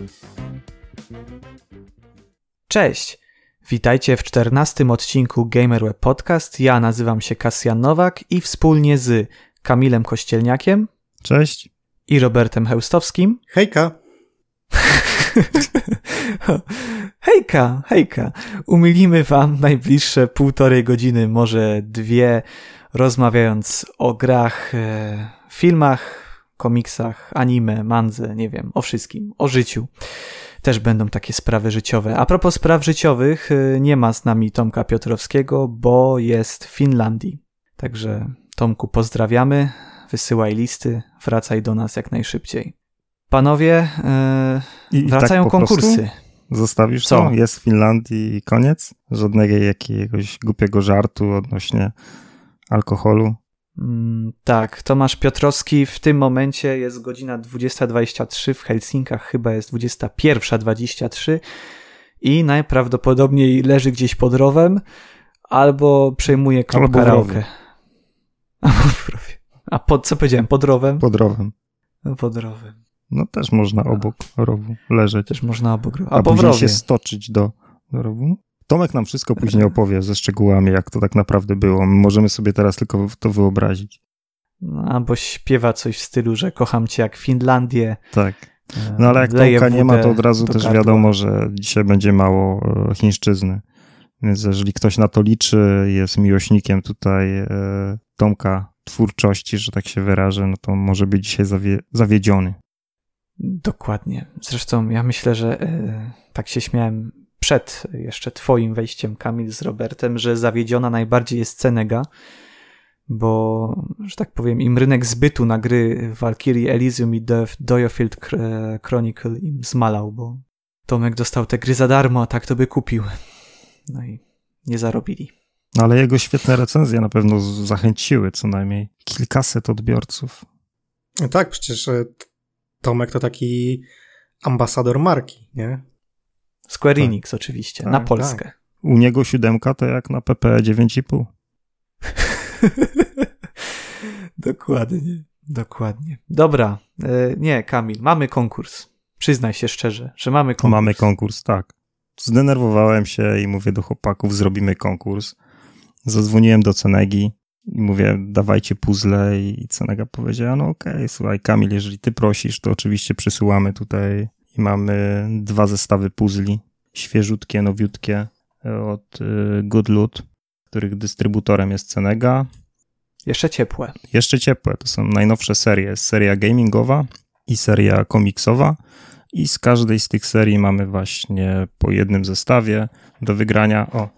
Cześć! Witajcie w 14. odcinku GamerWeb Podcast. Ja nazywam się Kasjan Nowak i wspólnie z Kamilem Kościelniakiem. Cześć. I Robertem Heustowskim. Hejka! Hejka! Umilimy wam najbliższe 1,5 godziny, może 2, rozmawiając o grach, filmach, komiksach, anime, mandze, nie wiem, o wszystkim, o życiu. Też będą takie sprawy życiowe. A propos spraw życiowych, nie ma z nami Tomka Piotrowskiego, bo jest w Finlandii. Także Tomku, pozdrawiamy, wysyłaj listy, wracaj do nas jak najszybciej. Panowie, wracają tak konkursy. Prostu? Zostawisz co? To? Jest w Finlandii i koniec? Żadnego jakiegoś głupiego żartu odnośnie alkoholu? Tak, Tomasz Piotrowski, w tym momencie jest godzina 20:23, w Helsinkach chyba jest 21:23 i najprawdopodobniej leży gdzieś pod rowem albo przejmuje klub karaoke. Co powiedziałem, pod rowem? Pod rowem. Pod rowem. No też można obok rowu leżeć. Też można obok rowu. A później się stoczyć do rowu. Tomek nam wszystko później opowie ze szczegółami, jak to tak naprawdę było. My możemy sobie teraz tylko to wyobrazić. No, albo śpiewa coś w stylu, że kocham cię jak Finlandię. Tak. No ale jak Tomka nie ma, to od razu też wiadomo, że dzisiaj będzie mało chińszczyzny. Więc jeżeli ktoś na to liczy, jest miłośnikiem tutaj Tomka twórczości, że tak się wyrażę, no to może być dzisiaj zawiedziony. Dokładnie. Zresztą ja myślę, że tak się śmiałem przed jeszcze twoim wejściem, Kamil, z Robertem, że zawiedziona najbardziej jest Cenega, bo, że tak powiem, im rynek zbytu na gry Valkyrie Elysium i Diofield Chronicle im zmalał, bo Tomek dostał te gry za darmo, a tak to by kupił. No i nie zarobili. No ale jego świetne recenzje na pewno zachęciły co najmniej kilkaset odbiorców. No tak, przecież Tomek to taki ambasador marki, nie? Square Enix oczywiście, tak, na Polskę. Tak. U niego 7 to jak na PPE 9,5. Dokładnie. Dobra, nie, Kamil, mamy konkurs. Przyznaj się szczerze, że mamy konkurs. Mamy konkurs, tak. Zdenerwowałem się i mówię do chłopaków, zrobimy konkurs. Zadzwoniłem do Cenegi i mówię, dawajcie puzzle i Cenega powiedziała, no okej, słuchaj Kamil, jeżeli ty prosisz, to oczywiście przysyłamy tutaj i mamy 2 zestawy puzli, świeżutkie, nowiutkie od Good Loot, których dystrybutorem jest Cenega. Jeszcze ciepłe, to są najnowsze serie, seria gamingowa i seria komiksowa i z każdej z tych serii mamy właśnie po jednym zestawie do wygrania. O,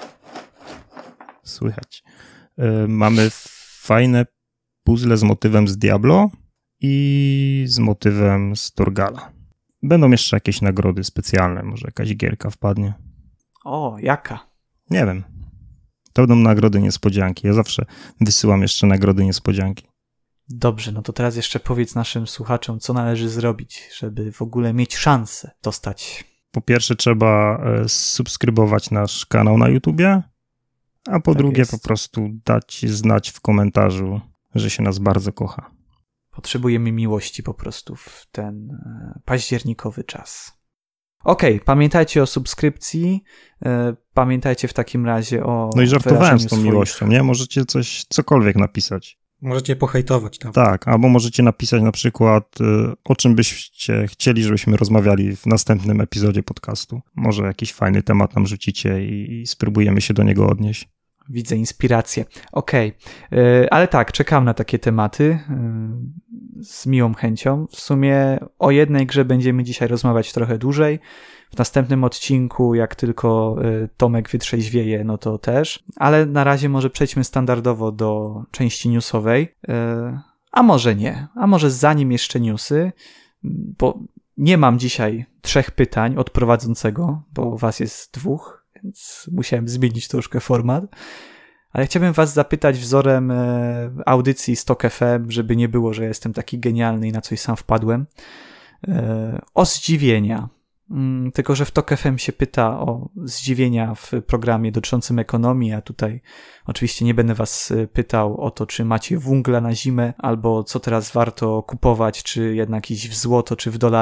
słychać. Mamy fajne puzzle z motywem z Diablo i z motywem z Torgala. Będą jeszcze jakieś nagrody specjalne, może jakaś gierka wpadnie. O, jaka? Nie wiem. To będą nagrody niespodzianki. Ja zawsze wysyłam jeszcze nagrody niespodzianki. Dobrze, no to teraz jeszcze powiedz naszym słuchaczom, co należy zrobić, żeby w ogóle mieć szansę dostać. Po pierwsze trzeba subskrybować nasz kanał na YouTubie, a po drugie po prostu dać znać w komentarzu, że się nas bardzo kocha. Potrzebujemy miłości po prostu w ten październikowy czas. Okej, pamiętajcie o subskrypcji, pamiętajcie w takim razie o No i żartowałem z tą swoich... miłością, nie? Możecie cokolwiek napisać. Możecie pohejtować. Tam. Tak, albo możecie napisać na przykład, o czym byście chcieli, żebyśmy rozmawiali w następnym epizodzie podcastu. Może jakiś fajny temat nam rzucicie i spróbujemy się do niego odnieść. Widzę inspirację. Okej, ale tak, czekam na takie tematy z miłą chęcią. W sumie o jednej grze będziemy dzisiaj rozmawiać trochę dłużej. W następnym odcinku, jak tylko Tomek wytrzeźwieje, no to też. Ale na razie może przejdźmy standardowo do części newsowej. A może nie. A może zanim jeszcze newsy, bo nie mam dzisiaj 3 pytań od prowadzącego, bo was jest 2, więc musiałem zmienić troszkę format. Ale chciałbym was zapytać wzorem audycji Stock FM, żeby nie było, że jestem taki genialny i na coś sam wpadłem, o zdziwienia. Tylko że w Tok FM się pyta o zdziwienia w programie dotyczącym ekonomii, a tutaj oczywiście nie będę was pytał o to, czy macie węgla na zimę, albo co teraz warto kupować, czy jednak iść w złoto, czy w dolara.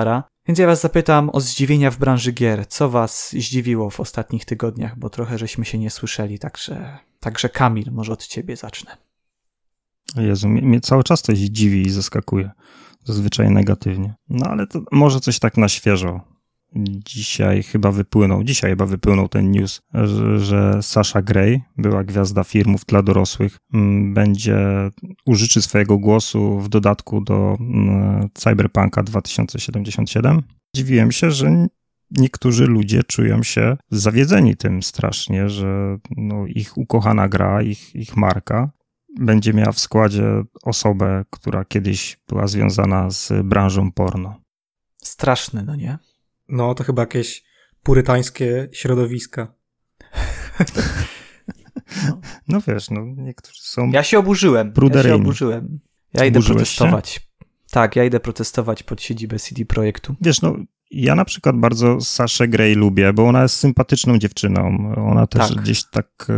Więc ja was zapytam o zdziwienia w branży gier. Co was zdziwiło w ostatnich tygodniach, bo trochę żeśmy się nie słyszeli, także Kamil, może od ciebie zacznę. Jezu, mnie cały czas to się dziwi i zaskakuje. Zazwyczaj negatywnie. No ale to może coś tak na świeżo. Dzisiaj chyba wypłynął ten news, że Sasha Grey, była gwiazda filmów dla dorosłych, będzie użyczy swojego głosu w dodatku do Cyberpunka 2077. Dziwiłem się, że niektórzy ludzie czują się zawiedzeni tym strasznie, że ich ukochana gra, ich marka będzie miała w składzie osobę, która kiedyś była związana z branżą porno. Straszne, no nie? No, to chyba jakieś purytańskie środowiska. No wiesz, niektórzy są Ja się oburzyłem. Ja idę protestować. Się? Tak, ja idę protestować pod siedzibę CD Projektu. Wiesz, ja na przykład bardzo Saszę Grey lubię, bo ona jest sympatyczną dziewczyną. Ona też gdzieś tak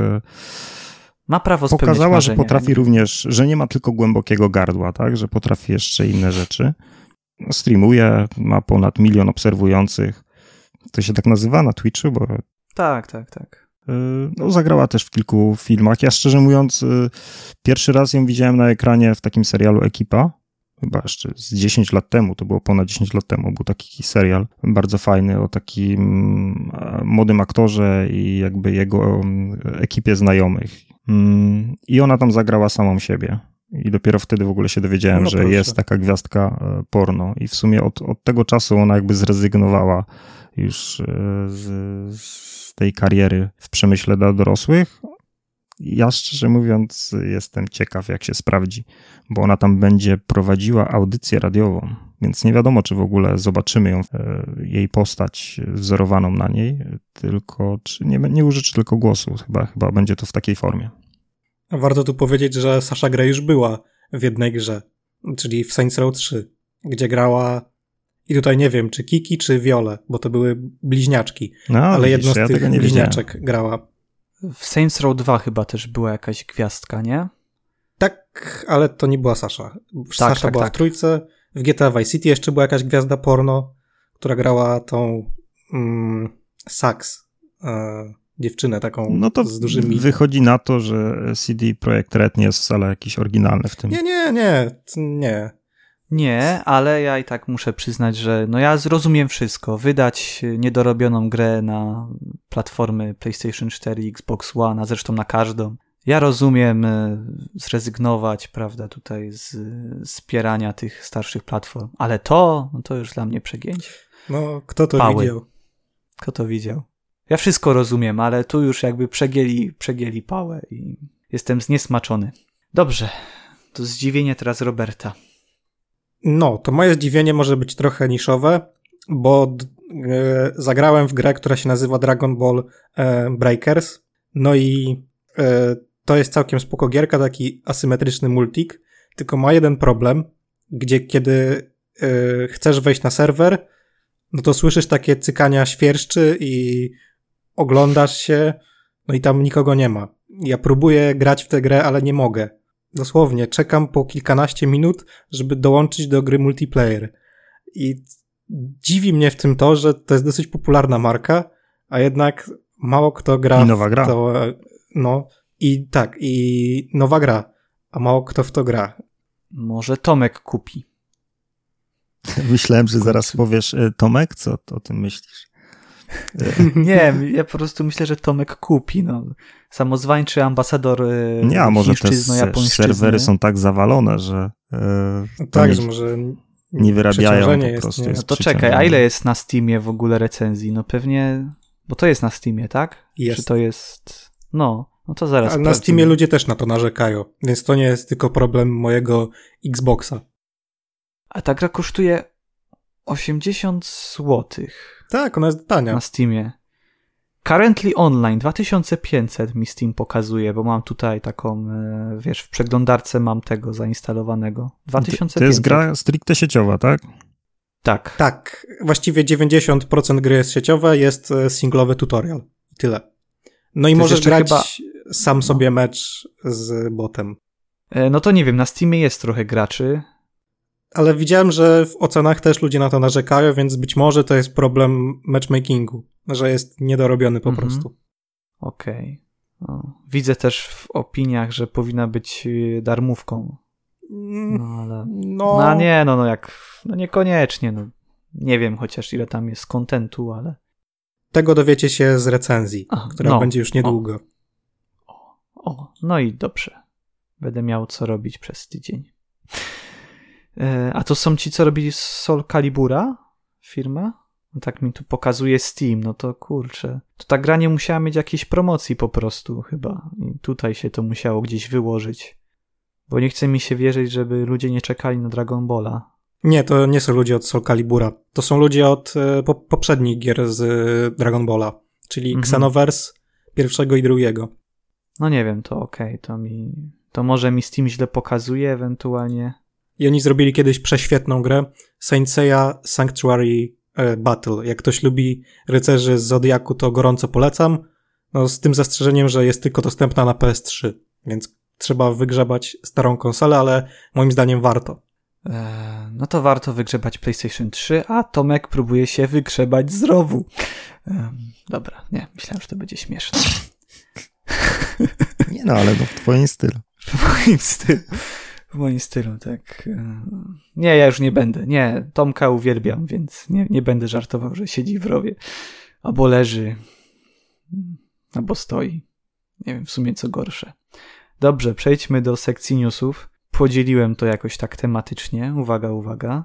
ma prawo pokazała, marzenia, że potrafi również, że nie ma tylko głębokiego gardła, tak, że potrafi jeszcze inne rzeczy. Streamuje, ma ponad 1 milion obserwujących. To się tak nazywa na Twitchu, bo... Tak. Zagrała też w kilku filmach. Ja szczerze mówiąc, pierwszy raz ją widziałem na ekranie w takim serialu Ekipa. Chyba jeszcze z 10 lat temu, to było ponad 10 lat temu, był taki serial bardzo fajny o takim młodym aktorze i jakby jego ekipie znajomych. I ona tam zagrała samą siebie. I dopiero wtedy w ogóle się dowiedziałem, że jest taka gwiazdka porno. I w sumie od tego czasu ona jakby zrezygnowała już z tej kariery w przemyśle dla dorosłych. Ja szczerze mówiąc jestem ciekaw, jak się sprawdzi, bo ona tam będzie prowadziła audycję radiową, więc nie wiadomo, czy w ogóle zobaczymy jej postać wzorowaną na niej, tylko czy nie użyczy tylko głosu. Chyba będzie to w takiej formie. Warto tu powiedzieć, że Sasha Grey już była w jednej grze, czyli w Saints Row 3, gdzie grała, i tutaj nie wiem, czy Kiki, czy Violę, bo to były bliźniaczki, ale jedno z tych bliźniaczek grała. W Saints Row 2 chyba też była jakaś gwiazdka, nie? Tak, ale to nie była Sasha. Sasha była w trójce, w GTA Vice City jeszcze była jakaś gwiazda porno, która grała tą Sax, dziewczynę taką z dużymi... No to wychodzi na to, że CD Projekt Red nie jest wcale jakiś oryginalny w tym. Nie. Nie, ale ja i tak muszę przyznać, że ja zrozumiem wszystko. Wydać niedorobioną grę na platformy PlayStation 4, Xbox One, a zresztą na każdą. Ja rozumiem zrezygnować, prawda, tutaj z wspierania tych starszych platform, ale to już dla mnie przegięcie. No, kto to widział? Kto to widział? Ja wszystko rozumiem, ale tu już jakby przegięli pałę i jestem zniesmaczony. Dobrze, to zdziwienie teraz Roberta. No, to moje zdziwienie może być trochę niszowe, bo zagrałem w grę, która się nazywa Dragon Ball Breakers. No i to jest całkiem spoko gierka, taki asymetryczny multik, tylko ma jeden problem, gdzie kiedy chcesz wejść na serwer, no to słyszysz takie cykania świerszczy i oglądasz się, no i tam nikogo nie ma. Ja próbuję grać w tę grę, ale nie mogę. Dosłownie, czekam po kilkanaście minut, żeby dołączyć do gry multiplayer. I dziwi mnie w tym to, że to jest dosyć popularna marka, a jednak mało kto gra. I nowa gra. I nowa gra, a mało kto w to gra. Może Tomek kupi. Myślałem, że zaraz powiesz, Tomek, co ty o tym myślisz? Nie, ja po prostu myślę, że Tomek kupi. Samozwańczy ambasador może te serwery są tak zawalone, że że może nie wyrabiają po prostu. No to czekaj, a ile jest na Steamie w ogóle recenzji? No pewnie, bo to jest na Steamie, tak? Jest. Czy to jest... No to zaraz ale na Steamie ludzie też na to narzekają, więc to nie jest tylko problem mojego Xboxa. A ta gra kosztuje 80 zł. Tak, ona jest tania. Na Steamie. Currently online 2500 mi Steam pokazuje, bo mam tutaj taką, w przeglądarce mam tego zainstalowanego. 2500. To jest gra stricte sieciowa, tak? Tak. Tak. Właściwie 90% gry jest sieciowe, jest singlowy tutorial. Tyle. No i możesz grać sam sobie mecz z botem. No to nie wiem, na Steamie jest trochę graczy. Ale widziałem, że w ocenach też ludzie na to narzekają, więc być może to jest problem matchmakingu, że jest niedorobiony po prostu. Okej. Widzę też w opiniach, że powinna być darmówką. Ale... niekoniecznie. Nie wiem chociaż ile tam jest kontentu, ale... Tego dowiecie się z recenzji, która będzie już niedługo. No i dobrze. Będę miał co robić przez tydzień. A to są ci, co robili Soul Calibura? Firma? No tak mi tu pokazuje Steam, no to kurczę. To ta gra nie musiała mieć jakiejś promocji po prostu chyba. I tutaj się to musiało gdzieś wyłożyć. Bo nie chce mi się wierzyć, żeby ludzie nie czekali na Dragon Balla. Nie, to nie są ludzie od Soul Calibura. To są ludzie od poprzednich gier z Dragon Balla. Czyli Xenoverse 1 i 2. No nie wiem, to okej. To może mi Steam źle pokazuje ewentualnie. I oni zrobili kiedyś prześwietną grę Saint Seiya Sanctuary Battle. Jak ktoś lubi rycerzy z Zodiaku, to gorąco polecam. No z tym zastrzeżeniem, że jest tylko dostępna na PS3, więc trzeba wygrzebać starą konsolę, ale moim zdaniem warto. No to warto wygrzebać PlayStation 3, a Tomek próbuje się wygrzebać z rowu. Dobra, nie, myślałem, że to będzie śmieszne. Nie no, ale w twoim stylu. W moim stylu, tak. Nie, ja już nie będę. Nie, Tomka uwielbiam, więc nie będę żartował, że siedzi w rowie. Albo leży. Albo stoi. Nie wiem, w sumie co gorsze. Dobrze, przejdźmy do sekcji newsów. Podzieliłem to jakoś tak tematycznie. Uwaga.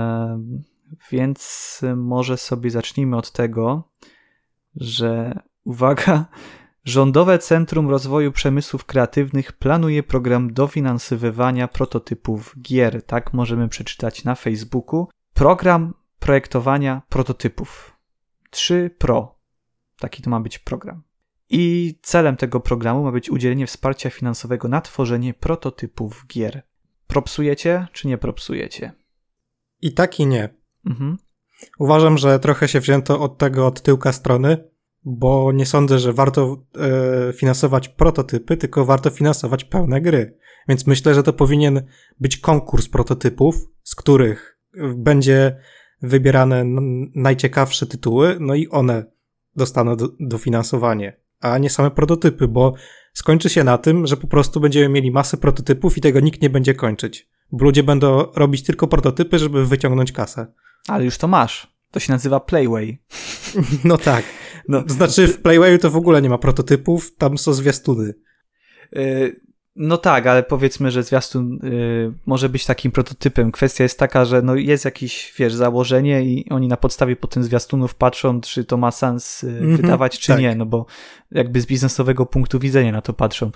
Więc może sobie zacznijmy od tego, że uwaga, Rządowe Centrum Rozwoju Przemysłów Kreatywnych planuje program dofinansowywania prototypów gier. Tak możemy przeczytać na Facebooku. Program projektowania prototypów. 3 Pro. Taki to ma być program. I celem tego programu ma być udzielenie wsparcia finansowego na tworzenie prototypów gier. Propsujecie czy nie propsujecie? I tak i nie. Uważam, że trochę się wzięto od tyłka strony, bo nie sądzę, że warto finansować prototypy, tylko warto finansować pełne gry. Więc myślę, że to powinien być konkurs prototypów, z których będzie wybierane najciekawsze tytuły, no i one dostaną dofinansowanie, a nie same prototypy, bo skończy się na tym, że po prostu będziemy mieli masę prototypów i tego nikt nie będzie kończyć. Bo ludzie będą robić tylko prototypy, żeby wyciągnąć kasę. Ale już to masz. To się nazywa Playway. No tak. Znaczy w Playwayu to w ogóle nie ma prototypów, tam są zwiastuny. No tak, ale powiedzmy, że zwiastun może być takim prototypem. Kwestia jest taka, że jest jakieś, założenie i oni na podstawie potem zwiastunów patrzą, czy to ma sens wydawać, czy nie, no bo jakby z biznesowego punktu widzenia na to patrzą.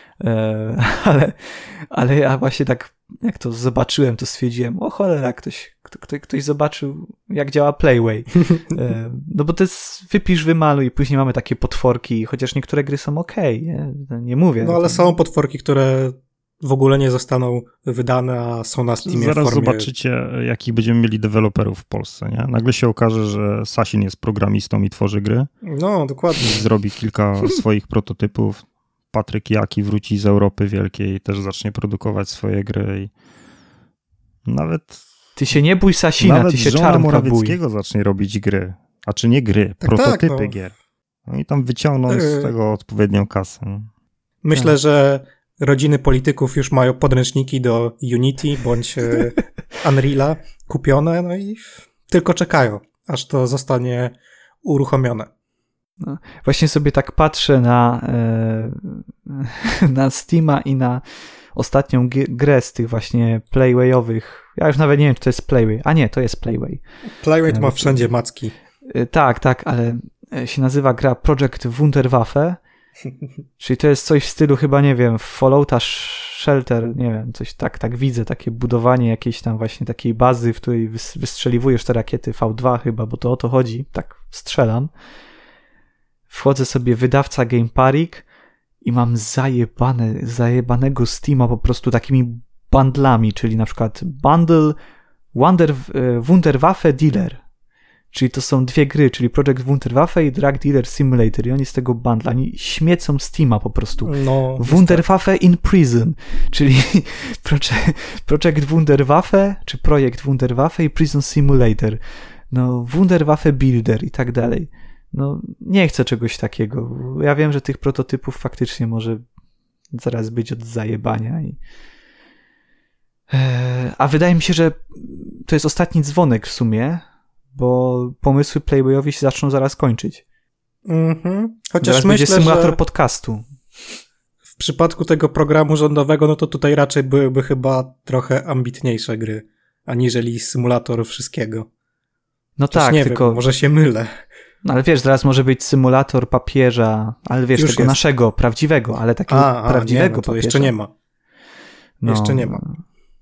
Ale ja właśnie tak, jak to zobaczyłem, to stwierdziłem, o cholera, ktoś zobaczył, jak działa Playway. No bo to jest wypisz, wymaluj i później mamy takie potworki, chociaż niektóre gry są okej, nie mówię. No ale są potworki, które w ogóle nie zostaną wydane, a są na Steamie Zaraz w formie... zobaczycie, jakich będziemy mieli deweloperów w Polsce, nie? Nagle się okaże, że Sasin jest programistą i tworzy gry. No, dokładnie. Zrobi kilka swoich prototypów. Patryk Jaki wróci z Europy Wielkiej i też zacznie produkować swoje gry. I nawet... Ty się nie bój Sasina, ty się Czarnka bój. Morawieckiego zacznie robić gry. A czy nie gry, prototypy gier. No i tam wyciągną z tego odpowiednią kasę. Myślę, że rodziny polityków już mają podręczniki do Unity bądź Unreala kupione, no i tylko czekają, aż to zostanie uruchomione. No, właśnie sobie tak patrzę na Steama i na ostatnią grę z tych właśnie Playwayowych. Ja już nawet nie wiem, czy to jest Playway. A nie, to jest Playway. Playway to ma wszędzie macki. Tak, ale się nazywa gra Project Wunderwaffe, czyli to jest coś w stylu chyba, nie wiem, Fallouta Shelter, nie wiem, coś tak widzę, takie budowanie jakiejś tam właśnie takiej bazy, w której wystrzeliwujesz te rakiety V2 chyba, bo to o to chodzi, tak strzelam. Wchodzę sobie wydawca Gameparik i mam zajebanego Steama po prostu takimi bundlami, czyli na przykład bundle Wunderwaffe Dealer, Czyli to są dwie gry, czyli Project Wunderwaffe i Drug Dealer Simulator i oni z tego bundla, oni śmiecą Steama po prostu. No, Wunderwaffe in Prison, czyli Project Wunderwaffe, czy Projekt Wunderwaffe i Prison Simulator. No, Wunderwaffe Builder i tak dalej. No, nie chcę czegoś takiego. Ja wiem, że tych prototypów faktycznie może zaraz być od zajebania. A wydaje mi się, że to jest ostatni dzwonek w sumie, bo pomysły Playboyowi się zaczną zaraz kończyć. Chociaż zaraz myślę, będzie symulator że podcastu. w przypadku tego programu rządowego, no to tutaj raczej byłyby chyba trochę ambitniejsze gry, aniżeli symulator wszystkiego. No Chociaż tak, nie tylko... wiem, może się mylę. No ale wiesz, zaraz może być symulator papieża, ale wiesz, Już tego jest. naszego, prawdziwego, ale takiego prawdziwego nie, no to papieża. jeszcze nie ma. No, Jeszcze nie ma.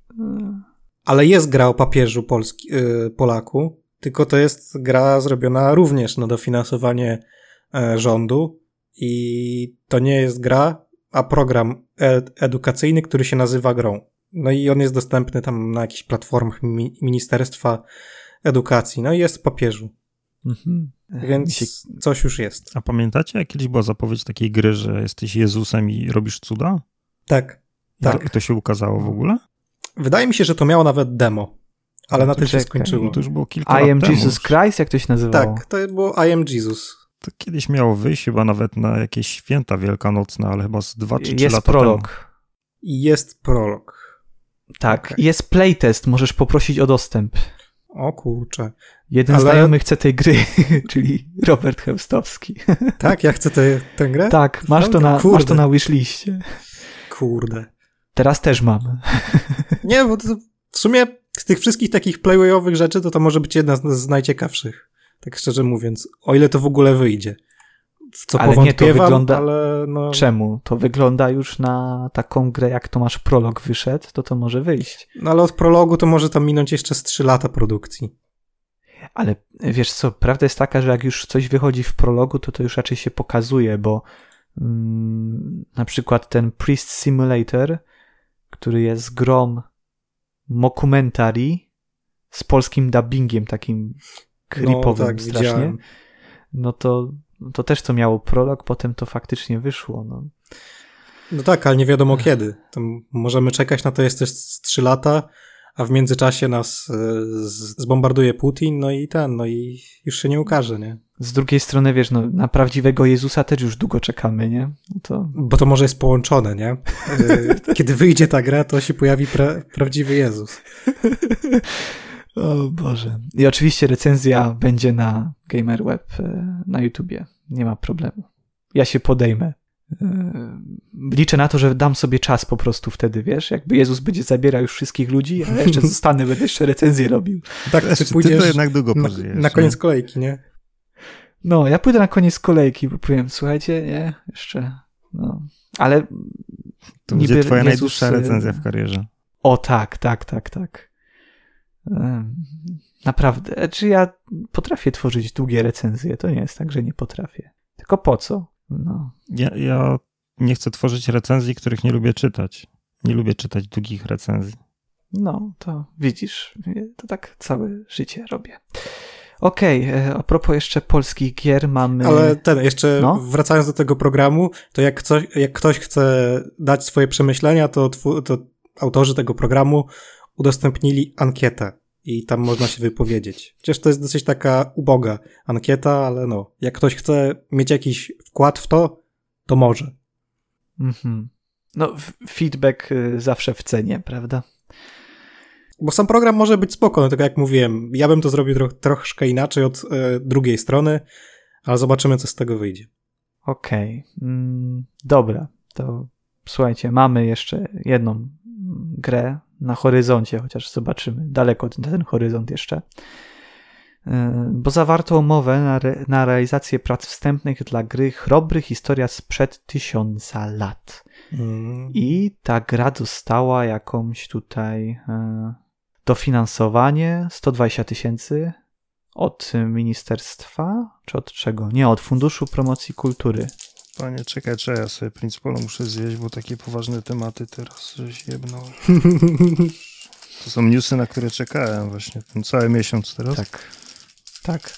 Ale jest gra o papieżu Polaku, tylko to jest gra zrobiona również na dofinansowanie rządu i to nie jest gra, a program edukacyjny, który się nazywa grą. No i on jest dostępny tam na jakichś platformach Ministerstwa Edukacji. No i jest o papieżu. Mhm. Więc coś już jest. A pamiętacie, jak kiedyś była zapowiedź takiej gry, że jesteś Jezusem i robisz cuda? Tak. Jak to się ukazało w ogóle? Wydaje mi się, że to miało nawet demo, ale na tym się czekaj. skończyło. No to już było kilka I lat am temu. Jesus Christ, jak to się nazywało? Tak, to było I am Jesus. To kiedyś miało wyjść chyba nawet na jakieś święta wielkanocne, ale chyba z 2 czy 3 Jest lata prolog. temu. I jest prolog. Tak, Okay. jest playtest, możesz poprosić o dostęp. O kurczę. Jeden znajomy chce tej gry, czyli Robert Chełstowski. Tak, ja chcę tę grę? Tak, masz to na wishliście. Kurde. Teraz też mam. Nie, bo to w sumie z tych wszystkich takich playwayowych rzeczy to może być jedna z najciekawszych. Tak szczerze mówiąc. O ile to w ogóle wyjdzie. W co ale nie, to wygląda... ale no... Czemu? To wygląda już na taką grę, jak to masz prolog wyszedł, to może wyjść. No ale od prologu to może tam minąć jeszcze z 3 lata produkcji. Ale wiesz co, prawda jest taka, że jak już coś wychodzi w prologu, to już raczej się pokazuje, bo na przykład ten Priest Simulator, który jest grą mockumentary z polskim dubbingiem takim creepowym tak, strasznie, widziałem. no to też to miało prolog, potem to faktycznie wyszło. No tak, ale nie wiadomo kiedy. To możemy czekać na to jeszcze z 3 lata, a w międzyczasie nas zbombarduje Putin, no i już się nie ukaże, nie? Z drugiej strony, wiesz, na prawdziwego Jezusa też już długo czekamy, nie? Bo to może jest połączone, nie? Kiedy wyjdzie ta gra, to się pojawi prawdziwy Jezus. O Boże. I oczywiście recenzja będzie na GamerWeb na YouTubie. Nie ma problemu. Ja się podejmę. Liczę na to, że dam sobie czas po prostu wtedy, wiesz? Jakby Jezus będzie zabierał już wszystkich ludzi, a ja jeszcze zostanę, będę jeszcze recenzję robił. Tak, ty pójdziesz ty to jednak długo pożyjesz. Na koniec kolejki, nie? No, ja pójdę na koniec kolejki, bo powiem, słuchajcie, nie? Jeszcze, no. Ale to będzie twoja najdłuższa recenzja w karierze. O tak. Naprawdę. Czy ja potrafię tworzyć długie recenzje? To nie jest tak, że nie potrafię. Tylko po co? No. Ja nie chcę tworzyć recenzji, których nie lubię czytać. Nie lubię czytać długich recenzji. No, to widzisz, to tak całe życie robię. Okej, a propos jeszcze polskich gier mamy... Ale jeszcze wracając do tego programu, to jak ktoś chce dać swoje przemyślenia, to autorzy tego programu udostępnili ankietę i tam można się wypowiedzieć. Przecież to jest dosyć taka uboga ankieta, ale no, jak ktoś chce mieć jakiś wkład w to może. Mhm. No, feedback zawsze w cenie, prawda? Bo sam program może być spoko, no tak jak mówiłem, ja bym to zrobił troszkę inaczej od drugiej strony, ale zobaczymy, co z tego wyjdzie. Okej. Dobra, to słuchajcie, mamy jeszcze jedną grę na horyzoncie, chociaż zobaczymy, daleko ten horyzont jeszcze, bo zawarto umowę na realizację prac wstępnych dla gry Chrobry historia sprzed 1000 lat. I ta gra dostała jakąś tutaj dofinansowanie 120 000 od ministerstwa, czy od czego? Nie, od Funduszu Promocji Kultury. Panie, czekaj, ja sobie Principolo muszę zjeść, bo takie poważne tematy teraz żeś jebnął. To są newsy, na które czekałem właśnie ten cały miesiąc teraz. Tak. Tak.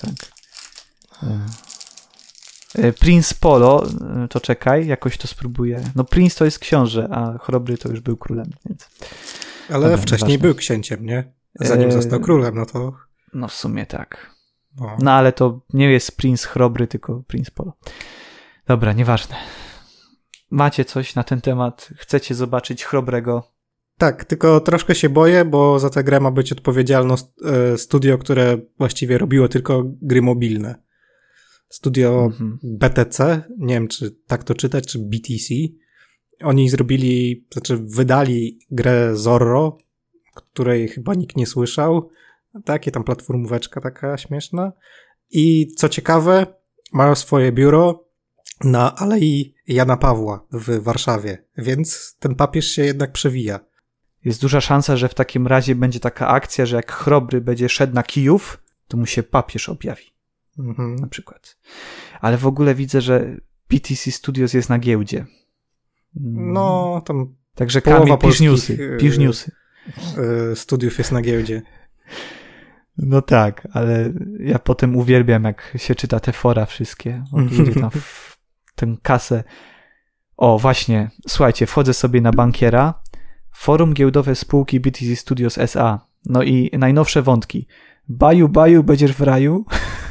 Prince Polo, to czekaj, jakoś to spróbuję. No Prince to jest książę, a Chrobry to już był królem, więc... Ale dobra, wcześniej był księciem, nie? Zanim został królem, no to... No w sumie tak. No ale to nie jest Prince Chrobry, tylko Prince Polo. Dobra, nieważne. Macie coś na ten temat? Chcecie zobaczyć Chrobrego? Tak, tylko troszkę się boję, bo za tę grę ma być odpowiedzialne studio, które właściwie robiło tylko gry mobilne. Studio BTC, nie wiem czy tak to czytać, czy BTC. Oni wydali grę Zorro, której chyba nikt nie słyszał. Takie tam platformóweczka taka śmieszna. I co ciekawe, mają swoje biuro na Alei Jana Pawła w Warszawie, więc ten papież się jednak przewija. Jest duża szansa, że w takim razie będzie taka akcja, że jak Chrobry będzie szedł na Kijów, to mu się papież objawi. Na przykład. Ale w ogóle widzę, że BTC Studios jest na giełdzie. No, tam także Kamil, pisz newsy. Studiów jest na giełdzie. No tak, ale ja potem uwielbiam, jak się czyta te fora wszystkie. Ludzie tam w tę kasę. O, właśnie, słuchajcie, wchodzę sobie na Bankiera, forum giełdowe spółki BTC Studios SA. No i najnowsze wątki. Baju, będziesz w raju?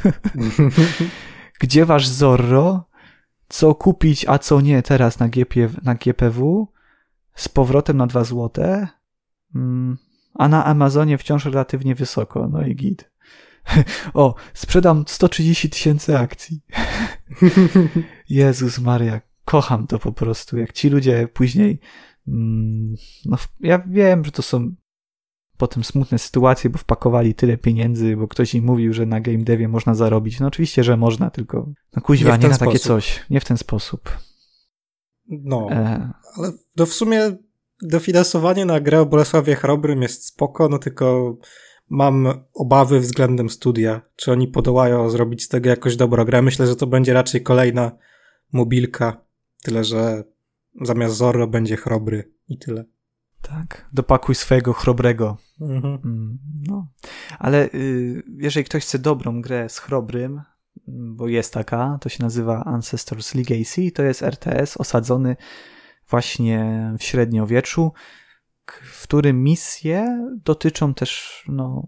Gdzie wasz Zorro? Co kupić, a co nie teraz na GPW? Z powrotem na 2 złote? A na Amazonie wciąż relatywnie wysoko. No i git. O, sprzedam 130 000 akcji. Jezus Maria, kocham to po prostu. Jak ci ludzie później... No, ja wiem, że to są potem smutne sytuacje, bo wpakowali tyle pieniędzy, bo ktoś im mówił, że na game devie można zarobić. No oczywiście, że można, tylko no kuźwa, nie na takie coś. Nie w ten sposób. No, ale w sumie dofinansowanie na grę o Bolesławie Chrobrym jest spoko, no tylko mam obawy względem studia, czy oni podołają zrobić z tego jakoś dobrą grę. Myślę, że to będzie raczej kolejna mobilka, tyle że zamiast Zorro będzie Chrobry i tyle. Tak, dopakuj swojego Chrobrego. No. Ale jeżeli ktoś chce dobrą grę z Chrobrym, bo jest taka, to się nazywa Ancestors Legacy, to jest RTS osadzony właśnie w średniowieczu, w którym misje dotyczą też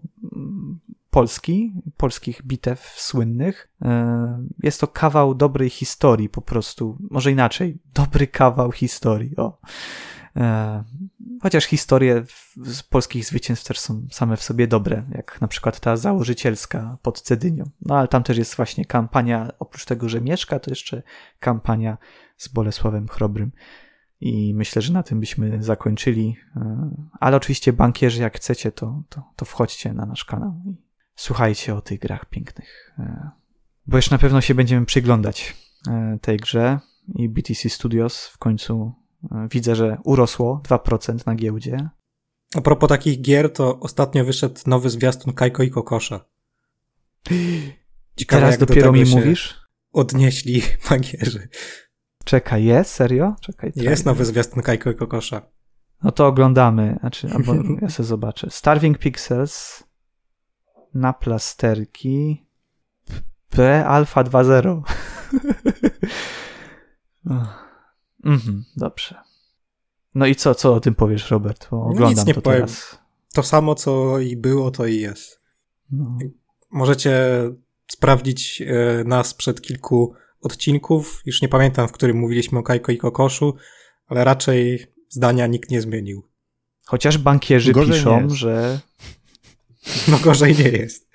polskich bitew słynnych. Jest to kawał dobrej historii po prostu, może inaczej, dobry kawał historii, o. Chociaż historie z polskich zwycięstw też są same w sobie dobre, jak na przykład ta założycielska pod Cedynią. No ale tam też jest właśnie kampania, oprócz tego, że Mieszka, to jeszcze kampania z Bolesławem Chrobrym. I myślę, że na tym byśmy zakończyli. Ale oczywiście bankierzy, jak chcecie, to wchodźcie na nasz kanał i słuchajcie o tych grach pięknych. Bo jeszcze na pewno się będziemy przyglądać tej grze i BTC Studios w końcu widzę, że urosło 2% na giełdzie. A propos takich gier, to ostatnio wyszedł nowy zwiastun Kajko i Kokosza. Ciekawe, teraz dopiero mi mówisz? Odnieśli bankierzy. Czekaj, jest? Serio? Czekaj. Jest nowy zwiastun Kajko i Kokosza. No to oglądamy. Albo ja sobie zobaczę. Starving Pixels na plasterki Alpha 2.0. Dobrze. No i co o tym powiesz, Robert? Bo oglądam nic nie to powiem. teraz. To samo, co i było, to i jest. No. Możecie sprawdzić nas przed kilku odcinków. Już nie pamiętam, w którym mówiliśmy o Kajko i Kokoszu, ale raczej zdania nikt nie zmienił. Chociaż bankierzy piszą, że... No gorzej nie jest.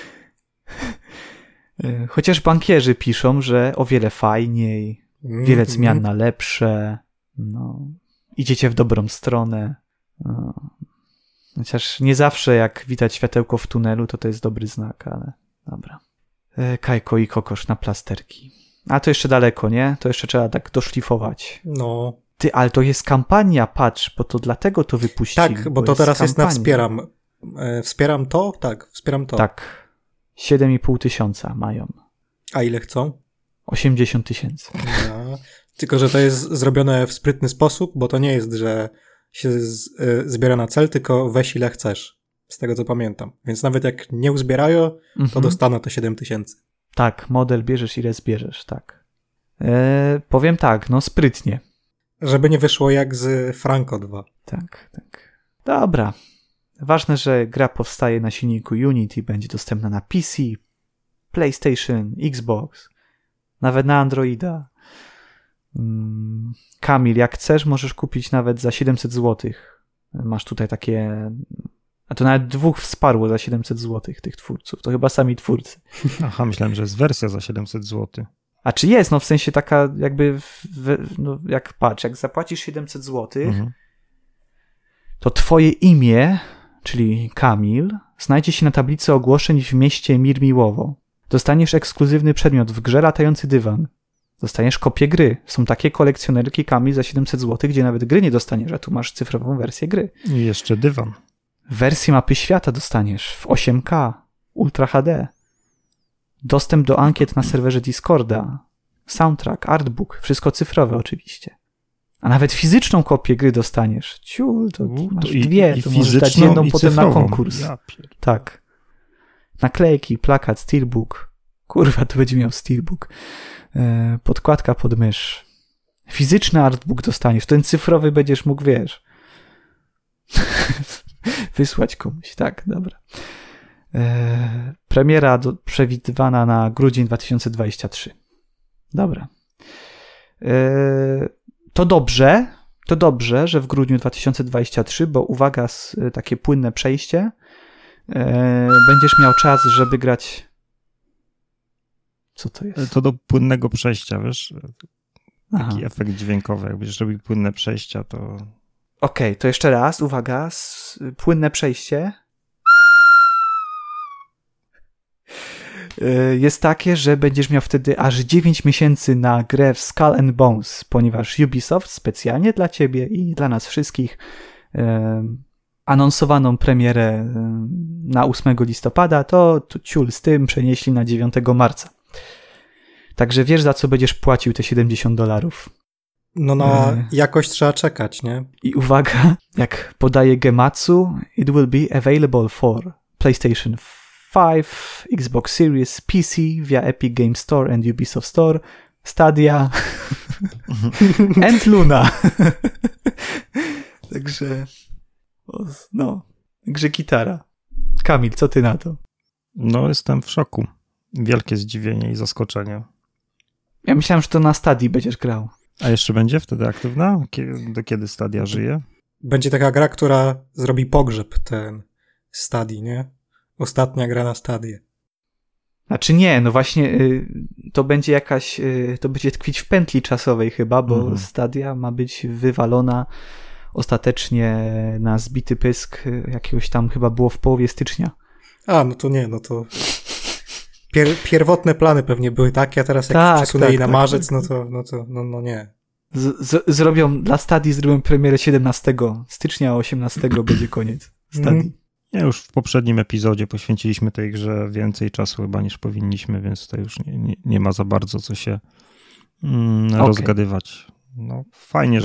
Chociaż bankierzy piszą, że o wiele fajniej, wiele zmian na lepsze, idziecie w dobrą stronę. Chociaż nie zawsze jak widać światełko w tunelu, to jest dobry znak, ale dobra. Kajko i Kokosz na plasterki. A to jeszcze daleko, nie? To jeszcze trzeba tak doszlifować. No. Ty, ale to jest kampania, patrz, bo to dlatego to wypuścili. Tak, bo to teraz jest na Wspieram. Wspieram to? Tak, Wspieram to. Tak. 7,5 000 mają. A ile chcą? 80 000. No. Tylko, że to jest zrobione w sprytny sposób, bo to nie jest, że się zbiera na cel, tylko weź ile chcesz. z tego co pamiętam. Więc nawet jak nie uzbierają, to dostaną te 7000. Tak, model bierzesz ile zbierzesz, tak. Powiem tak, no sprytnie. Żeby nie wyszło jak z Franco 2. Tak. Dobra. Ważne, że gra powstaje na silniku Unity, będzie dostępna na PC, PlayStation, Xbox, nawet na Androida. Kamil, jak chcesz, możesz kupić nawet za 700 zł. Masz tutaj takie... A to nawet 2 wsparło za 700 zł tych twórców. To chyba sami twórcy. Aha, myślałem, że jest wersja za 700 zł. A czy jest? No w sensie taka jakby... No jak patrz, jak zapłacisz 700 zł, to twoje imię, czyli Kamil, znajdzie się na tablicy ogłoszeń w mieście Mirmiłowo. Dostaniesz ekskluzywny przedmiot w grze Latający dywan. Dostaniesz kopię gry. Są takie kolekcjonerki Kamil za 700 zł, gdzie nawet gry nie dostaniesz, a tu masz cyfrową wersję gry. I jeszcze dywan. Wersję mapy świata dostaniesz w 8K, Ultra HD. Dostęp do ankiet na serwerze Discorda. Soundtrack, artbook, wszystko cyfrowe oczywiście. A nawet fizyczną kopię gry dostaniesz. Ciul, to masz dwie, to możesz dać jedną potem cyfrową. Na konkurs. Tak. Naklejki, plakat, steelbook. Kurwa, to będzie miał steelbook. Podkładka pod mysz. Fizyczny artbook dostaniesz. Ten cyfrowy będziesz mógł, wiesz, wysłać komuś. Tak, dobra. Premiera przewidywana na grudzień 2023. Dobra. To dobrze, że w grudniu 2023, bo uwaga, takie płynne przejście, będziesz miał czas, żeby grać... Co to jest? To do płynnego przejścia, wiesz? Taki efekt dźwiękowy. Jak będziesz robił płynne przejścia, to... Okej, to jeszcze raz, uwaga, płynne przejście jest takie, że będziesz miał wtedy aż 9 miesięcy na grę w Skull and Bones, ponieważ Ubisoft specjalnie dla ciebie i dla nas wszystkich anonsowaną premierę na 8 listopada, to ciul z tym przenieśli na 9 marca. Także wiesz, za co będziesz płacił te $70. No na jakoś trzeba czekać, nie? I uwaga, jak podaje Gematsu, it will be available for PlayStation 5, Xbox Series, PC via Epic Games Store and Ubisoft Store, Stadia and Luna. Także także gitara. Kamil, co ty na to? No, jestem w szoku. Wielkie zdziwienie i zaskoczenie. Ja myślałem, że to na Stadii będziesz grał. A jeszcze będzie wtedy aktywna? Do kiedy Stadia żyje? Będzie taka gra, która zrobi pogrzeb ten Stadii, nie? Ostatnia gra na Stadię. Znaczy nie, no właśnie to będzie jakaś, to będzie tkwić w pętli czasowej chyba, bo Stadia ma być wywalona ostatecznie na zbity pysk jakiegoś tam chyba było w połowie stycznia. A, no to nie, no to pierwotne plany pewnie były takie, a teraz jak przesunęli na marzec, no nie. Dla Stadii zrobią premierę 17 stycznia, a 18 będzie koniec Stadii. Nie, już w poprzednim epizodzie poświęciliśmy tej grze więcej czasu chyba niż powinniśmy, więc to już nie ma za bardzo co się rozgadywać. No, fajnie,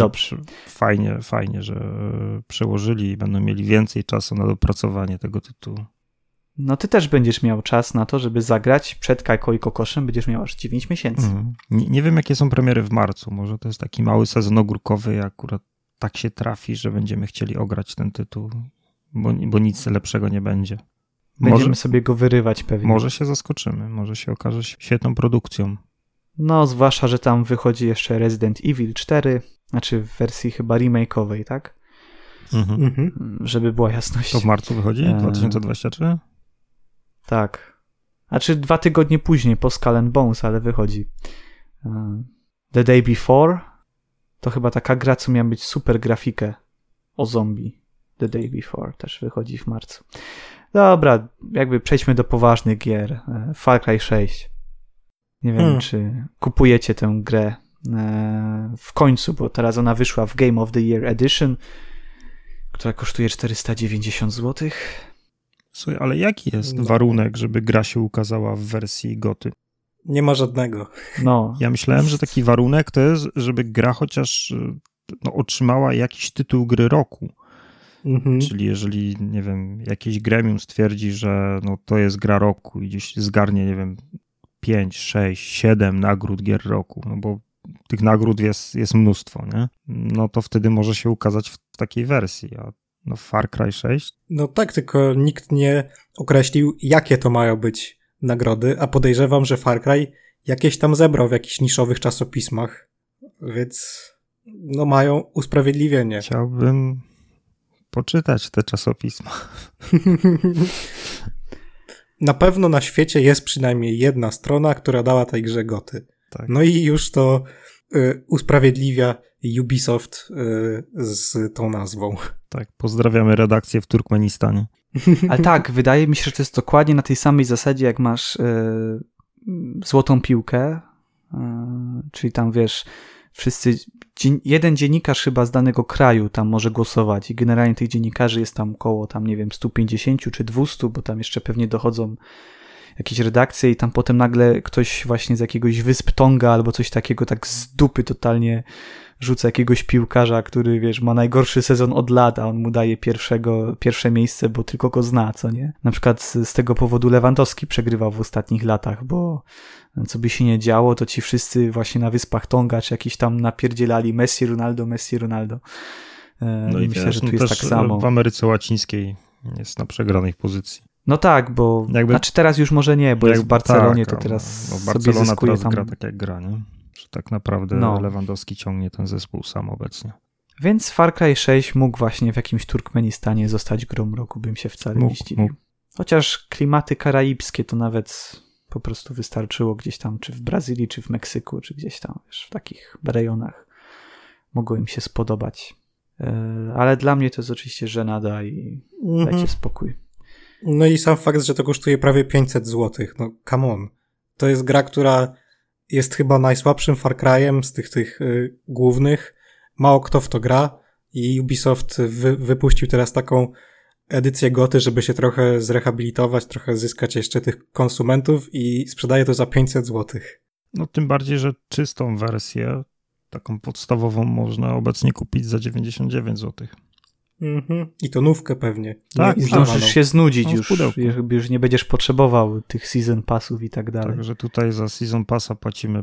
że przełożyli i będą mieli więcej czasu na dopracowanie tego tytułu. No ty też będziesz miał czas na to, żeby zagrać przed Kajko i Kokoszem, będziesz miał aż 9 miesięcy. Nie wiem, jakie są premiery w marcu. Może to jest taki mały sezon ogórkowy i akurat tak się trafi, że będziemy chcieli ograć ten tytuł, bo nic lepszego nie będzie. Będziemy sobie go wyrywać pewnie. Może się zaskoczymy, może się okaże świetną produkcją. No, zwłaszcza, że tam wychodzi jeszcze Resident Evil 4, znaczy w wersji chyba remake'owej, tak? Żeby była jasność. To w marcu wychodzi? 2023? Tak. Znaczy 2 tygodnie później, po Skull and Bones, ale wychodzi. The Day Before to chyba taka gra, co miała być super grafikę o zombie. The Day Before też wychodzi w marcu. Dobra, jakby przejdźmy do poważnych gier. Far Cry 6. Nie wiem, czy kupujecie tę grę w końcu, bo teraz ona wyszła w Game of the Year Edition, która kosztuje 490 zł. Słuchaj, ale jaki jest warunek, żeby gra się ukazała w wersji GOTY? Nie ma żadnego. No. Ja myślałem, że taki warunek to jest, żeby gra chociaż otrzymała jakiś tytuł gry roku. Czyli jeżeli, nie wiem, jakieś gremium stwierdzi, że no to jest gra roku i gdzieś zgarnie, nie wiem, 5, 6, 7 nagród gier roku, no bo tych nagród jest mnóstwo, nie? No to wtedy może się ukazać w takiej wersji, a no Far Cry 6? No tak, tylko nikt nie określił, jakie to mają być nagrody, a podejrzewam, że Far Cry jakieś tam zebrał w jakichś niszowych czasopismach, więc no mają usprawiedliwienie. Chciałbym poczytać te czasopisma. Na pewno na świecie jest przynajmniej jedna strona, która dała tej grze goty. Tak. No i już to usprawiedliwia Ubisoft z tą nazwą. Tak, pozdrawiamy redakcję w Turkmenistanie. Ale tak, wydaje mi się, że to jest dokładnie na tej samej zasadzie, jak masz złotą piłkę, czyli tam wiesz, jeden dziennikarz chyba z danego kraju tam może głosować i generalnie tych dziennikarzy jest tam około tam, nie wiem, 150 czy 200, bo tam jeszcze pewnie dochodzą jakieś redakcje i tam potem nagle ktoś właśnie z jakiegoś wysp Tonga albo coś takiego tak z dupy totalnie rzuca jakiegoś piłkarza, który, wiesz, ma najgorszy sezon od lat, a on mu daje pierwsze miejsce, bo tylko go zna, co nie? Na przykład z tego powodu Lewandowski przegrywał w ostatnich latach, bo co by się nie działo, to ci wszyscy właśnie na wyspach Tonga czy jakiś tam napierdzielali Messi, Ronaldo. No i myślę, wiesz, że tu no jest też tak samo. W Ameryce Łacińskiej jest na przegranej pozycji. No tak, bo znaczy teraz już może nie, bo jest w Barcelonie, tak, to teraz no sobie Barcelona zyskuje teraz tam... gra tak jak gra, nie? Że tak naprawdę Lewandowski ciągnie ten zespół sam obecnie. Więc Far Cry 6 mógł właśnie w jakimś Turkmenistanie zostać grą roku, bym się wcale nie zdziwił. Chociaż klimaty karaibskie to nawet po prostu wystarczyło gdzieś tam, czy w Brazylii, czy w Meksyku, czy gdzieś tam, wiesz, w takich rejonach mogło im się spodobać. Ale dla mnie to jest oczywiście żenada i dajcie spokój. No i sam fakt, że to kosztuje prawie 500 zł. No come on. To jest gra, która jest chyba najsłabszym Far Cry'em z tych głównych. Mało kto w to gra i Ubisoft wypuścił teraz taką edycję goty, żeby się trochę zrehabilitować, trochę zyskać jeszcze tych konsumentów i sprzedaje to za 500 zł. No tym bardziej, że czystą wersję, taką podstawową można obecnie kupić za 99 zł. I to nówkę pewnie. Tak, i zdążysz się znudzić już nie będziesz potrzebował tych season passów i tak dalej. Także tutaj za season passa płacimy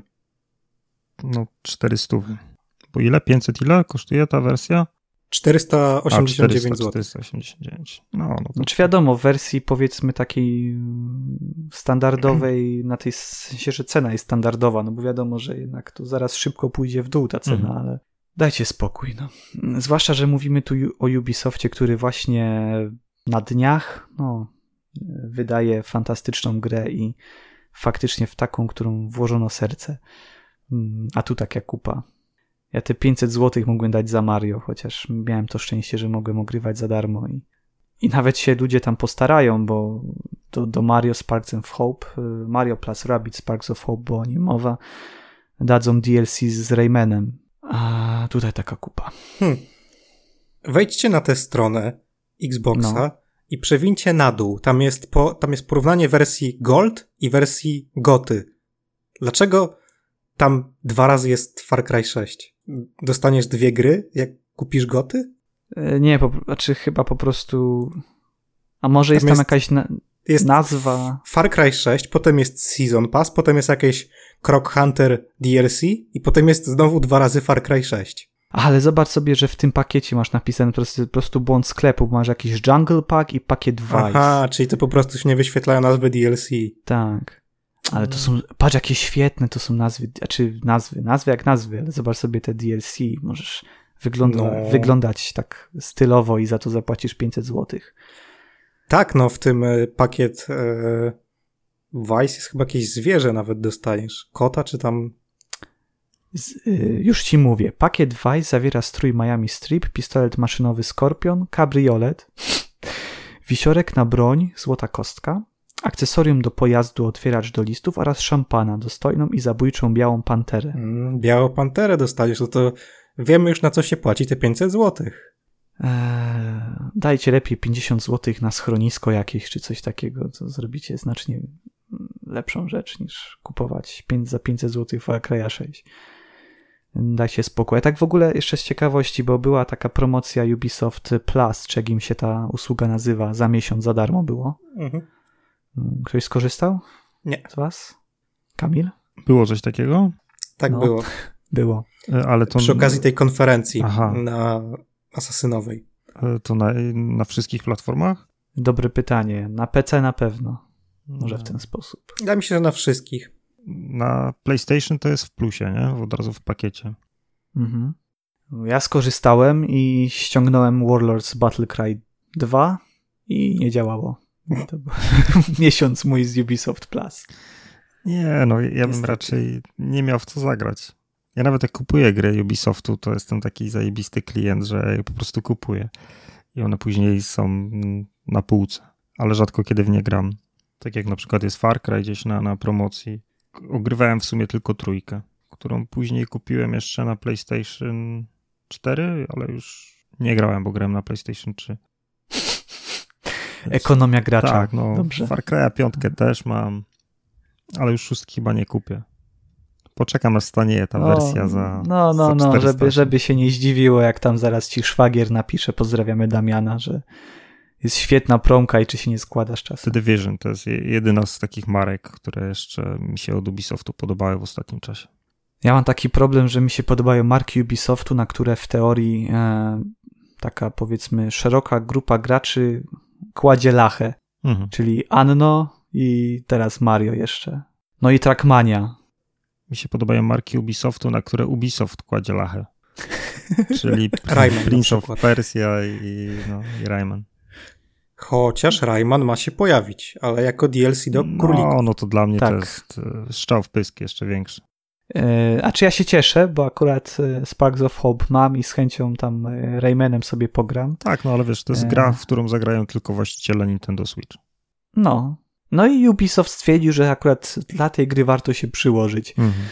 400. Bo ile? 500 ile kosztuje ta wersja? 489 zł. 489. Znaczy wiadomo, w wersji powiedzmy takiej standardowej, na tej sensie, że cena jest standardowa, no bo wiadomo, że jednak to zaraz szybko pójdzie w dół ta cena, ale dajcie spokój, no. Zwłaszcza, że mówimy tu o Ubisoftie, który właśnie na dniach, wydaje fantastyczną grę i faktycznie w taką, którą włożono serce. A tu taka kupa. Ja te 500 zł mogłem dać za Mario, chociaż miałem to szczęście, że mogłem ogrywać za darmo i nawet się ludzie tam postarają, bo do Mario Sparks of Hope, Mario plus Rabbids Sparks of Hope, bo o nim mowa, dadzą DLC z Raymanem. A tutaj taka kupa. Wejdźcie na tę stronę Xboxa i przewinьcie na dół. Tam jest porównanie wersji Gold i wersji Goty. Dlaczego tam 2 razy jest Far Cry 6? Dostaniesz 2 gry, jak kupisz Goty? Nie, chyba po prostu... A może jest tam jakaś nazwa... Far Cry 6, potem jest Season Pass, potem jest jakieś Croc Hunter DLC i potem jest znowu 2 razy Far Cry 6. Ale zobacz sobie, że w tym pakiecie masz napisane po prostu błąd sklepu, masz jakiś Jungle Pack i pakiet Vice. Aha, czyli to po prostu się nie wyświetlają nazwy DLC. Tak. Ale to są, patrz jakie świetne to są nazwy, nazwy jak nazwy, ale zobacz sobie te DLC, możesz wyglądać tak stylowo i za to zapłacisz 500 zł. Tak, w tym pakiet Vice jest chyba jakieś zwierzę nawet dostajesz. Kota czy tam... Już ci mówię. Pakiet Vice zawiera strój Miami Strip, pistolet maszynowy Skorpion, kabriolet, wisiorek na broń, złota kostka, akcesorium do pojazdu, otwieracz do listów oraz szampana, dostojną i zabójczą białą panterę. Białą panterę dostajesz, to wiemy już na co się płaci te 500 zł. Dajcie lepiej 50 zł na schronisko jakieś, czy coś takiego, co zrobicie znacznie lepszą rzecz niż kupować za 500 zł Far Cry'a 6. Dajcie spokój. A tak w ogóle jeszcze z ciekawości, bo była taka promocja Ubisoft Plus, czy jak im się ta usługa nazywa, za miesiąc za darmo było. Ktoś skorzystał? Nie. Z was? Kamil? Było coś takiego? Tak było. Było. Ale to... Przy okazji tej konferencji Aha. na asasynowej. To na wszystkich platformach? Dobre pytanie. Na PC na pewno. Może w ten sposób. Wydaje mi się, że na wszystkich. Na PlayStation to jest w plusie, nie? Od razu w pakiecie. Mhm. Ja skorzystałem i ściągnąłem Warlords Battlecry 2 i nie działało. To był miesiąc mój z Ubisoft Plus. Nie, no ja bym raczej nie miał w co zagrać. Ja nawet jak kupuję grę Ubisoftu, to jestem taki zajebisty klient, że ja po prostu kupuję. I one później są na półce. Ale rzadko kiedy w nie gram. Tak jak na przykład jest Far Cry gdzieś na promocji. Ogrywałem w sumie tylko 3, którą później kupiłem jeszcze na PlayStation 4, ale już nie grałem, bo grałem na PlayStation 3. Ekonomia gracza. Tak, no Dobrze. Far Cry'a 5 też mam, ale już 6 chyba nie kupię. Poczekam aż stanieje ta wersja za za 400. żeby się nie zdziwiło, jak tam zaraz ci szwagier napisze, pozdrawiamy Damiana, że jest świetna promka i czy się nie składasz czasem. The Division to jest jedyna z takich marek, które jeszcze mi się od Ubisoftu podobały w ostatnim czasie. Ja mam taki problem, że mi się podobają marki Ubisoftu, na które w teorii taka powiedzmy szeroka grupa graczy kładzie lachę. Czyli Anno i teraz Mario jeszcze. No i Trackmania. Mi się podobają marki Ubisoftu, na które Ubisoft kładzie lachę. Czyli Rayman Prince na of przykład. Persia i Rayman. Chociaż Rayman ma się pojawić, ale jako DLC do królików. No to dla mnie Tak. to jest strzał w pysk jeszcze większy. A czy ja się cieszę, bo akurat Sparks of Hope mam i z chęcią tam Raymanem sobie pogram. Tak, no ale wiesz, to jest gra, w którą zagrają tylko właściciele Nintendo Switch. No i Ubisoft stwierdził, że akurat dla tej gry warto się przyłożyć.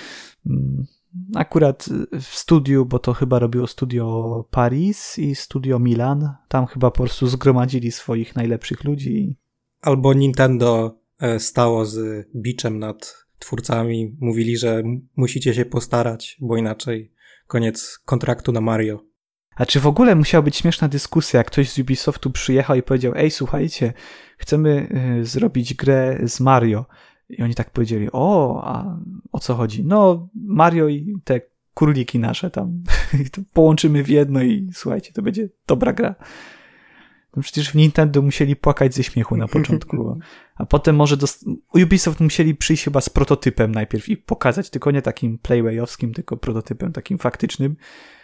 Akurat w studiu, bo to chyba robiło studio Paris i studio Milan, tam chyba po prostu zgromadzili swoich najlepszych ludzi. Albo Nintendo stało z biczem nad twórcami, mówili, że musicie się postarać, bo inaczej koniec kontraktu na Mario. A czy w ogóle musiała być śmieszna dyskusja, jak ktoś z Ubisoftu przyjechał i powiedział: ej, słuchajcie, chcemy zrobić grę z Mario. I oni tak powiedzieli: a o co chodzi? No, Mario i te króliki nasze tam to połączymy w jedno i słuchajcie, to będzie dobra gra. No przecież w Nintendo musieli płakać ze śmiechu na początku, a potem może Ubisoft musieli przyjść chyba z prototypem najpierw i pokazać, tylko nie takim playwayowskim, tylko prototypem takim faktycznym.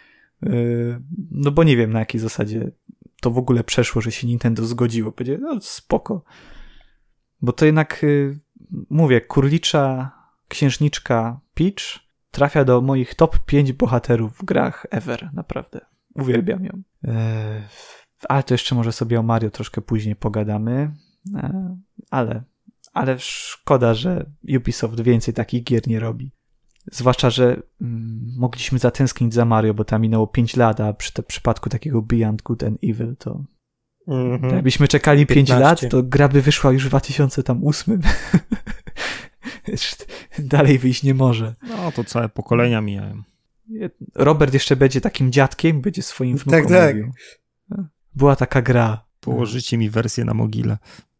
No bo nie wiem, na jakiej zasadzie to w ogóle przeszło, że się Nintendo zgodziło. Powiedział: no spoko. Bo to jednak, mówię, kurlicza księżniczka Peach trafia do moich top 5 bohaterów w grach ever. Naprawdę. Uwielbiam ją. Ale to jeszcze może sobie o Mario troszkę później pogadamy. Ale szkoda, że Ubisoft więcej takich gier nie robi. Zwłaszcza, że mogliśmy zatęsknić za Mario, bo tam minęło 5 lat, a przy przypadku takiego Beyond Good and Evil to jakbyśmy czekali 5 lat, to gra by wyszła już w 2008. Dalej wyjść nie może. No to całe pokolenia mijają. Robert jeszcze będzie takim dziadkiem, będzie swoim wnukom mówił. Była taka gra. Położycie mi wersję na mogile.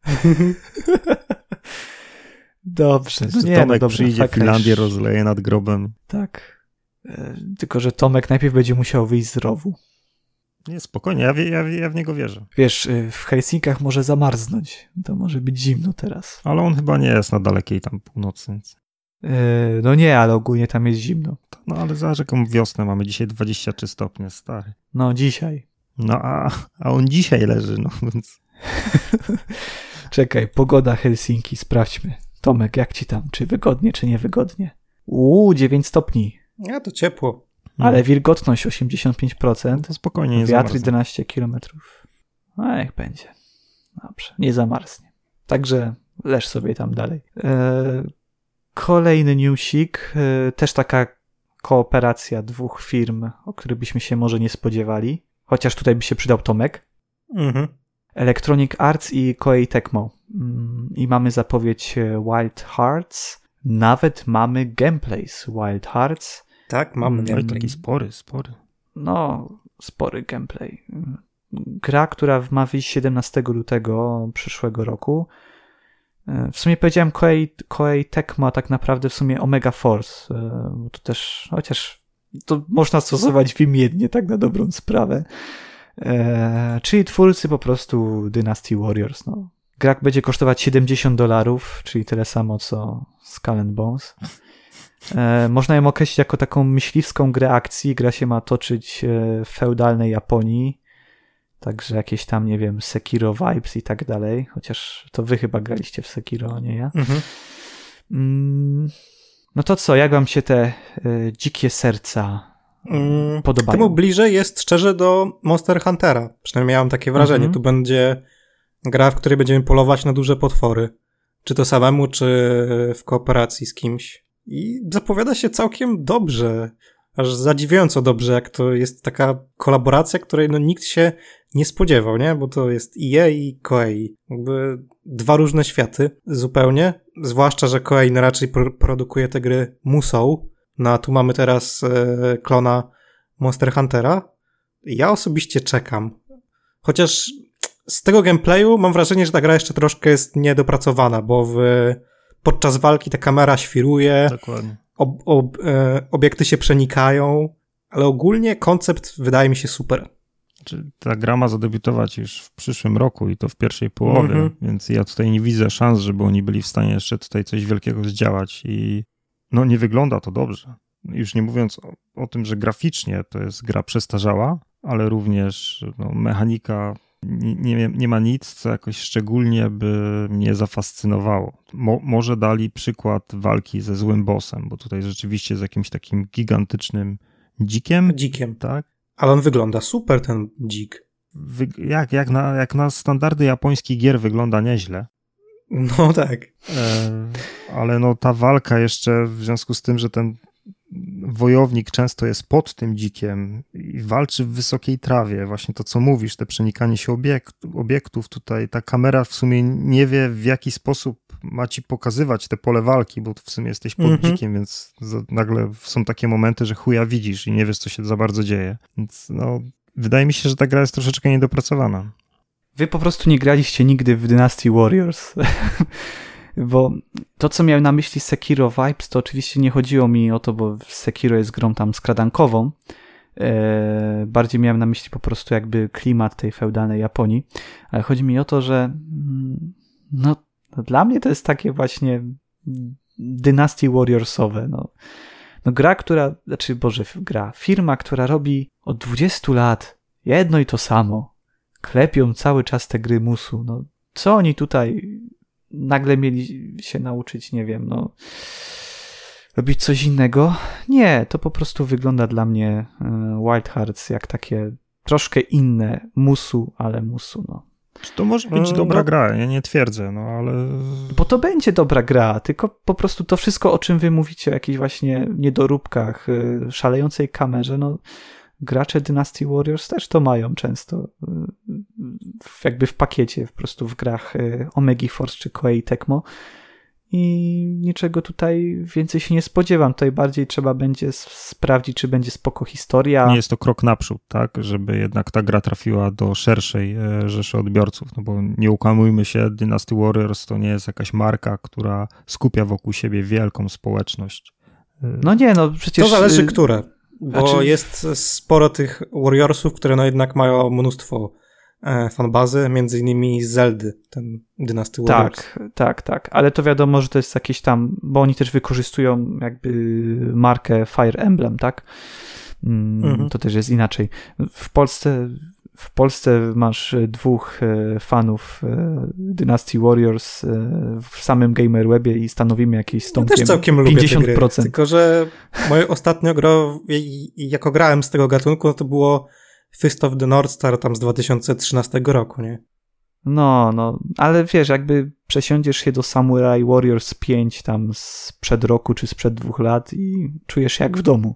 Dobrze. Tomek przyjdzie w Finlandię, rozleje nad grobem. Tak. Tylko że Tomek najpierw będzie musiał wyjść z rowu. Nie, spokojnie, ja w niego wierzę. Wiesz, w Helsinkach może zamarznąć. To może być zimno teraz. Ale on chyba nie jest na dalekiej tam północy. No nie, ale ogólnie tam jest zimno. No ale za jaką wiosnę mamy dzisiaj 23 stopnie, stary. No dzisiaj. No a on dzisiaj leży, no więc... Czekaj, pogoda Helsinki, sprawdźmy. Tomek, jak ci tam? Czy wygodnie, czy niewygodnie? 9 stopni. Ja to ciepło. Ale wilgotność 85%. No to spokojnie, nie wiatr zamarznie. 11 km. No jak będzie. Dobrze, nie zamarznie. Także leż sobie tam dalej. Kolejny newsik. Też taka kooperacja 2 firm, o których byśmy się może nie spodziewali. Chociaż tutaj by się przydał Tomek. Electronic Arts i Koei Tecmo. I mamy zapowiedź Wild Hearts. Nawet mamy gameplay z Wild Hearts. Tak, mamy gameplay. No i taki spory. No, spory gameplay. Gra, która ma wyjść 17 lutego przyszłego roku. W sumie powiedziałem Koei Tecmo, a tak naprawdę w sumie Omega Force. To też, chociaż to można stosować wymiennie, tak na dobrą sprawę. Czyli twórcy po prostu Dynasty Warriors. No. Gra będzie kosztować $70, czyli tyle samo co Skull and Bones. Można ją określić jako taką myśliwską grę akcji. Gra się ma toczyć w feudalnej Japonii. Także jakieś tam, nie wiem, Sekiro vibes i tak dalej. Chociaż to wy chyba graliście w Sekiro, nie ja. No to co, jak wam się te dzikie serca podobają? Temu bliżej jest szczerze do Monster Huntera. Przynajmniej miałem takie wrażenie. Tu będzie gra, w której będziemy polować na duże potwory. Czy to samemu, czy w kooperacji z kimś. I zapowiada się całkiem dobrze. Aż zadziwiająco dobrze, jak to jest taka kolaboracja, której no nikt się nie spodziewał, nie? Bo to jest EA i Koei. Jakby dwa różne światy zupełnie. Zwłaszcza, że Koei raczej produkuje te gry Musou. No a tu mamy teraz klona Monster Huntera. Ja osobiście czekam. Chociaż z tego gameplayu mam wrażenie, że ta gra jeszcze troszkę jest niedopracowana, bo podczas walki ta kamera świruje. Dokładnie. Obiekty się przenikają, ale ogólnie koncept wydaje mi się super. Ta gra ma zadebiutować już w przyszłym roku i to w pierwszej połowie, więc ja tutaj nie widzę szans, żeby oni byli w stanie jeszcze tutaj coś wielkiego zdziałać i no nie wygląda to dobrze. Już nie mówiąc o tym, że graficznie to jest gra przestarzała, ale również mechanika nie ma nic, co jakoś szczególnie by mnie zafascynowało. Może dali przykład walki ze złym bossem, bo tutaj rzeczywiście z jakimś takim gigantycznym dzikiem. Tak? Ale on wygląda super, ten dzik. Jak na standardy japońskich gier wygląda nieźle. No tak. Ale no ta walka jeszcze w związku z tym, że ten wojownik często jest pod tym dzikiem i walczy w wysokiej trawie. Właśnie to, co mówisz, te przenikanie się obiektów tutaj, ta kamera w sumie nie wie, w jaki sposób ma ci pokazywać te pole walki, bo w sumie jesteś pod dzikiem, więc nagle są takie momenty, że chuja widzisz i nie wiesz, co się za bardzo dzieje. Więc no, wydaje mi się, że ta gra jest troszeczkę niedopracowana. Wy po prostu nie graliście nigdy w Dynasty Warriors. Bo to, co miałem na myśli Sekiro Vibes, to oczywiście nie chodziło mi o to, bo Sekiro jest grą tam skradankową. Bardziej miałem na myśli po prostu jakby klimat tej feudalnej Japonii. Ale chodzi mi o to, że no dla mnie to jest takie właśnie Dynasty Warriorsowe. No gra, firma, która robi od 20 lat jedno i to samo. Klepią cały czas te gry Musu. No co oni tutaj nagle mieli się nauczyć, nie wiem, robić coś innego? Nie, to po prostu wygląda dla mnie Wild Hearts jak takie troszkę inne Musu, ale Musu, Czy to może być dobra gra? Ja nie twierdzę, ale... Bo to będzie dobra gra, tylko po prostu to wszystko, o czym wy mówicie, o jakichś właśnie niedoróbkach, szalejącej kamerze, gracze Dynasty Warriors też to mają często jakby w pakiecie, po prostu w grach Omega Force czy Koei Tecmo i niczego tutaj więcej się nie spodziewam. Tutaj bardziej trzeba będzie sprawdzić, czy będzie spoko historia. Nie jest to krok naprzód, tak? Żeby jednak ta gra trafiła do szerszej rzeszy odbiorców, bo nie ukłamujmy się, Dynasty Warriors to nie jest jakaś marka, która skupia wokół siebie wielką społeczność. Przecież... To zależy, które. Bo jest sporo tych Warriorsów, które jednak mają mnóstwo fanbazy, między innymi z Zeldy, ten Dynasty Warriors. Tak, ale to wiadomo, że to jest jakieś tam, bo oni też wykorzystują jakby markę Fire Emblem, tak? To też jest inaczej. W Polsce masz dwóch fanów Dynasty Warriors w samym GamerWebie i stanowimy jakieś z Tomkiem 50%. Ja też całkiem lubię te gry, tylko że moje ostatnio jako grałem z tego gatunku, to było Fist of the North Star tam z 2013 roku, nie? Ale wiesz, jakby przesiądziesz się do Samurai Warriors 5 tam sprzed roku czy sprzed 2 lat i czujesz się jak w domu.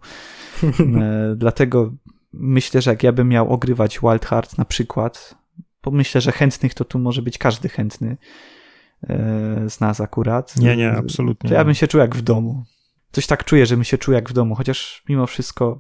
Dlatego myślę, że jak ja bym miał ogrywać Wild Hearts na przykład, bo myślę, że chętnych to tu może być każdy chętny z nas akurat. Nie, absolutnie. To ja bym się czuł jak w domu. coś tak czuję, że mi się czuję jak w domu, chociaż mimo wszystko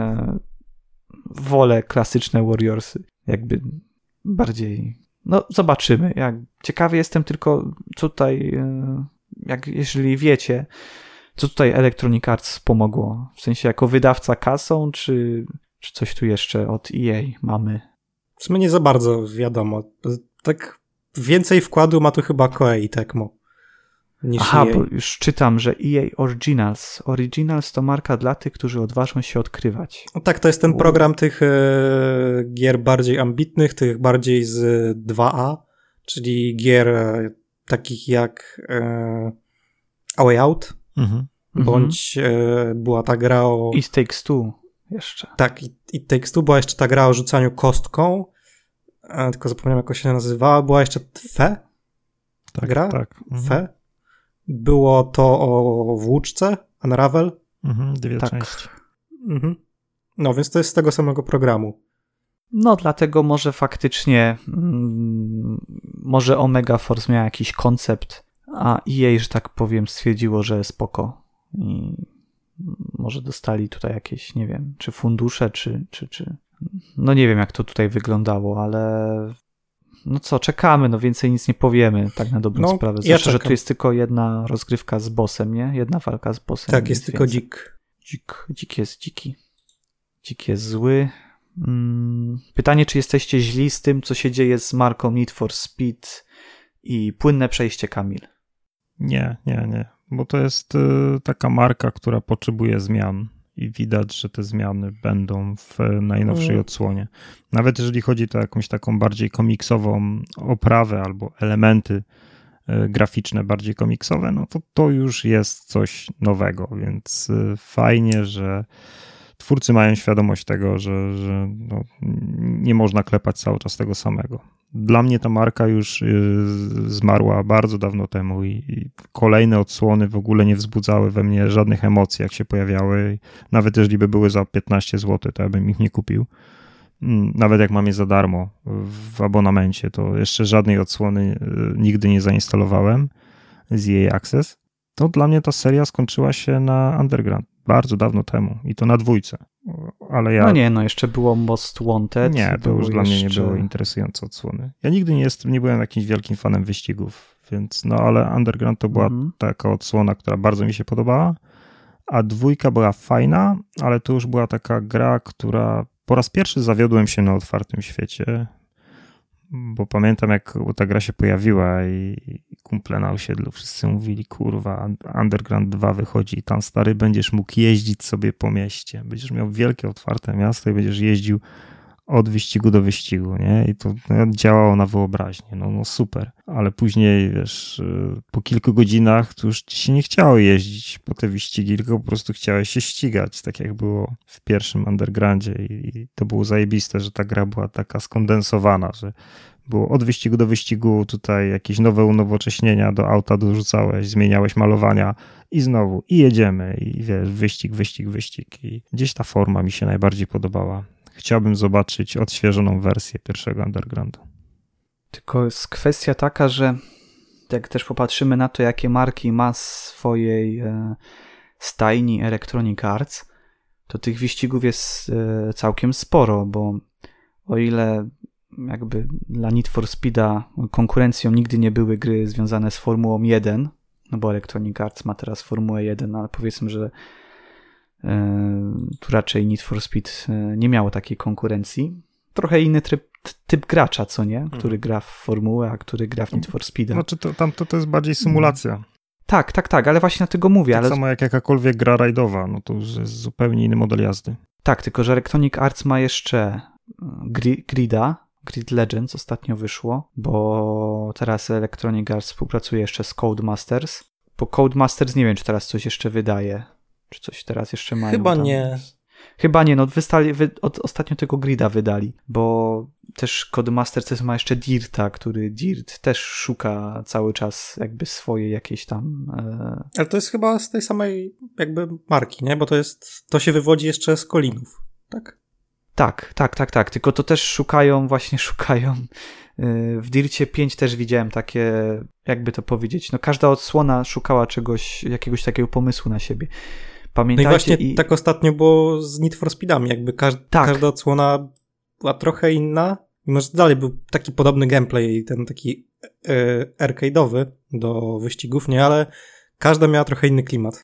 wolę klasyczne Warriorsy. Jakby bardziej... No, zobaczymy. Ciekawy jestem tylko tutaj, jeżeli wiecie, co tutaj Electronic Arts pomogło. W sensie jako wydawca kasą, czy coś tu jeszcze od EA mamy? W sumie nie za bardzo wiadomo. Tak więcej wkładu ma tu chyba Koei Tecmo niż Aha, EA. bo już czytam, że EA Originals. Originals to marka dla tych, którzy odważą się odkrywać. No tak, to jest ten program tych gier bardziej ambitnych, tych bardziej z 2A, czyli gier takich jak A Way Out, bądź była ta gra o... It Takes Two jeszcze. Tak, It Takes Two, była jeszcze ta gra o rzucaniu kostką, tylko zapomniałem, jak się nazywała, była jeszcze Fe? Tak, gra? Tak. Fe? Było to o włóczce, Unravel. Dwie tak. części. No, więc to jest z tego samego programu. No, dlatego może faktycznie może Omega Force miała jakiś koncept, a EA, że tak powiem, stwierdziło, że spoko. I może dostali tutaj jakieś, nie wiem, czy fundusze, czy... No nie wiem, jak to tutaj wyglądało, ale no co, czekamy, no więcej nic nie powiemy, tak na dobrą sprawę. Zwłaszcza, że tu jest tylko jedna rozgrywka z bossem, nie? Jedna walka z bossem. Tak, jest tylko dzik. Dzik jest dziki. Dzik jest zły. Pytanie, czy jesteście źli z tym, co się dzieje z marką Need for Speed i płynne przejście, Kamil? Nie. Bo to jest taka marka, która potrzebuje zmian i widać, że te zmiany będą w najnowszej odsłonie. Nawet jeżeli chodzi o jakąś taką bardziej komiksową oprawę albo elementy graficzne bardziej komiksowe, no to już jest coś nowego, więc fajnie, że twórcy mają świadomość tego, że no, nie można klepać cały czas tego samego. Dla mnie ta marka już zmarła bardzo dawno temu i kolejne odsłony w ogóle nie wzbudzały we mnie żadnych emocji, jak się pojawiały. Nawet jeżeli by były za 15 zł, to ja bym ich nie kupił. Nawet jak mam je za darmo w abonamencie, to jeszcze żadnej odsłony nigdy nie zainstalowałem z EA Access. To dla mnie ta seria skończyła się na Underground bardzo dawno temu i to na 2. Ale ja... No nie, no jeszcze było Most Wanted. Nie, to już dla mnie nie było interesujące odsłony. Ja nigdy nie byłem jakimś wielkim fanem wyścigów, więc no ale Underground to była taka odsłona, która bardzo mi się podobała, a 2 była fajna, ale to już była taka gra, która po raz pierwszy zawiodłem się na otwartym świecie, bo pamiętam, jak ta gra się pojawiła i kumple na osiedlu wszyscy mówili, kurwa, Underground 2 wychodzi i tam, stary, będziesz mógł jeździć sobie po mieście. Będziesz miał wielkie, otwarte miasto i będziesz jeździł od wyścigu do wyścigu, nie? I to działało na wyobraźnię, no super. Ale później, wiesz, po kilku godzinach to już ci się nie chciało jeździć po te wyścigi, tylko po prostu chciałeś się ścigać, tak jak było w pierwszym Undergroundzie i to było zajebiste, że ta gra była taka skondensowana, że było od wyścigu do wyścigu, tutaj jakieś nowe unowocześnienia do auta dorzucałeś, zmieniałeś malowania i znowu, i jedziemy, i wiesz, wyścig. I gdzieś ta forma mi się najbardziej podobała. Chciałbym zobaczyć odświeżoną wersję pierwszego Undergroundu. Tylko jest kwestia taka, że jak też popatrzymy na to, jakie marki ma swojej stajni Electronic Arts, to tych wyścigów jest całkiem sporo, bo o ile jakby dla Need for Speeda konkurencją nigdy nie były gry związane z Formułą 1, no bo Electronic Arts ma teraz Formułę 1, ale powiedzmy, że tu raczej Need for Speed nie miało takiej konkurencji. Trochę inny typ gracza, co nie? Który gra w Formułę, a który gra w Need for Speeda. Znaczy to jest bardziej symulacja. Tak, ale właśnie dlatego mówię. Tak samo jak jakakolwiek gra rajdowa, no to już jest zupełnie inny model jazdy. Tak, tylko że Electronic Arts ma jeszcze Grid Legends ostatnio wyszło, bo teraz Electronic Arts współpracuje jeszcze z Codemasters. Po Codemasters nie wiem, czy teraz coś jeszcze wydaje. Czy coś teraz jeszcze mają? Chyba nie, no ostatnio tego Grida wydali, bo też Codemasters ma jeszcze Dirta, który Dirt też szuka cały czas jakby swojej jakiejś tam... Ale to jest chyba z tej samej jakby marki, nie? Bo to się wywodzi jeszcze z Colinów, tak? Tak. Tylko to też szukają. W Dircie 5 też widziałem takie, jakby to powiedzieć, no każda odsłona szukała jakiegoś takiego pomysłu na siebie. Pamiętajcie, no i właśnie tak ostatnio było z Need for Speedami, jakby każda odsłona była trochę inna, mimo że dalej był taki podobny gameplay, ten taki arcade'owy do wyścigów, nie, ale każda miała trochę inny klimat.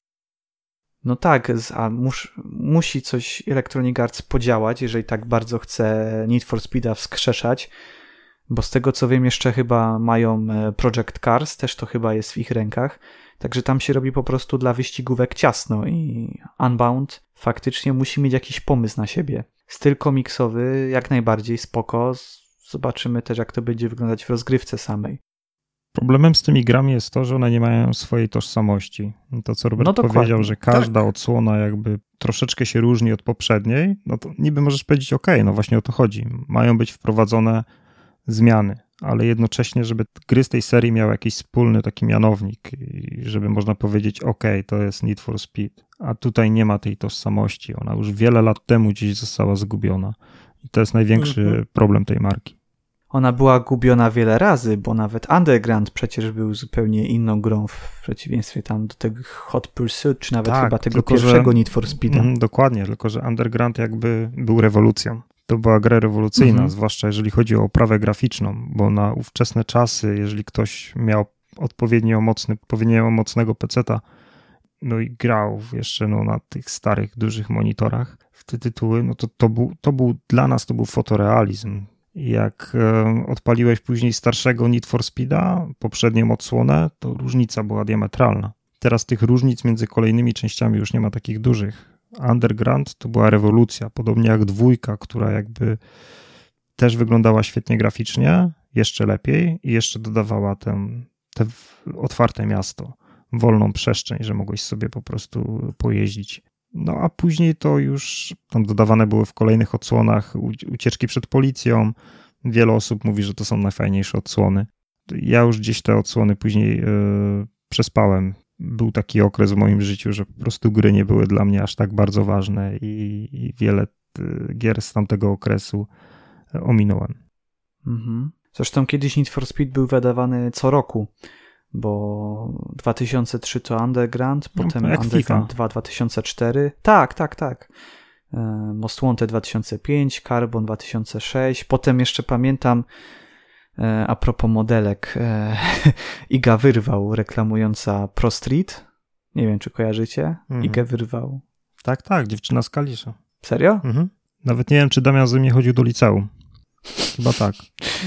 No tak, a musi coś Electronic Arts podziałać, jeżeli tak bardzo chce Need for Speeda wskrzeszać, bo z tego co wiem jeszcze chyba mają Project Cars, też to chyba jest w ich rękach, także tam się robi po prostu dla wyścigówek ciasno i Unbound faktycznie musi mieć jakiś pomysł na siebie. Styl komiksowy jak najbardziej spoko, zobaczymy też jak to będzie wyglądać w rozgrywce samej. Problemem z tymi grami jest to, że one nie mają swojej tożsamości. To, co Robert powiedział, że każda odsłona jakby troszeczkę się różni od poprzedniej, no to niby możesz powiedzieć, no właśnie o to chodzi. Mają być wprowadzone zmiany, ale jednocześnie, żeby gry z tej serii miały jakiś wspólny taki mianownik i żeby można powiedzieć, to jest Need for Speed, a tutaj nie ma tej tożsamości. Ona już wiele lat temu gdzieś została zgubiona i to jest największy problem tej marki. Ona była gubiona wiele razy, bo nawet Underground przecież był zupełnie inną grą w przeciwieństwie tam do tego Hot Pursuit, czy nawet chyba tego pierwszego Need for Speed'a. Dokładnie, tylko że Underground jakby był rewolucją. To była gra rewolucyjna, zwłaszcza jeżeli chodzi o oprawę graficzną, bo na ówczesne czasy, jeżeli ktoś miał odpowiednio mocnego peceta, no i grał jeszcze na tych starych, dużych monitorach w te tytuły, no to był dla nas to był fotorealizm. Jak odpaliłeś później starszego Need for Speeda, poprzednią odsłonę, to różnica była diametralna. Teraz tych różnic między kolejnymi częściami już nie ma takich dużych. Underground to była rewolucja, podobnie jak 2, która jakby też wyglądała świetnie graficznie, jeszcze lepiej i jeszcze dodawała te otwarte miasto, wolną przestrzeń, że mogłeś sobie po prostu pojeździć. No a później to już tam dodawane były w kolejnych odsłonach ucieczki przed policją. Wiele osób mówi, że to są najfajniejsze odsłony. Ja już gdzieś te odsłony później przespałem. Był taki okres w moim życiu, że po prostu gry nie były dla mnie aż tak bardzo ważne i wiele gier z tamtego okresu ominąłem. Zresztą kiedyś Need for Speed był wydawany co roku, bo 2003 to Underground, potem Underground 2 2004. Tak. Most Wanted 2005, Carbon 2006, potem jeszcze pamiętam a propos modelek Iga Wyrwał reklamująca Pro Street. Nie wiem, czy kojarzycie? Igę Wyrwał. Tak, dziewczyna z Kalisza. Serio? Nawet nie wiem, czy Damian ze mnie chodził do liceum. Chyba tak.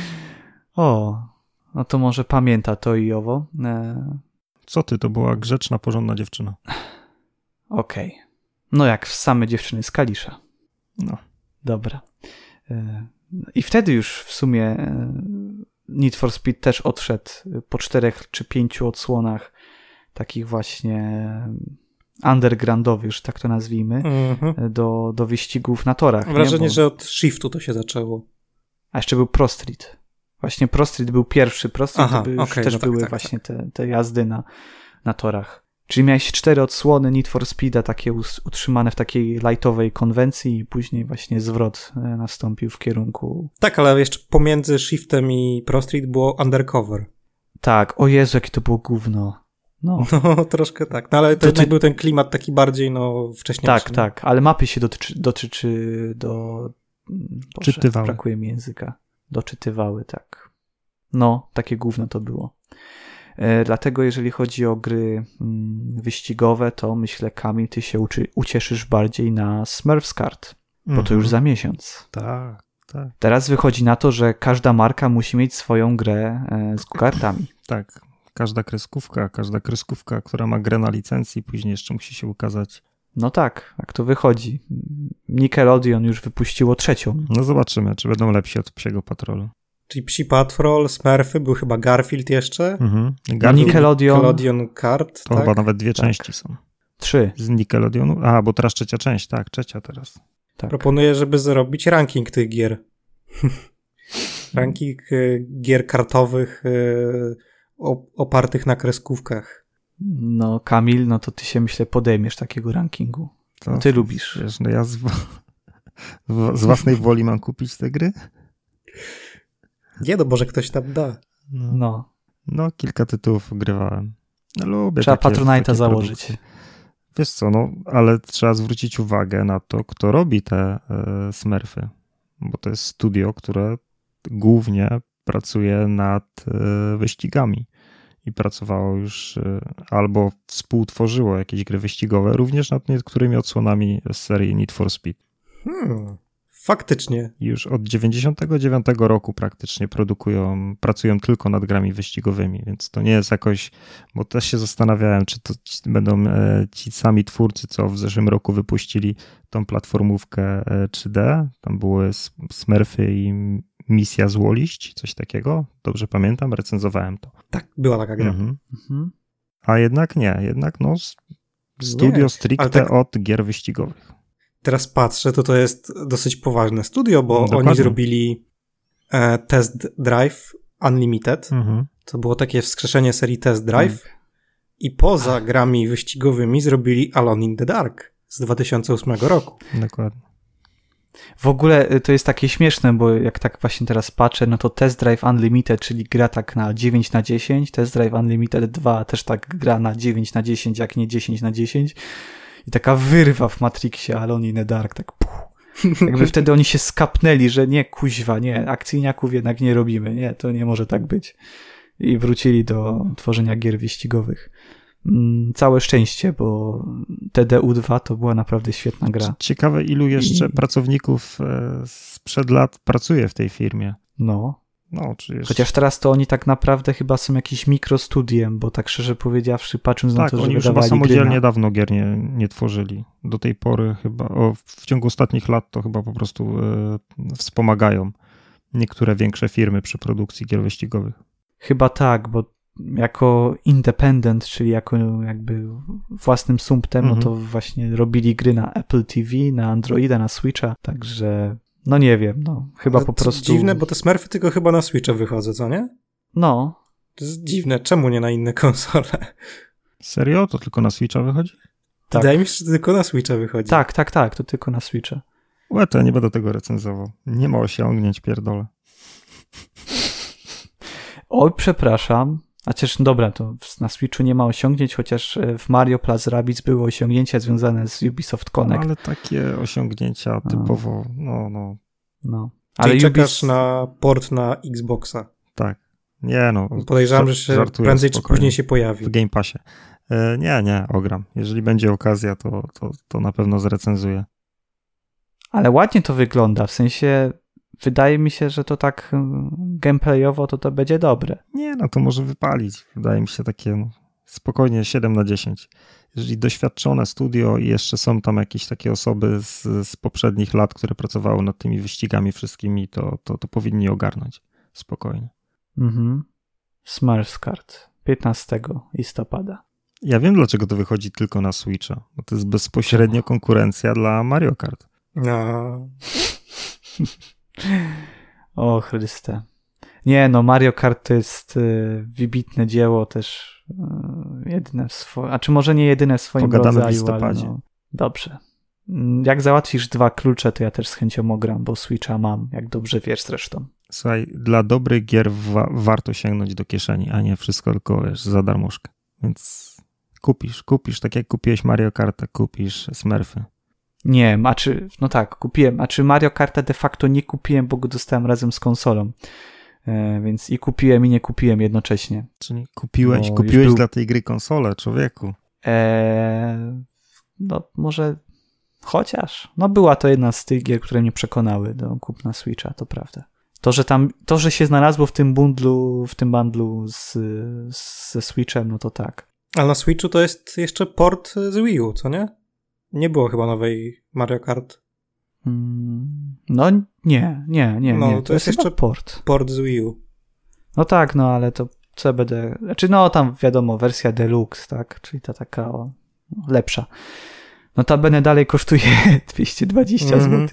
No to może pamięta to i owo. Co ty, to była grzeczna, porządna dziewczyna. Okej. No jak same dziewczyny z Kalisza. No. Dobra. I wtedy już w sumie Need for Speed też odszedł po 4 czy 5 odsłonach takich właśnie undergroundowych, już tak to nazwijmy, do wyścigów na torach. Wrażenie, że od Shiftu to się zaczęło. A jeszcze był Pro Street. Właśnie Pro Street był pierwszy. Pro Street też były właśnie te jazdy na torach. Czyli miałeś 4 odsłony Need for Speeda, takie utrzymane w takiej lightowej konwencji i później właśnie zwrot nastąpił w kierunku... Tak, ale jeszcze pomiędzy Shiftem i Pro Street było Undercover. Tak, o Jezu, jakie to było gówno. No troszkę tak, no ale to był ten klimat taki bardziej wcześniejszy. Tak, ale mapy się dotyczy czytywały. Brakuje mi języka. Doczytywały, tak. No, takie gówno to było. Dlatego jeżeli chodzi o gry wyścigowe, to myślę, Kamil, ty się ucieszysz bardziej na Smurfs Kart, bo to już za miesiąc. Tak. Teraz wychodzi na to, że każda marka musi mieć swoją grę z kartami. Tak, każda kreskówka, która ma grę na licencji, później jeszcze musi się ukazać. No tak to wychodzi. Nickelodeon już wypuściło 3. No zobaczymy, czy będą lepsi od Psiego Patrolu. Czyli Psi Patrol, Smurfy, był chyba Garfield jeszcze. Nickelodeon Kart. To chyba nawet 2 części są. 3. Z Nickelodeonu? Bo teraz 3. część, tak, 3. teraz. Tak. Proponuję, żeby zrobić ranking tych gier. Ranking gier kartowych opartych na kreskówkach. No Kamil, no to ty się myślę podejmiesz takiego rankingu. Ty lubisz. Wiesz, Z własnej woli mam kupić te gry? Nie, no może ktoś tam da. No, kilka tytułów grywałem. Lubię trzeba takie Patronite'a założyć. produkcje. Wiesz co, ale trzeba zwrócić uwagę na to, kto robi te Smurfy. Bo to jest studio, które głównie pracuje nad wyścigami. I pracowało już albo współtworzyło jakieś gry wyścigowe, również nad niektórymi odsłonami z serii Need for Speed. Faktycznie. Już od 99 roku praktycznie pracują tylko nad grami wyścigowymi, więc to nie jest jakoś, bo też się zastanawiałem, czy to będą ci sami twórcy, co w zeszłym roku wypuścili tą platformówkę 3D, tam były Smurfy i Misja Złoliść, coś takiego, dobrze pamiętam, recenzowałem to. Tak, była taka gra. A jednak nie, studio stricte tak... od gier wyścigowych. Teraz patrzę, to jest dosyć poważne studio, bo Dokładnie. oni zrobili Test Drive Unlimited. To było takie wskrzeszenie serii Test Drive. I poza grami wyścigowymi zrobili Alone in the Dark z 2008 roku. Dokładnie. W ogóle to jest takie śmieszne, bo jak tak właśnie teraz patrzę, no to Test Drive Unlimited, czyli gra tak na 9/10, Test Drive Unlimited 2 też tak gra na 9/10, jak nie 10/10. I taka wyrwa w Matrixie, Alone in the Dark, tak jakby wtedy oni się skapnęli, że nie, kuźwa, nie, akcyjniaków jednak nie robimy, nie, to nie może tak być. I wrócili do tworzenia gier wyścigowych. Całe szczęście, bo TDU2 to była naprawdę świetna gra. Ciekawe, ilu jeszcze pracowników sprzed lat pracuje w tej firmie. Chociaż teraz to oni tak naprawdę chyba są jakimś mikrostudiem, bo tak szczerze powiedziawszy, patrząc na to, że oni już chyba samodzielnie dawno gier nie tworzyli. Do tej pory chyba, w ciągu ostatnich lat to chyba po prostu wspomagają niektóre większe firmy przy produkcji gier wyścigowych. Chyba tak, bo jako independent, czyli jako jakby własnym sumptem, no to właśnie robili gry na Apple TV, na Androida, na Switcha, także nie wiem, chyba po prostu... Dziwne, bo te Smurfy tylko chyba na Switcha wychodzą, co nie? To jest dziwne, czemu nie na inne konsole? Serio? To tylko na Switcha wychodzi? Tak. Wydaje mi się, że to tylko na Switcha wychodzi. Tak, to tylko na Switcha. To ja nie będę tego recenzował. Nie ma osiągnięć, pierdolę. Oj, przepraszam. Dobra, to na Switchu nie ma osiągnięć, chociaż w Mario Plus Rabbids były osiągnięcia związane z Ubisoft Connect. Ale takie osiągnięcia typowo, Ale czyli czekasz na port na Xboxa. Tak. Nie podejrzewam, że się prędzej czy później się pojawi. W Game Passie. Nie, ogram. Jeżeli będzie okazja, to na pewno zrecenzuję. Ale ładnie to wygląda, w sensie wydaje mi się, że to tak gameplayowo to będzie dobre. Nie, to może wypalić. Wydaje mi się takie spokojnie 7/10. Jeżeli doświadczone studio i jeszcze są tam jakieś takie osoby z poprzednich lat, które pracowały nad tymi wyścigami wszystkimi, to powinni ogarnąć spokojnie. Smurfs Kart 15 listopada. Ja wiem, dlaczego to wychodzi tylko na Switcha, bo to jest bezpośrednio konkurencja dla Mario Kart. O Chryste. Nie, Mario Kart to jest wybitne dzieło też jedyne w swoim, a czy może nie jedyne w swoim Pogadamy rodzaju, w listopadzie. ale dobrze. Jak załatwisz 2 klucze, to ja też z chęcią ogram, bo Switcha mam, jak dobrze wiesz zresztą. Słuchaj, dla dobrych gier warto sięgnąć do kieszeni, a nie wszystko tylko, za darmożkę. Więc kupisz, tak jak kupiłeś Mario Karta, kupisz Smurfy. Nie, kupiłem, Mario Karta de facto nie kupiłem, bo go dostałem razem z konsolą. Więc i kupiłem, i nie kupiłem jednocześnie. Czyli kupiłeś dla tej gry konsolę, człowieku. Może chociaż. Była to jedna z tych gier, które mnie przekonały do kupna Switcha, to prawda. To, że się znalazło w tym bundlu ze Switchem, to tak. Ale na Switchu to jest jeszcze port z Wii U, co nie? Nie było chyba nowej Mario Kart. Nie. To jest jeszcze port z Wii U. Ale to co będę... tam wiadomo, wersja Deluxe, tak? Czyli ta taka lepsza. Notabene dalej kosztuje 220 zł.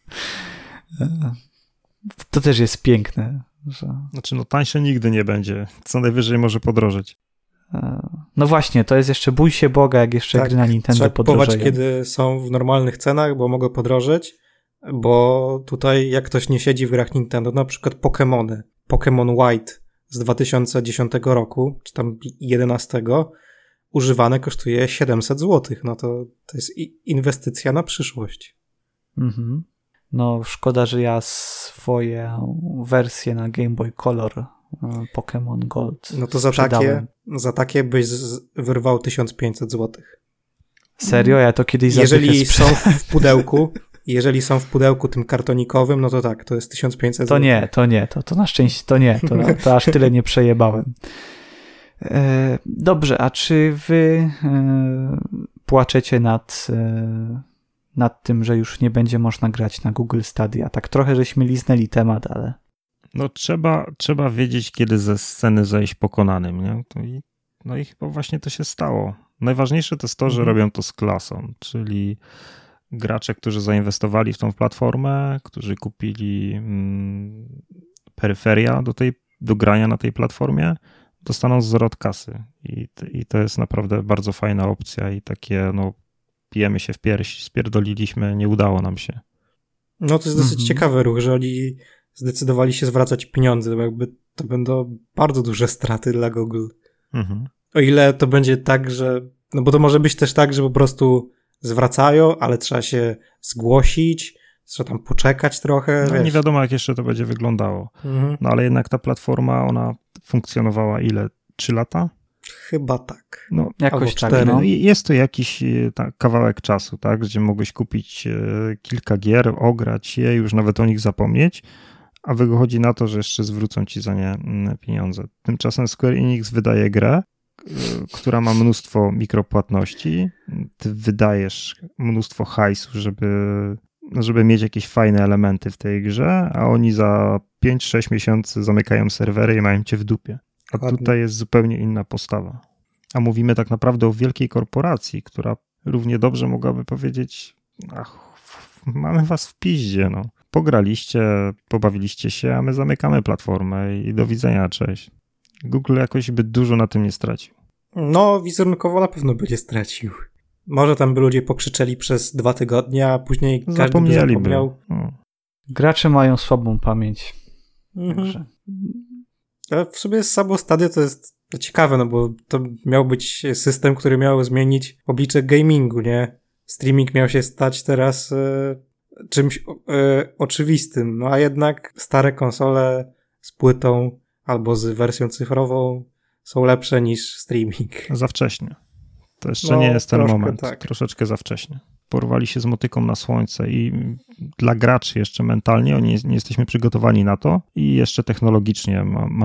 To też jest piękne. Że... tańsze nigdy nie będzie. Co najwyżej może podrożeć. Właśnie, to jest jeszcze bój się Boga, jak jeszcze gry na Nintendo podrożeją. Trzeba kupować, kiedy są w normalnych cenach, bo mogą podrożeć, bo tutaj jak ktoś nie siedzi w grach Nintendo, na przykład Pokémony, Pokémon White z 2010 roku, czy tam 11, używane kosztuje 700 zł. No to jest inwestycja na przyszłość. Mhm. No szkoda, że ja swoją wersję na Game Boy Color Pokémon Gold no to za takie byś wyrwał 1500 zł. Serio? Ja to kiedyś Jeżeli są w pudełku tym kartonikowym, no to tak, to jest 1500 zł. To na szczęście to nie, to aż tyle nie przejebałem. Dobrze, a czy wy płaczecie nad tym, że już nie będzie można grać na Google Stadia? Tak trochę żeśmy liznęli temat, ale... No trzeba wiedzieć, kiedy ze sceny zejść pokonanym, nie? No i chyba właśnie to się stało. Najważniejsze to jest to, że robią to z klasą, czyli gracze, którzy zainwestowali w tą platformę, którzy kupili peryferia do grania na tej platformie, dostaną zwrot kasy. I to jest naprawdę bardzo fajna opcja i takie, no, pijemy się w pierś, spierdoliliśmy, nie udało nam się. No to jest dosyć ciekawy ruch, że oni zdecydowali się zwracać pieniądze, bo jakby to będą bardzo duże straty dla Google. O ile to będzie tak, że... No bo to może być też tak, że po prostu zwracają, ale trzeba się zgłosić, trzeba tam poczekać trochę. No, nie wiadomo, jak jeszcze to będzie wyglądało. No ale jednak ta platforma, ona funkcjonowała ile? 3 lata? Chyba tak. No, jakoś 4. tak. No. Jest to jakiś kawałek czasu, tak, gdzie mogłeś kupić kilka gier, ograć je, już nawet o nich zapomnieć, a wychodzi na to, że jeszcze zwrócą ci za nie pieniądze. Tymczasem Square Enix wydaje grę, która ma mnóstwo mikropłatności, ty wydajesz mnóstwo hajsu, żeby mieć jakieś fajne elementy w tej grze, a oni za 5-6 miesięcy zamykają serwery i mają cię w dupie. A tutaj jest zupełnie inna postawa. A mówimy tak naprawdę o wielkiej korporacji, która równie dobrze mogłaby powiedzieć: ach, mamy was w piździe, no. Pograliście, pobawiliście się, a my zamykamy platformę i do widzenia, cześć. Google jakoś zbyt dużo na tym nie stracił. No, wizerunkowo na pewno będzie stracił. Może tam by ludzie pokrzyczeli przez 2 tygodnie, a później każdy by zapomniał. Gracze mają słabą pamięć. Także. Ale w sobie samo Stadia to jest ciekawe, no bo to miał być system, który miał zmienić oblicze gamingu, nie? Streaming miał się stać teraz czymś oczywistym, no a jednak stare konsole z płytą albo z wersją cyfrową są lepsze niż streaming. Za wcześnie. To jeszcze nie jest ten moment. Tak. Troszeczkę za wcześnie. Porwali się z motyką na słońce i dla graczy jeszcze mentalnie nie jesteśmy przygotowani na to i jeszcze technologicznie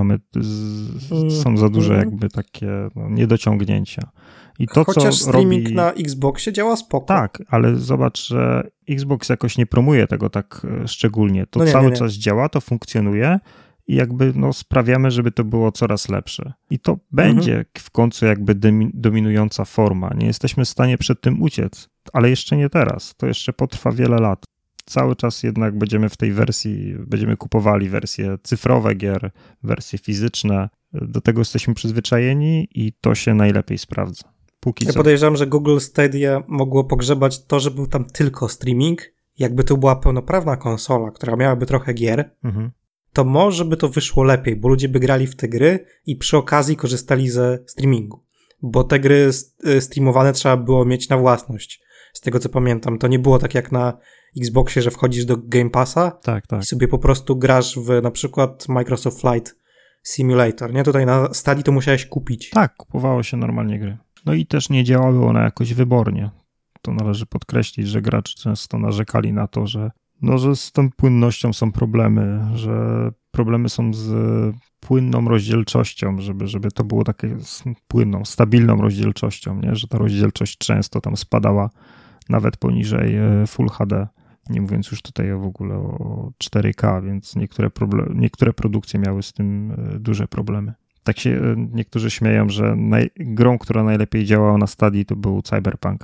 są za duże jakby takie niedociągnięcia. I to, chociaż co streaming na Xboxie działa spoko. Tak, ale zobacz, że Xbox jakoś nie promuje tego tak szczególnie. To cały czas działa, to funkcjonuje i jakby sprawiamy, żeby to było coraz lepsze. I to będzie w końcu jakby dominująca forma. Nie jesteśmy w stanie przed tym uciec, ale jeszcze nie teraz. To jeszcze potrwa wiele lat. Cały czas jednak będziemy w tej wersji, będziemy kupowali wersje cyfrowe gier, wersje fizyczne. Do tego jesteśmy przyzwyczajeni i to się najlepiej sprawdza. Ja podejrzewam, że Google Stadia mogło pogrzebać to, że był tam tylko streaming. Jakby to była pełnoprawna konsola, która miałaby trochę gier, to może by to wyszło lepiej, bo ludzie by grali w te gry i przy okazji korzystali ze streamingu. Bo te gry streamowane trzeba było mieć na własność. Z tego co pamiętam, to nie było tak jak na Xboxie, że wchodzisz do Game Passa i sobie po prostu grasz w na przykład Microsoft Flight Simulator. Nie? Tutaj na Stadii to musiałeś kupić. Tak, kupowało się normalnie gry. No i też nie działały one jakoś wybornie. To należy podkreślić, że gracze często narzekali na to, że z tą płynnością są problemy, że problemy są z płynną rozdzielczością, żeby to było takie płynną, stabilną rozdzielczością, nie? Że ta rozdzielczość często tam spadała nawet poniżej Full HD, nie mówiąc już tutaj w ogóle o 4K, więc niektóre produkcje miały z tym duże problemy. Tak się niektórzy śmieją, że grą, która najlepiej działała na Stadii, to był Cyberpunk.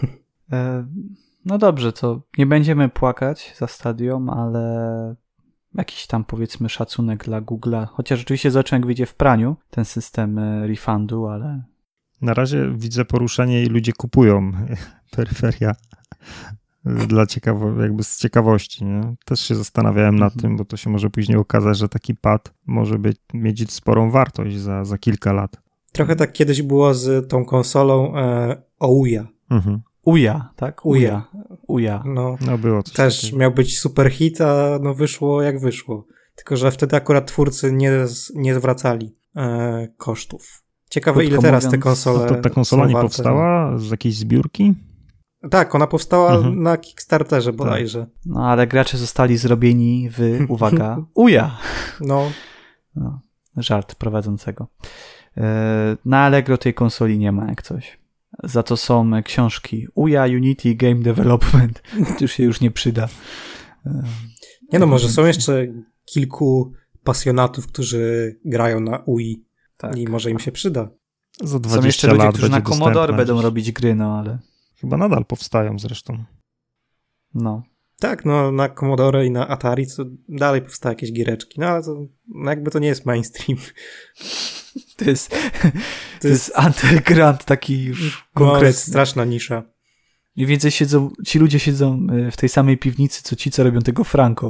No dobrze, to nie będziemy płakać za Stadium, ale jakiś tam powiedzmy szacunek dla Google'a, chociaż rzeczywiście zobaczymy, jak wyjdzie w praniu ten system refundu, ale... Na razie widzę poruszenie i ludzie kupują peryferia jakby z ciekawości, nie? Też się zastanawiałem nad tym, bo to się może później okazać, że taki pad może mieć sporą wartość za kilka lat. Trochę tak kiedyś było z tą konsolą Ouya. Uja, tak? Uja. No było coś też takiego. miał być super hit, a no wyszło jak wyszło. Tylko że wtedy akurat twórcy nie zwracali kosztów. Ciekawe, ile teraz te konsole Ta konsola nie warte. powstała z jakiejś zbiórki? Tak, ona powstała na Kickstarterze bodajże. No, ale gracze zostali zrobieni uwaga, Uja. No, Żart prowadzącego. Na Allegro tej konsoli nie ma jak coś. Za to są książki Uja, Unity, Game Development. To już się już nie przyda. Nie no, może są jeszcze kilku pasjonatów, którzy grają na UI i może im się przyda. Za 20 są jeszcze ludzie, lat którzy na Commodore będą robić gry, no ale... Chyba nadal powstają zresztą. No. Tak, no na Commodore i na Atari to dalej powstają jakieś giereczki, no ale to jakby to nie jest mainstream. To jest underground taki już konkretny. Straszna nisza. Mniej więcej ci ludzie siedzą w tej samej piwnicy, co ci, co robią tego Franco.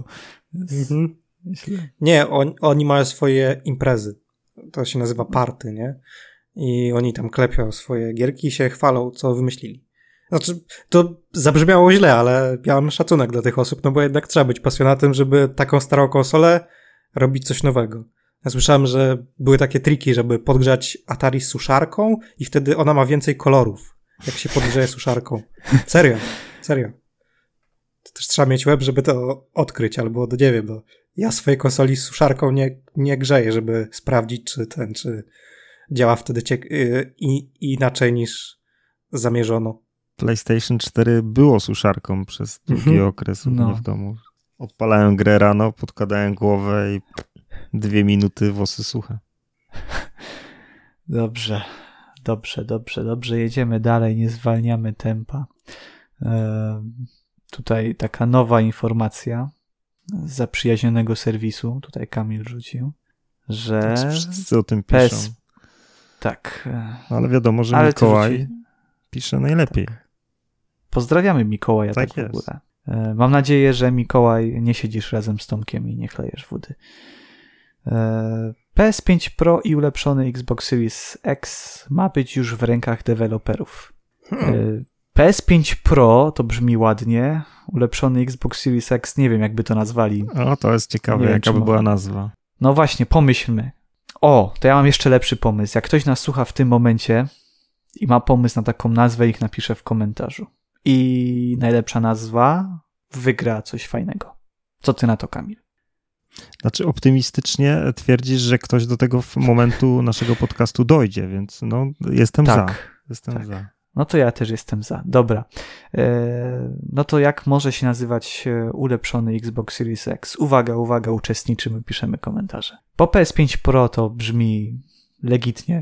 Nie, oni mają swoje imprezy. To się nazywa party, nie? I oni tam klepią swoje gierki i się chwalą, co wymyślili. Znaczy, to zabrzmiało źle, ale ja mam szacunek dla tych osób, no bo jednak trzeba być pasjonatem, żeby taką starą konsolę robić coś nowego. Ja słyszałem, że były takie triki, żeby podgrzać Atari z suszarką i wtedy ona ma więcej kolorów, jak się podgrzeje suszarką. Serio. To też trzeba mieć łeb, żeby to odkryć, albo nie wiem, bo ja swojej konsoli z suszarką nie grzeję, żeby sprawdzić, czy działa wtedy inaczej niż zamierzono. PlayStation 4 było suszarką przez długi okres u mnie w domu. Odpalałem grę rano, podkładałem głowę i 2 minuty włosy suche. Dobrze. Jedziemy dalej, nie zwalniamy tempa. Tutaj taka nowa informacja z zaprzyjaźnionego serwisu. Tutaj Kamil rzucił, że wszyscy o tym piszą. Tak. Ale wiadomo, że Mikołaj pisze najlepiej. Tak. Pozdrawiamy Mikołaja tak w ogóle. Mam nadzieję, że Mikołaj nie siedzisz razem z Tomkiem i nie chlejesz wody. PS5 Pro i ulepszony Xbox Series X ma być już w rękach deweloperów. PS5 Pro to brzmi ładnie, ulepszony Xbox Series X nie wiem jakby to nazwali. O, to jest ciekawe, jaka by była nazwa. No właśnie, pomyślmy. To ja mam jeszcze lepszy pomysł. Jak ktoś nas słucha w tym momencie i ma pomysł na taką nazwę, ich napisze w komentarzu. I najlepsza nazwa wygra coś fajnego. Co ty na to, Kamil? Znaczy optymistycznie twierdzisz, że ktoś do tego momentu naszego podcastu dojdzie, więc no jestem za. Jestem za. No to ja też jestem za. Dobra. No to jak może się nazywać ulepszony Xbox Series X? Uwaga, uczestniczymy, piszemy komentarze. Po PS5 Pro to brzmi legitnie,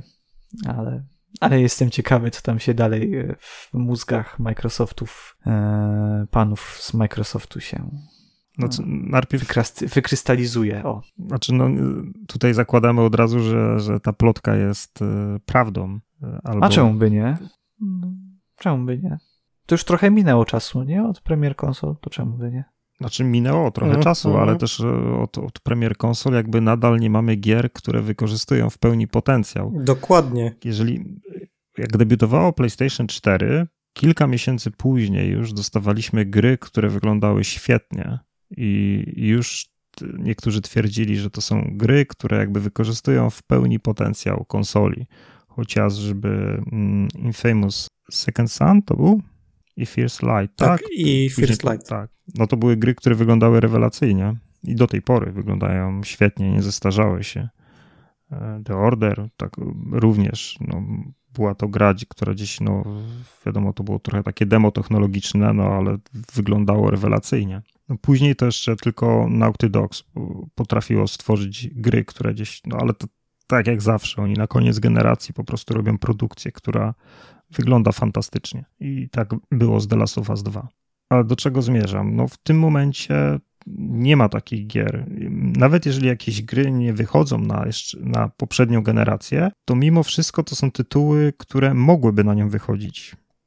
ale jestem ciekawy, co tam się dalej w mózgach Microsoftów, panów z Microsoftu się najpierw wykrystalizuje. Znaczy, tutaj zakładamy od razu, że ta plotka jest prawdą. A czemu by nie? Czemu by nie? To już trochę minęło czasu, nie? Od premier konsol, to czemu by nie? Znaczy minęło trochę czasu, ale też od premier konsol jakby nadal nie mamy gier, które wykorzystują w pełni potencjał. Dokładnie. Jak debiutowało PlayStation 4, kilka miesięcy później już dostawaliśmy gry, które wyglądały świetnie i już niektórzy twierdzili, że to są gry, które jakby wykorzystują w pełni potencjał konsoli. Chociażby Infamous Second Son to był? I First Light, tak? I First Light. Tak. No to były gry, które wyglądały rewelacyjnie i do tej pory wyglądają świetnie, nie zestarzały się. The Order, tak również, była to gra, która gdzieś, wiadomo, to było trochę takie demo technologiczne, ale wyglądało rewelacyjnie. Później to jeszcze tylko Naughty Dogs potrafiło stworzyć gry, które gdzieś, ale to tak jak zawsze, oni na koniec generacji po prostu robią produkcję, która wygląda fantastycznie. I tak było z The Last of Us 2. Ale do czego zmierzam? W tym momencie nie ma takich gier. Nawet jeżeli jakieś gry nie wychodzą na poprzednią generację, to mimo wszystko to są tytuły, które mogłyby na nią wychodzić.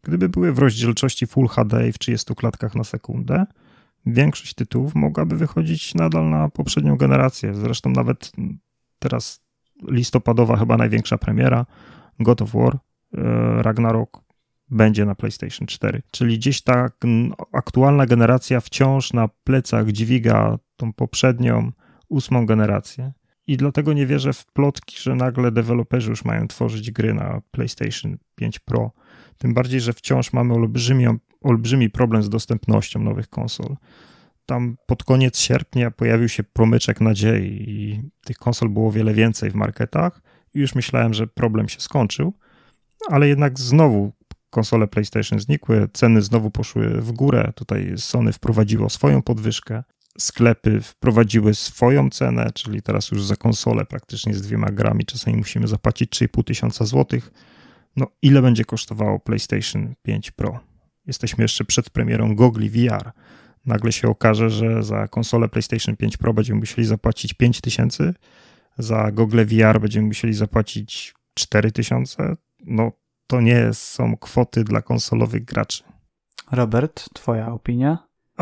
Gdyby były w rozdzielczości Full HD i w 30 klatkach na sekundę, większość tytułów mogłaby wychodzić nadal na poprzednią generację. Zresztą nawet teraz listopadowa chyba największa premiera God of War Ragnarok będzie na PlayStation 4. Czyli gdzieś ta aktualna generacja wciąż na plecach dźwiga tą poprzednią 8 generację. I dlatego nie wierzę w plotki, że nagle deweloperzy już mają tworzyć gry na PlayStation 5 Pro. Tym bardziej, że wciąż mamy olbrzymi problem z dostępnością nowych konsol. Tam pod koniec sierpnia pojawił się promyczek nadziei i tych konsol było wiele więcej w marketach i już myślałem, że problem się skończył, ale jednak znowu konsole PlayStation znikły, ceny znowu poszły w górę. Tutaj Sony wprowadziło swoją podwyżkę, sklepy wprowadziły swoją cenę, czyli teraz już za konsolę praktycznie z 2 grami czasami musimy zapłacić 3,5 tysiąca złotych. No ile będzie kosztowało PlayStation 5 Pro? Jesteśmy jeszcze przed premierą gogli VR. Nagle się okaże, że za konsolę PlayStation 5 Pro będziemy musieli zapłacić 5 tysięcy, za gogle VR będziemy musieli zapłacić 4 tysiące. No to nie są kwoty dla konsolowych graczy. Robert, twoja opinia?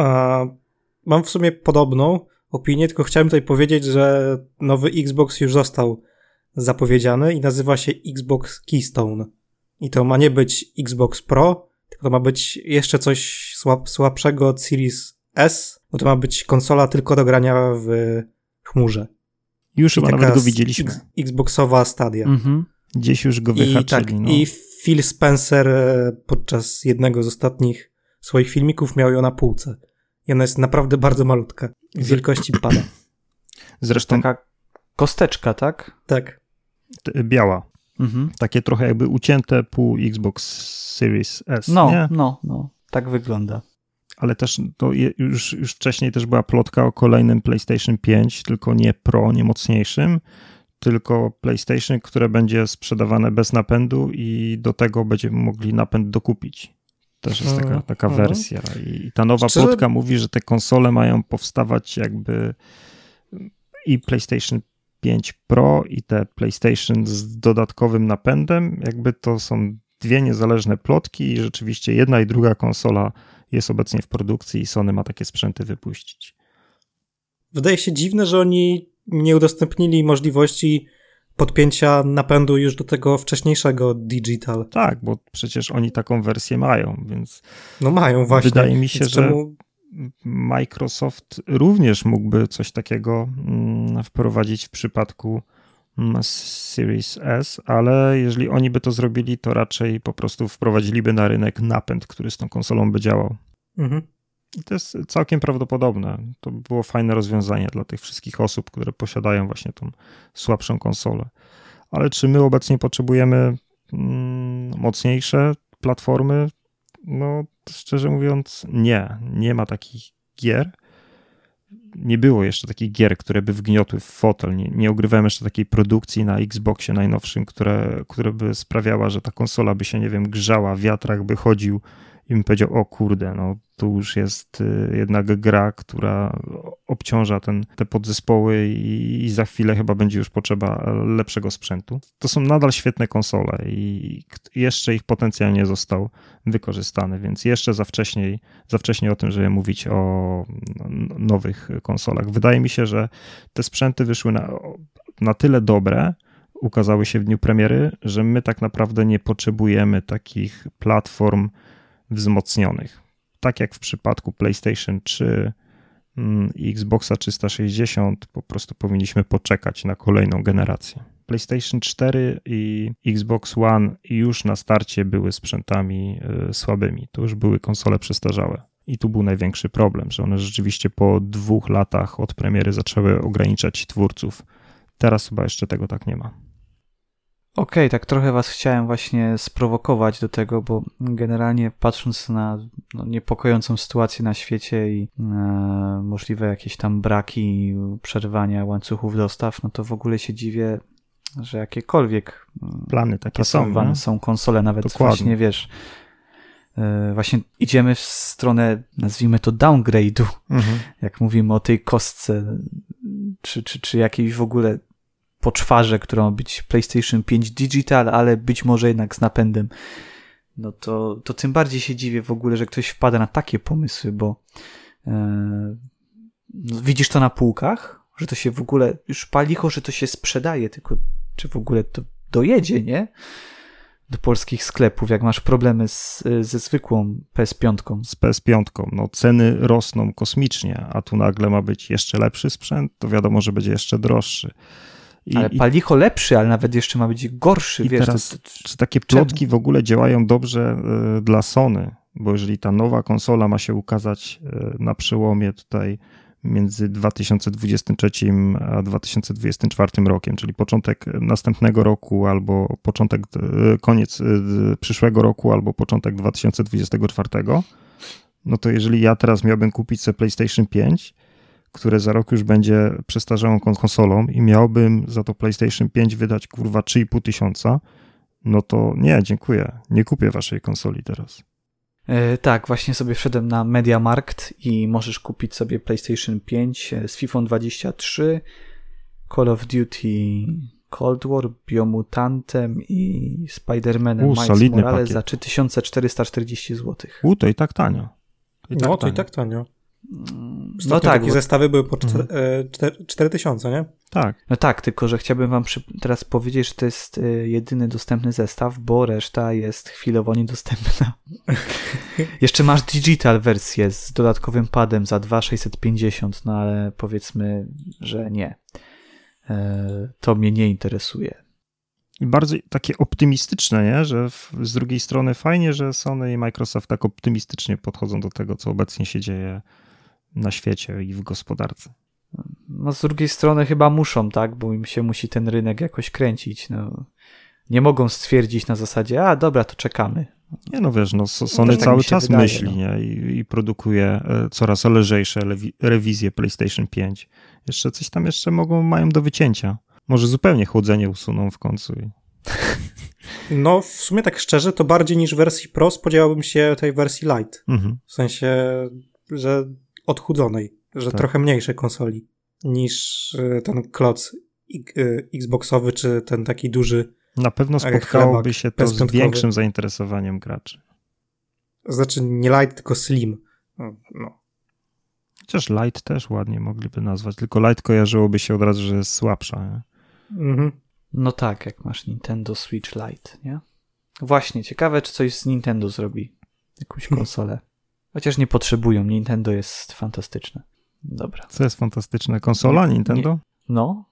Mam w sumie podobną opinię, tylko chciałem tutaj powiedzieć, że nowy Xbox już został zapowiedziany i nazywa się Xbox Keystone. I to ma nie być Xbox Pro, tylko to ma być jeszcze coś słabszego od Series S, bo to ma być konsola tylko do grania w chmurze. Już chyba nawet go widzieliśmy. Xboxowa Stadia. Mhm. Gdzieś już go wyhaczyli. I Phil Spencer podczas jednego z ostatnich swoich filmików miał ją na półce. I ona jest naprawdę bardzo malutka. W wielkości pada. Zresztą taka kosteczka, tak? Tak. Biała. Mhm. Takie trochę jakby ucięte pół Xbox Series S. Nie? No. Tak wygląda. Ale też to już wcześniej też była plotka o kolejnym PlayStation 5, tylko nie Pro, nie mocniejszym, tylko PlayStation, które będzie sprzedawane bez napędu i do tego będziemy mogli napęd dokupić. Też jest taka wersja. I ta nowa plotka mówi, że te konsole mają powstawać jakby i PlayStation 5 Pro i te PlayStation z dodatkowym napędem, jakby to są dwie niezależne plotki i rzeczywiście jedna i druga konsola jest obecnie w produkcji i Sony ma takie sprzęty wypuścić. Wydaje się dziwne, że oni nie udostępnili możliwości podpięcia napędu już do tego wcześniejszego digital. Tak, bo przecież oni taką wersję mają, więc... No mają właśnie. Wydaje mi się, że Microsoft również mógłby coś takiego wprowadzić w przypadku Series S, ale jeżeli oni by to zrobili, to raczej po prostu wprowadziliby na rynek napęd, który z tą konsolą by działał. Mhm. I to jest całkiem prawdopodobne. To by było fajne rozwiązanie dla tych wszystkich osób, które posiadają właśnie tą słabszą konsolę. Ale czy my obecnie potrzebujemy mocniejsze platformy? No, szczerze mówiąc, nie ma takich gier. Nie było jeszcze takich gier, które by wgniotły w fotel. Nie ogrywałem jeszcze takiej produkcji na Xboxie najnowszym, które by sprawiała, że ta konsola by się, nie wiem, grzała, wiatrak by chodził i bym powiedział, o kurde, no tu już jest jednak gra, która obciąża te podzespoły i za chwilę chyba będzie już potrzeba lepszego sprzętu. To są nadal świetne konsole i jeszcze ich potencjał nie został wykorzystany, więc jeszcze za wcześnie o tym, żeby mówić o nowych konsolach. Wydaje mi się, że te sprzęty wyszły na tyle dobre, ukazały się w dniu premiery, że my tak naprawdę nie potrzebujemy takich platform wzmocnionych. Tak jak w przypadku PlayStation 3 i Xboxa 360, po prostu powinniśmy poczekać na kolejną generację. PlayStation 4 i Xbox One już na starcie były sprzętami słabymi. To już były konsole przestarzałe. I tu był największy problem, że one rzeczywiście po 2 latach od premiery zaczęły ograniczać twórców. Teraz chyba jeszcze tego tak nie ma. Okej, tak trochę was chciałem właśnie sprowokować do tego, bo generalnie patrząc na niepokojącą sytuację na świecie i możliwe jakieś tam braki, przerwania łańcuchów dostaw, no to w ogóle się dziwię, że jakiekolwiek plany takie są konsole, nawet dokładnie. Właśnie wiesz, właśnie idziemy w stronę, nazwijmy to downgrade'u, jak mówimy o tej kostce, czy jakiejś w ogóle poczwarze, którą ma być PlayStation 5 Digital, ale być może jednak z napędem no to tym bardziej się dziwię w ogóle, że ktoś wpada na takie pomysły, bo widzisz to na półkach, że to się w ogóle już palicho, że to się sprzedaje, tylko czy w ogóle to dojedzie, nie? Do polskich sklepów, jak masz problemy ze zwykłą PS5. Z PS5, no ceny rosną kosmicznie, a tu nagle ma być jeszcze lepszy sprzęt, to wiadomo, że będzie jeszcze droższy. Ale palicho lepszy, ale nawet jeszcze ma być gorszy. I wiesz, teraz, czy takie plotki w ogóle działają dobrze dla Sony? Bo jeżeli ta nowa konsola ma się ukazać na przełomie tutaj między 2023 a 2024 rokiem, czyli początek następnego roku albo koniec przyszłego roku albo początek 2024, no to jeżeli ja teraz miałbym kupić sobie PlayStation 5, które za rok już będzie przestarzałą konsolą i miałbym za to PlayStation 5 wydać 3,5 tysiąca, no to nie, dziękuję, nie kupię waszej konsoli teraz. Tak, właśnie sobie wszedłem na MediaMarkt i możesz kupić sobie PlayStation 5 z FIFA 23, Call of Duty Cold War, Biomutantem i Spider-Manem Miles Morales za 3440 zł. To i tak tanio. To i tak tanio. No tak, takie zestawy były po 4000, nie? Tak. No tak, tylko że chciałbym wam teraz powiedzieć, że to jest jedyny dostępny zestaw, bo reszta jest chwilowo niedostępna. Jeszcze masz digital wersję z dodatkowym padem za 2,650, no ale powiedzmy, że nie. To mnie nie interesuje. I bardzo takie optymistyczne, nie? Że z drugiej strony fajnie, że Sony i Microsoft tak optymistycznie podchodzą do tego, co obecnie się dzieje na świecie i w gospodarce. No z drugiej strony chyba muszą, tak? Bo im się musi ten rynek jakoś kręcić. No, nie mogą stwierdzić na zasadzie, dobra, to czekamy. Nie, no wiesz, no Sony cały czas myśli, nie? I produkuje coraz lżejsze rewizje PlayStation 5. Jeszcze coś tam mają do wycięcia. Może zupełnie chłodzenie usuną w końcu. No, w sumie tak szczerze, to bardziej niż wersji Pro spodziewałbym się tej wersji Lite. W sensie, że odchudzonej, że trochę mniejszej konsoli niż ten kloc Xboxowy, czy ten taki duży. Na pewno spotkałoby się to z większym zainteresowaniem graczy. Znaczy nie Lite, tylko Slim. No. Chociaż Lite też ładnie mogliby nazwać, tylko Lite kojarzyłoby się od razu, że jest słabsza. Nie? No tak, jak masz Nintendo Switch Lite, nie? Właśnie, ciekawe, czy coś z Nintendo zrobi. Jakąś konsolę. Chociaż nie potrzebują, Nintendo jest fantastyczne. Dobra. Co jest fantastyczne? Konsola Nintendo? Nie. No.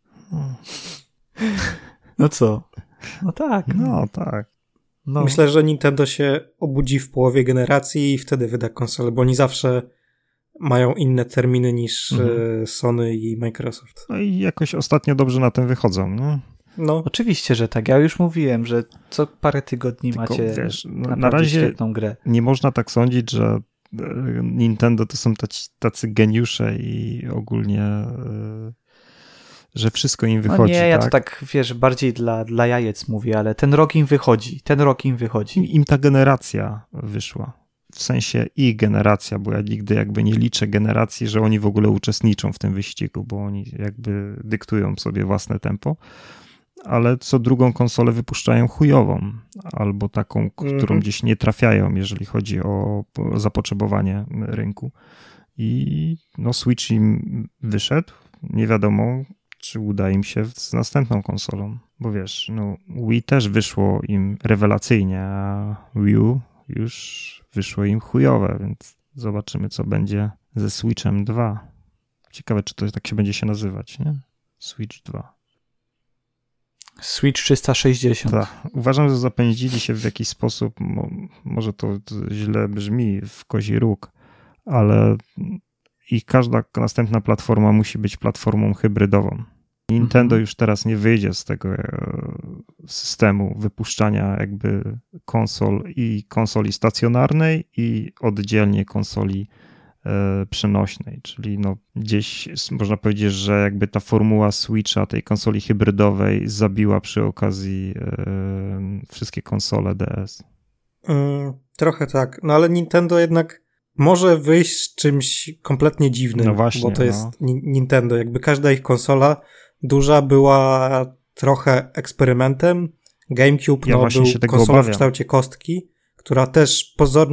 No co? No tak. No tak. No. Myślę, że Nintendo się obudzi w połowie generacji i wtedy wyda konsolę, bo oni zawsze mają inne terminy niż Sony i Microsoft. No i jakoś ostatnio dobrze na tym wychodzą, nie? No. Oczywiście, że tak. Ja już mówiłem, że co parę tygodni tylko, macie na razie świetną grę. Nie można tak sądzić, że Nintendo to są tacy geniusze i ogólnie że wszystko im wychodzi. No nie, ja to tak, wiesz, bardziej dla jajec mówię, ale ten rok im wychodzi. Im ta generacja wyszła. W sensie ich generacja, bo ja nigdy jakby nie liczę generacji, że oni w ogóle uczestniczą w tym wyścigu, bo oni jakby dyktują sobie własne tempo, ale co drugą konsolę wypuszczają chujową, albo taką, którą gdzieś nie trafiają, jeżeli chodzi o zapotrzebowanie rynku. I no Switch im wyszedł, nie wiadomo, czy uda im się z następną konsolą, bo wiesz, no Wii też wyszło im rewelacyjnie, a Wii U już wyszło im chujowe, więc zobaczymy, co będzie ze Switchem 2. Ciekawe, czy to tak się będzie nazywać, nie? Switch 2. Switch 360. Tak. Uważam, że zapędzili się w jakiś sposób, może to źle brzmi, w kozi róg, ale i każda następna platforma musi być platformą hybrydową. Nintendo już teraz nie wyjdzie z tego systemu wypuszczania jakby konsoli stacjonarnej i oddzielnie konsoli przenośnej, czyli no gdzieś można powiedzieć, że jakby ta formuła Switcha, tej konsoli hybrydowej zabiła przy okazji wszystkie konsole DS. Trochę tak, no ale Nintendo jednak może wyjść z czymś kompletnie dziwnym, no właśnie, bo to jest Nintendo, jakby każda ich konsola duża była trochę eksperymentem, GameCube Ja był konsolą w obawiam. kształcie kostki, która też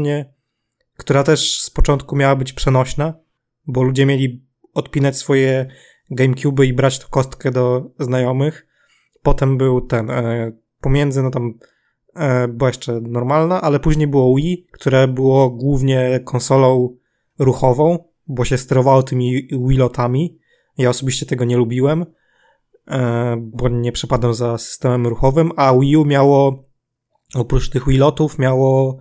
z początku miała być przenośna, bo ludzie mieli odpinać swoje GameCube'y i brać tę kostkę do znajomych. Potem był pomiędzy, była jeszcze normalna, ale później było Wii, które było głównie konsolą ruchową, bo się sterowało tymi Wii-lotami. Ja osobiście tego nie lubiłem, bo nie przepadam za systemem ruchowym, a Wii U miało, oprócz tych Wii-lotów, miało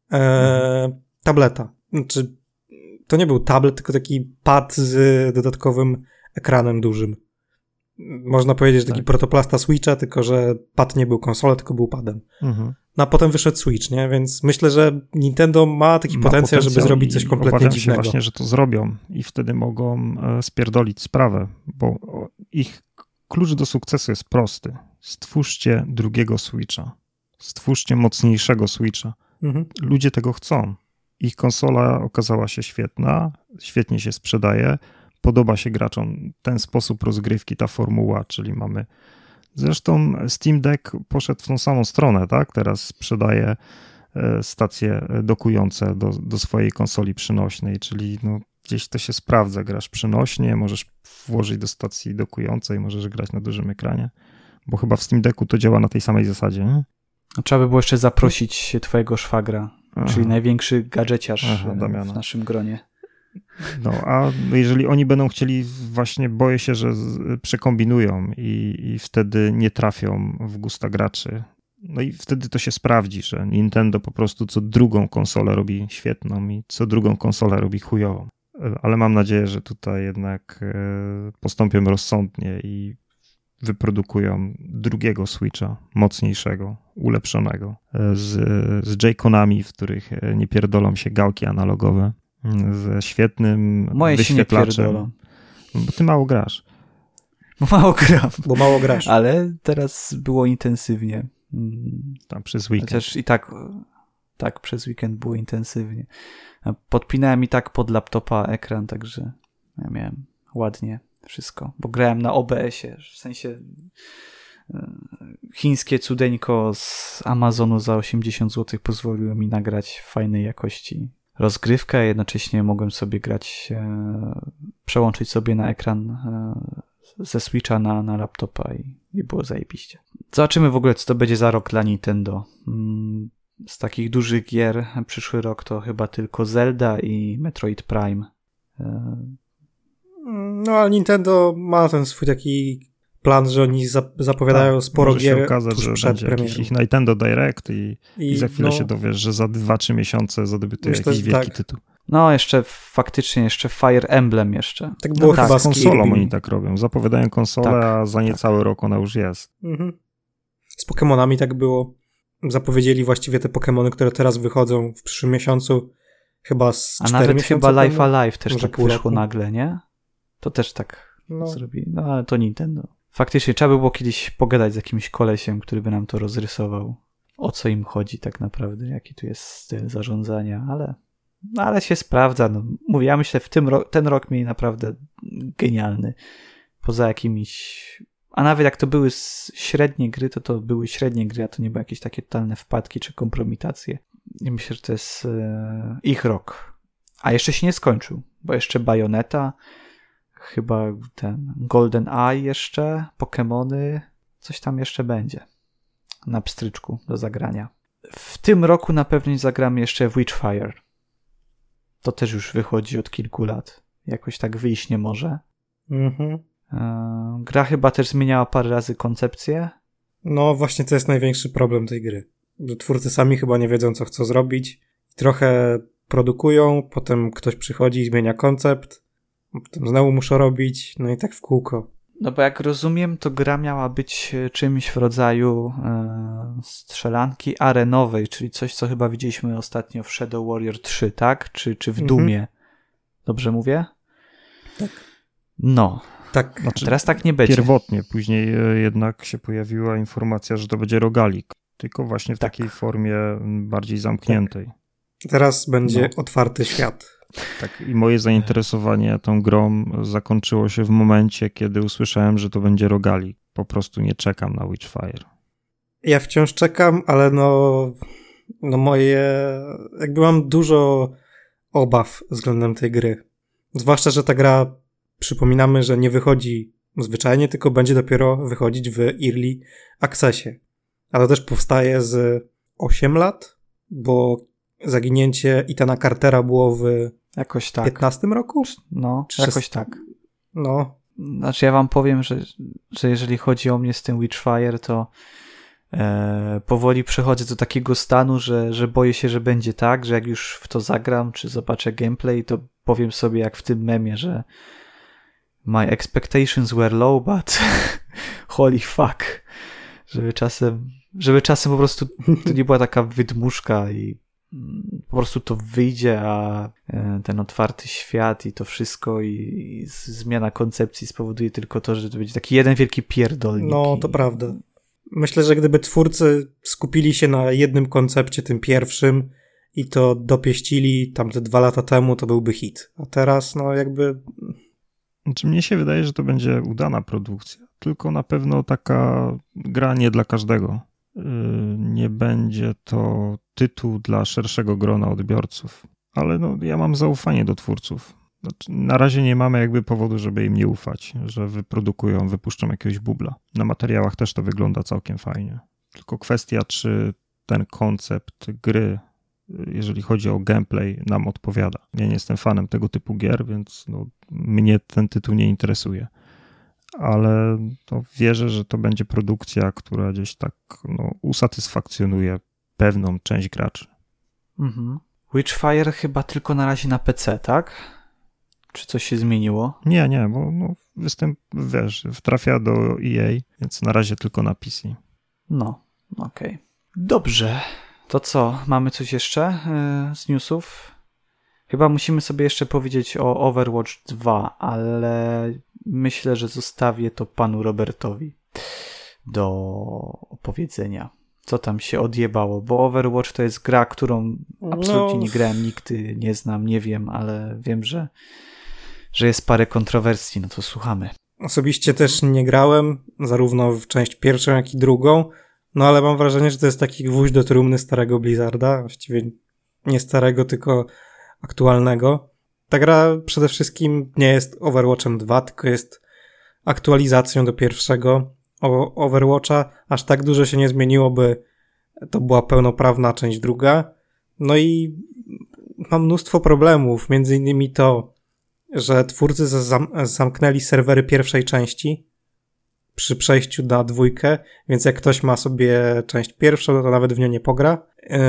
tableta. Znaczy, to nie był tablet, tylko taki pad z dodatkowym ekranem dużym. Można powiedzieć, że taki protoplasta Switcha, tylko że pad nie był konsolą, tylko był padem. No a potem wyszedł Switch, nie? Więc myślę, że Nintendo ma taki potencjał, żeby zrobić coś kompletnie dziwnego. dziwnego. Obawiam się właśnie, że to zrobią i wtedy mogą spierdolić sprawę, bo ich klucz do sukcesu jest prosty. Stwórzcie drugiego Switcha. Stwórzcie mocniejszego Switcha. Ludzie tego chcą. Ich konsola okazała się świetna, świetnie się sprzedaje, podoba się graczom ten sposób rozgrywki, ta formuła, czyli mamy... Zresztą Steam Deck poszedł w tą samą stronę, tak? Teraz sprzedaje stacje dokujące do swojej konsoli przynośnej, czyli gdzieś to się sprawdza, grasz przynośnie, możesz włożyć do stacji dokującej, możesz grać na dużym ekranie, bo chyba w Steam Decku to działa na tej samej zasadzie, nie? Trzeba by było jeszcze zaprosić twojego szwagra, czyli największy gadżeciarz w naszym gronie. A jeżeli oni będą chcieli, właśnie boję się, że przekombinują i wtedy nie trafią w gusta graczy. No i wtedy to się sprawdzi, że Nintendo po prostu co drugą konsolę robi świetną i co drugą konsolę robi chujową. Ale mam nadzieję, że tutaj jednak postąpią rozsądnie i wyprodukują drugiego Switcha, mocniejszego, ulepszonego, z Joy-Conami, w których nie pierdolą się gałki analogowe, ze świetnym wyświetlaczem. Bo ty mało grasz. Bo mało grasz. Ale teraz było intensywnie. Tam przez weekend. Chociaż i tak przez weekend było intensywnie. Podpinałem i tak pod laptopa ekran, także ja miałem ładnie wszystko, bo grałem na OBS-ie, w sensie chińskie cudeńko z Amazonu za 80 zł pozwoliło mi nagrać w fajnej jakości rozgrywkę, a jednocześnie mogłem sobie grać, przełączyć sobie na ekran ze Switcha na laptopa i było zajebiście. Zobaczymy w ogóle, co to będzie za rok dla Nintendo. Z takich dużych gier przyszły rok to chyba tylko Zelda i Metroid Prime. No, ale Nintendo ma ten swój taki plan, że oni zapowiadają sporo gier się okazać, że przed premierą. Jakiś ich Nintendo Direct i za chwilę się dowiesz, że za 2-3 miesiące zadebiutuje jakiś wielki tytuł. No, jeszcze Fire Emblem jeszcze. Tak było chyba z konsolą oni tak robią. Zapowiadają konsolę, a za niecały rok ona już jest. Z Pokemonami tak było. Zapowiedzieli właściwie te Pokemony, które teraz wychodzą w przyszłym miesiącu. Chyba z 4 miesiące. A nawet chyba Life Alive też tak wyszło nagle, nie? To też tak zrobi. No, ale to Nintendo. Faktycznie trzeba by było kiedyś pogadać z jakimś kolesiem, który by nam to rozrysował. O co im chodzi tak naprawdę, jaki tu jest styl zarządzania, ale się sprawdza. No, mówię, ja myślę, ten rok mieli naprawdę genialny. Poza jakimiś... A nawet jak to były średnie gry, to były średnie gry, a to nie były jakieś takie totalne wpadki czy kompromitacje. I myślę, że to jest ich rok. A jeszcze się nie skończył, bo jeszcze Bayonetta, chyba ten Golden Eye jeszcze, Pokemony, coś tam jeszcze będzie na pstryczku do zagrania. W tym roku na pewno zagramy jeszcze w Witchfire. To też już wychodzi od kilku lat. Jakoś tak wyjść nie może. Gra chyba też zmieniała parę razy koncepcję. No właśnie to jest największy problem tej gry. Że twórcy sami chyba nie wiedzą, co chcą zrobić. Trochę produkują, potem ktoś przychodzi i zmienia koncept, potem znowu muszą robić, no i tak w kółko. No bo jak rozumiem, to gra miała być czymś w rodzaju strzelanki arenowej, czyli coś, co chyba widzieliśmy ostatnio w Shadow Warrior 3, tak? Czy w Doomie. Dobrze mówię? Tak. No. Tak. Znaczy, teraz tak nie będzie. Pierwotnie, później jednak się pojawiła informacja, że to będzie rogalik, tylko właśnie w takiej formie bardziej zamkniętej. Tak. Teraz będzie otwarty świat. Tak, i moje zainteresowanie tą grą zakończyło się w momencie, kiedy usłyszałem, że to będzie rogalik. Po prostu nie czekam na Witchfire. Ja wciąż czekam, ale jakby mam dużo obaw względem tej gry. Zwłaszcza, że ta gra, przypominamy, że nie wychodzi zwyczajnie, tylko będzie dopiero wychodzić w Early Accessie. A to też powstaje z 8 lat, bo zaginięcie Ethana Cartera było w jakoś tak. 15 roku? No, jakoś tak. No. Znaczy ja wam powiem, że jeżeli chodzi o mnie z tym Witchfire, to powoli przechodzę do takiego stanu, że boję się, że będzie tak, że jak już w to zagram, czy zobaczę gameplay, to powiem sobie jak w tym memie, że my expectations were low, but holy fuck. Żeby czasem po prostu to nie była taka wydmuszka i po prostu to wyjdzie, a ten otwarty świat i to wszystko i zmiana koncepcji spowoduje tylko to, że to będzie taki jeden wielki pierdolnik. No, to prawda. Myślę, że gdyby twórcy skupili się na jednym koncepcie, tym pierwszym, i to dopieścili tam te 2 lata temu, to byłby hit. A teraz, Znaczy, mnie się wydaje, że to będzie udana produkcja, tylko na pewno taka gra nie dla każdego. Nie będzie to tytuł dla szerszego grona odbiorców. Ale ja mam zaufanie do twórców. Znaczy, na razie nie mamy jakby powodu, żeby im nie ufać, że wypuszczą jakiegoś bubla. Na materiałach też to wygląda całkiem fajnie. Tylko kwestia, czy ten koncept gry, jeżeli chodzi o gameplay, nam odpowiada. Ja nie jestem fanem tego typu gier, więc mnie ten tytuł nie interesuje. Ale wierzę, że to będzie produkcja, która gdzieś tak usatysfakcjonuje pewną część graczy. Mhm. Witchfire chyba tylko na razie na PC, tak? Czy coś się zmieniło? Nie, bo trafia do EA, więc na razie tylko na PC. No, okej. Dobrze. To co? Mamy coś jeszcze z newsów? Chyba musimy sobie jeszcze powiedzieć o Overwatch 2, ale myślę, że zostawię to panu Robertowi do opowiedzenia. Co tam się odjebało, bo Overwatch to jest gra, którą absolutnie nie grałem, nigdy nie znam, nie wiem, ale wiem, że jest parę kontrowersji, no to słuchamy. Osobiście też nie grałem, zarówno w część pierwszą, jak i drugą, ale mam wrażenie, że to jest taki gwóźdź do trumny starego Blizzarda, właściwie nie starego, tylko aktualnego. Ta gra przede wszystkim nie jest Overwatchem 2, tylko jest aktualizacją do pierwszego Overwatcha. Aż tak dużo się nie zmieniło, by to była pełnoprawna część druga. No i mam mnóstwo problemów, między innymi to, że twórcy zamknęli serwery pierwszej części przy przejściu na 2, więc jak ktoś ma sobie część pierwszą, to nawet w nią nie pogra.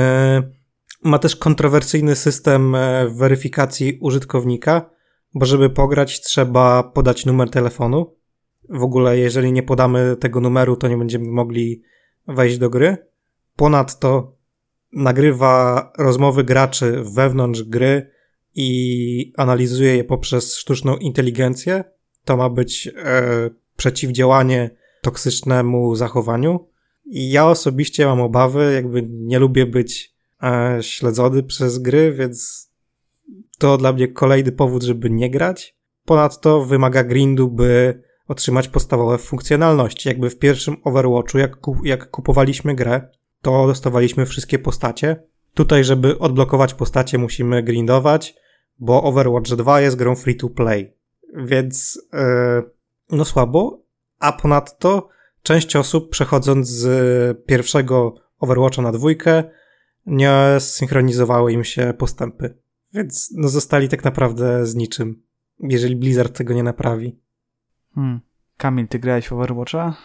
Ma też kontrowersyjny system weryfikacji użytkownika, bo żeby pograć, trzeba podać numer telefonu. W ogóle jeżeli nie podamy tego numeru, to nie będziemy mogli wejść do gry. Ponadto nagrywa rozmowy graczy wewnątrz gry i analizuje je poprzez sztuczną inteligencję. To ma być przeciwdziałanie toksycznemu zachowaniu. I ja osobiście mam obawy, jakby nie lubię być śledzony przez gry, więc to dla mnie kolejny powód, żeby nie grać. Ponadto wymaga grindu, by otrzymać podstawowe funkcjonalności. Jakby w pierwszym Overwatchu, jak kupowaliśmy grę, to dostawaliśmy wszystkie postacie. Tutaj, żeby odblokować postacie, musimy grindować, bo Overwatch 2 jest grą free to play. Więc słabo. A ponadto część osób, przechodząc z pierwszego Overwatcha na 2, nie synchronizowały im się postępy. Więc zostali tak naprawdę z niczym, jeżeli Blizzard tego nie naprawi. Kamil, ty grałeś w Overwatcha?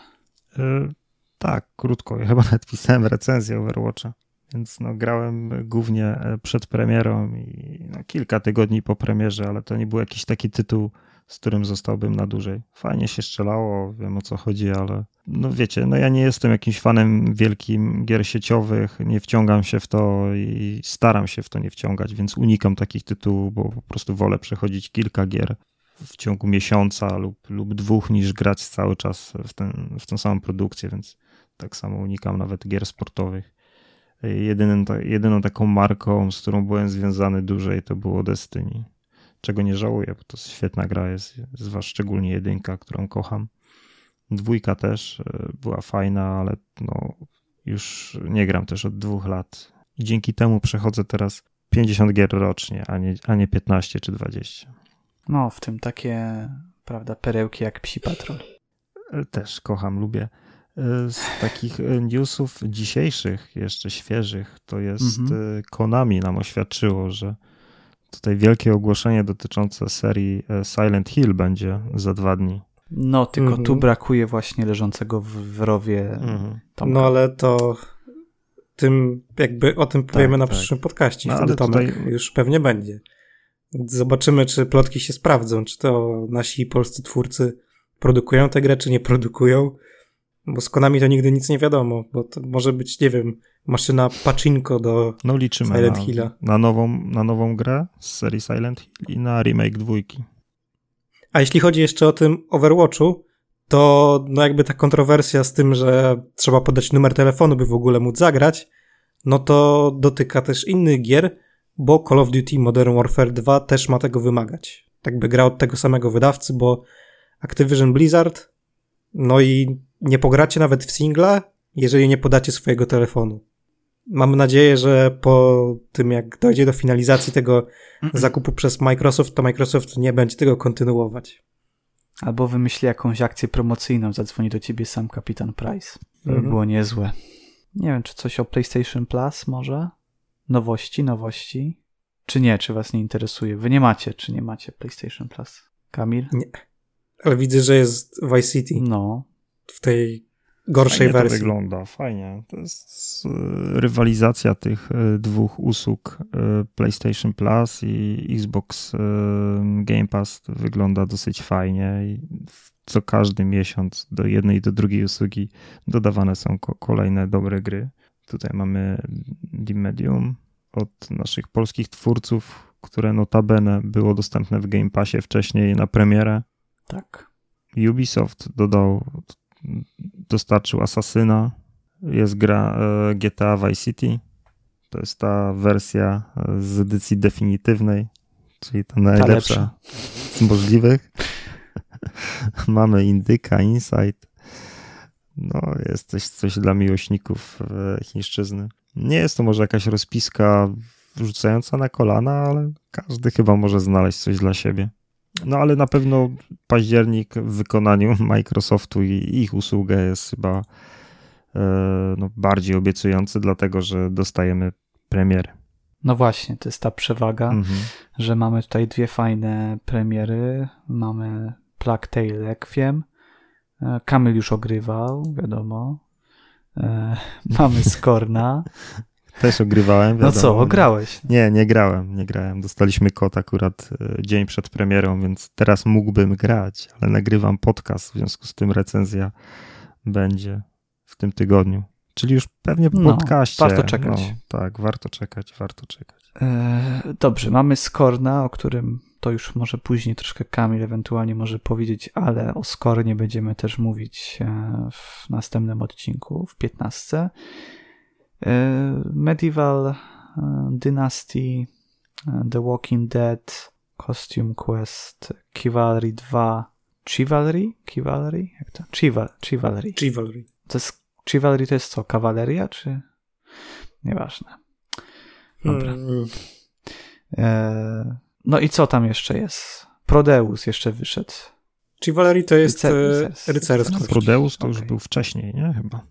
Tak, krótko. Ja chyba nawet pisałem recenzję Overwatcha. Więc grałem głównie przed premierą i kilka tygodni po premierze, ale to nie był jakiś taki tytuł, z którym zostałbym na dłużej. Fajnie się strzelało, wiem o co chodzi, ale wiecie, ja nie jestem jakimś fanem wielkim gier sieciowych, nie wciągam się w to i staram się w to nie wciągać, więc unikam takich tytułów, bo po prostu wolę przechodzić kilka gier w ciągu miesiąca lub 2 niż grać cały czas w tę samą produkcję, więc tak samo unikam nawet gier sportowych. Jedyną taką marką, z którą byłem związany dłużej, to było Destiny. Czego nie żałuję, bo to świetna gra jest szczególnie 1, którą kocham. 2 też była fajna, ale już nie gram też od 2 lat. I dzięki temu przechodzę teraz 50 gier rocznie, a nie 15 czy 20. No, w tym takie, prawda, perełki jak Psi Patrol. Też kocham, lubię. Z takich newsów dzisiejszych, jeszcze świeżych, to jest Konami nam oświadczyło, że tutaj wielkie ogłoszenie dotyczące serii Silent Hill będzie za 2 dni. No, tylko tu brakuje właśnie leżącego w rowie Tomka. No, ale to o tym powiemy na przyszłym podcaście. Wtedy Tomek już pewnie będzie. Zobaczymy, czy plotki się sprawdzą, czy to nasi polscy twórcy produkują tę grę, czy nie produkują. Bo z Konami to nigdy nic nie wiadomo, bo to może być, nie wiem, maszyna pachinko do liczymy Silent Hilla. Na nową grę z serii Silent Hill i na remake 2. A jeśli chodzi jeszcze o tym Overwatchu, to no jakby ta kontrowersja z tym, że trzeba podać numer telefonu, by w ogóle móc zagrać, no to dotyka też innych gier, bo Call of Duty Modern Warfare 2 też ma tego wymagać. Tak by gra od tego samego wydawcy, bo Activision Blizzard, no i nie pogracie nawet w singla, jeżeli nie podacie swojego telefonu. Mam nadzieję, że po tym, jak dojdzie do finalizacji tego zakupu przez Microsoft, to Microsoft nie będzie tego kontynuować. Albo wymyśli jakąś akcję promocyjną, zadzwoni do ciebie sam Kapitan Price. To by było niezłe. Nie wiem, czy coś o PlayStation Plus może? Nowości? Czy nie? Czy was nie interesuje? Wy nie macie, czy nie macie PlayStation Plus? Kamil? Nie. Ale widzę, że jest Vice City. No. W tej gorszej fajnie wersji. To wygląda, fajnie. To jest rywalizacja tych 2 usług PlayStation Plus i Xbox Game Pass wygląda dosyć fajnie i co każdy miesiąc do jednej i do drugiej usługi dodawane są kolejne dobre gry. Tutaj mamy The Medium od naszych polskich twórców, które notabene było dostępne w Game Passie wcześniej na premierę. Tak. Ubisoft dostarczył Assassina, jest gra GTA Vice City, to jest ta wersja z edycji definitywnej, czyli ta najlepsza z możliwych. Mamy Indyka, Inside, no jest coś dla miłośników chińszczyzny. Nie jest to może jakaś rozpiska rzucająca na kolana, ale każdy chyba może znaleźć coś dla siebie. No ale na pewno październik w wykonaniu Microsoftu i ich usługę jest chyba bardziej obiecujący, dlatego że dostajemy premiery. No właśnie, to jest ta przewaga, że mamy tutaj 2 fajne premiery. Mamy Plague Tale Requiem. Kamil już ogrywał, wiadomo. Mamy Scorna. Też ogrywałem, wiadomo. No co, ograłeś? Nie grałem. Dostaliśmy kod akurat dzień przed premierą, więc teraz mógłbym grać, ale nagrywam podcast, w związku z tym recenzja będzie w tym tygodniu. Czyli już pewnie po podcaście. Warto czekać. No, tak, warto czekać. Dobrze, mamy Scorna, o którym to już może później troszkę Kamil ewentualnie może powiedzieć, ale o Scornie będziemy też mówić w następnym odcinku, w 15. Medieval Dynasty, The Walking Dead, Costume Quest, Chivalry 2, Chivalry? Jak to? Chivalry. To jest, Chivalry to jest co? Kawaleria, czy? Nieważne. Dobra. No i co tam jeszcze jest? Prodeus jeszcze wyszedł. Chivalry to jest rycerstwo. Prodeus to już był wcześniej, nie? Chyba.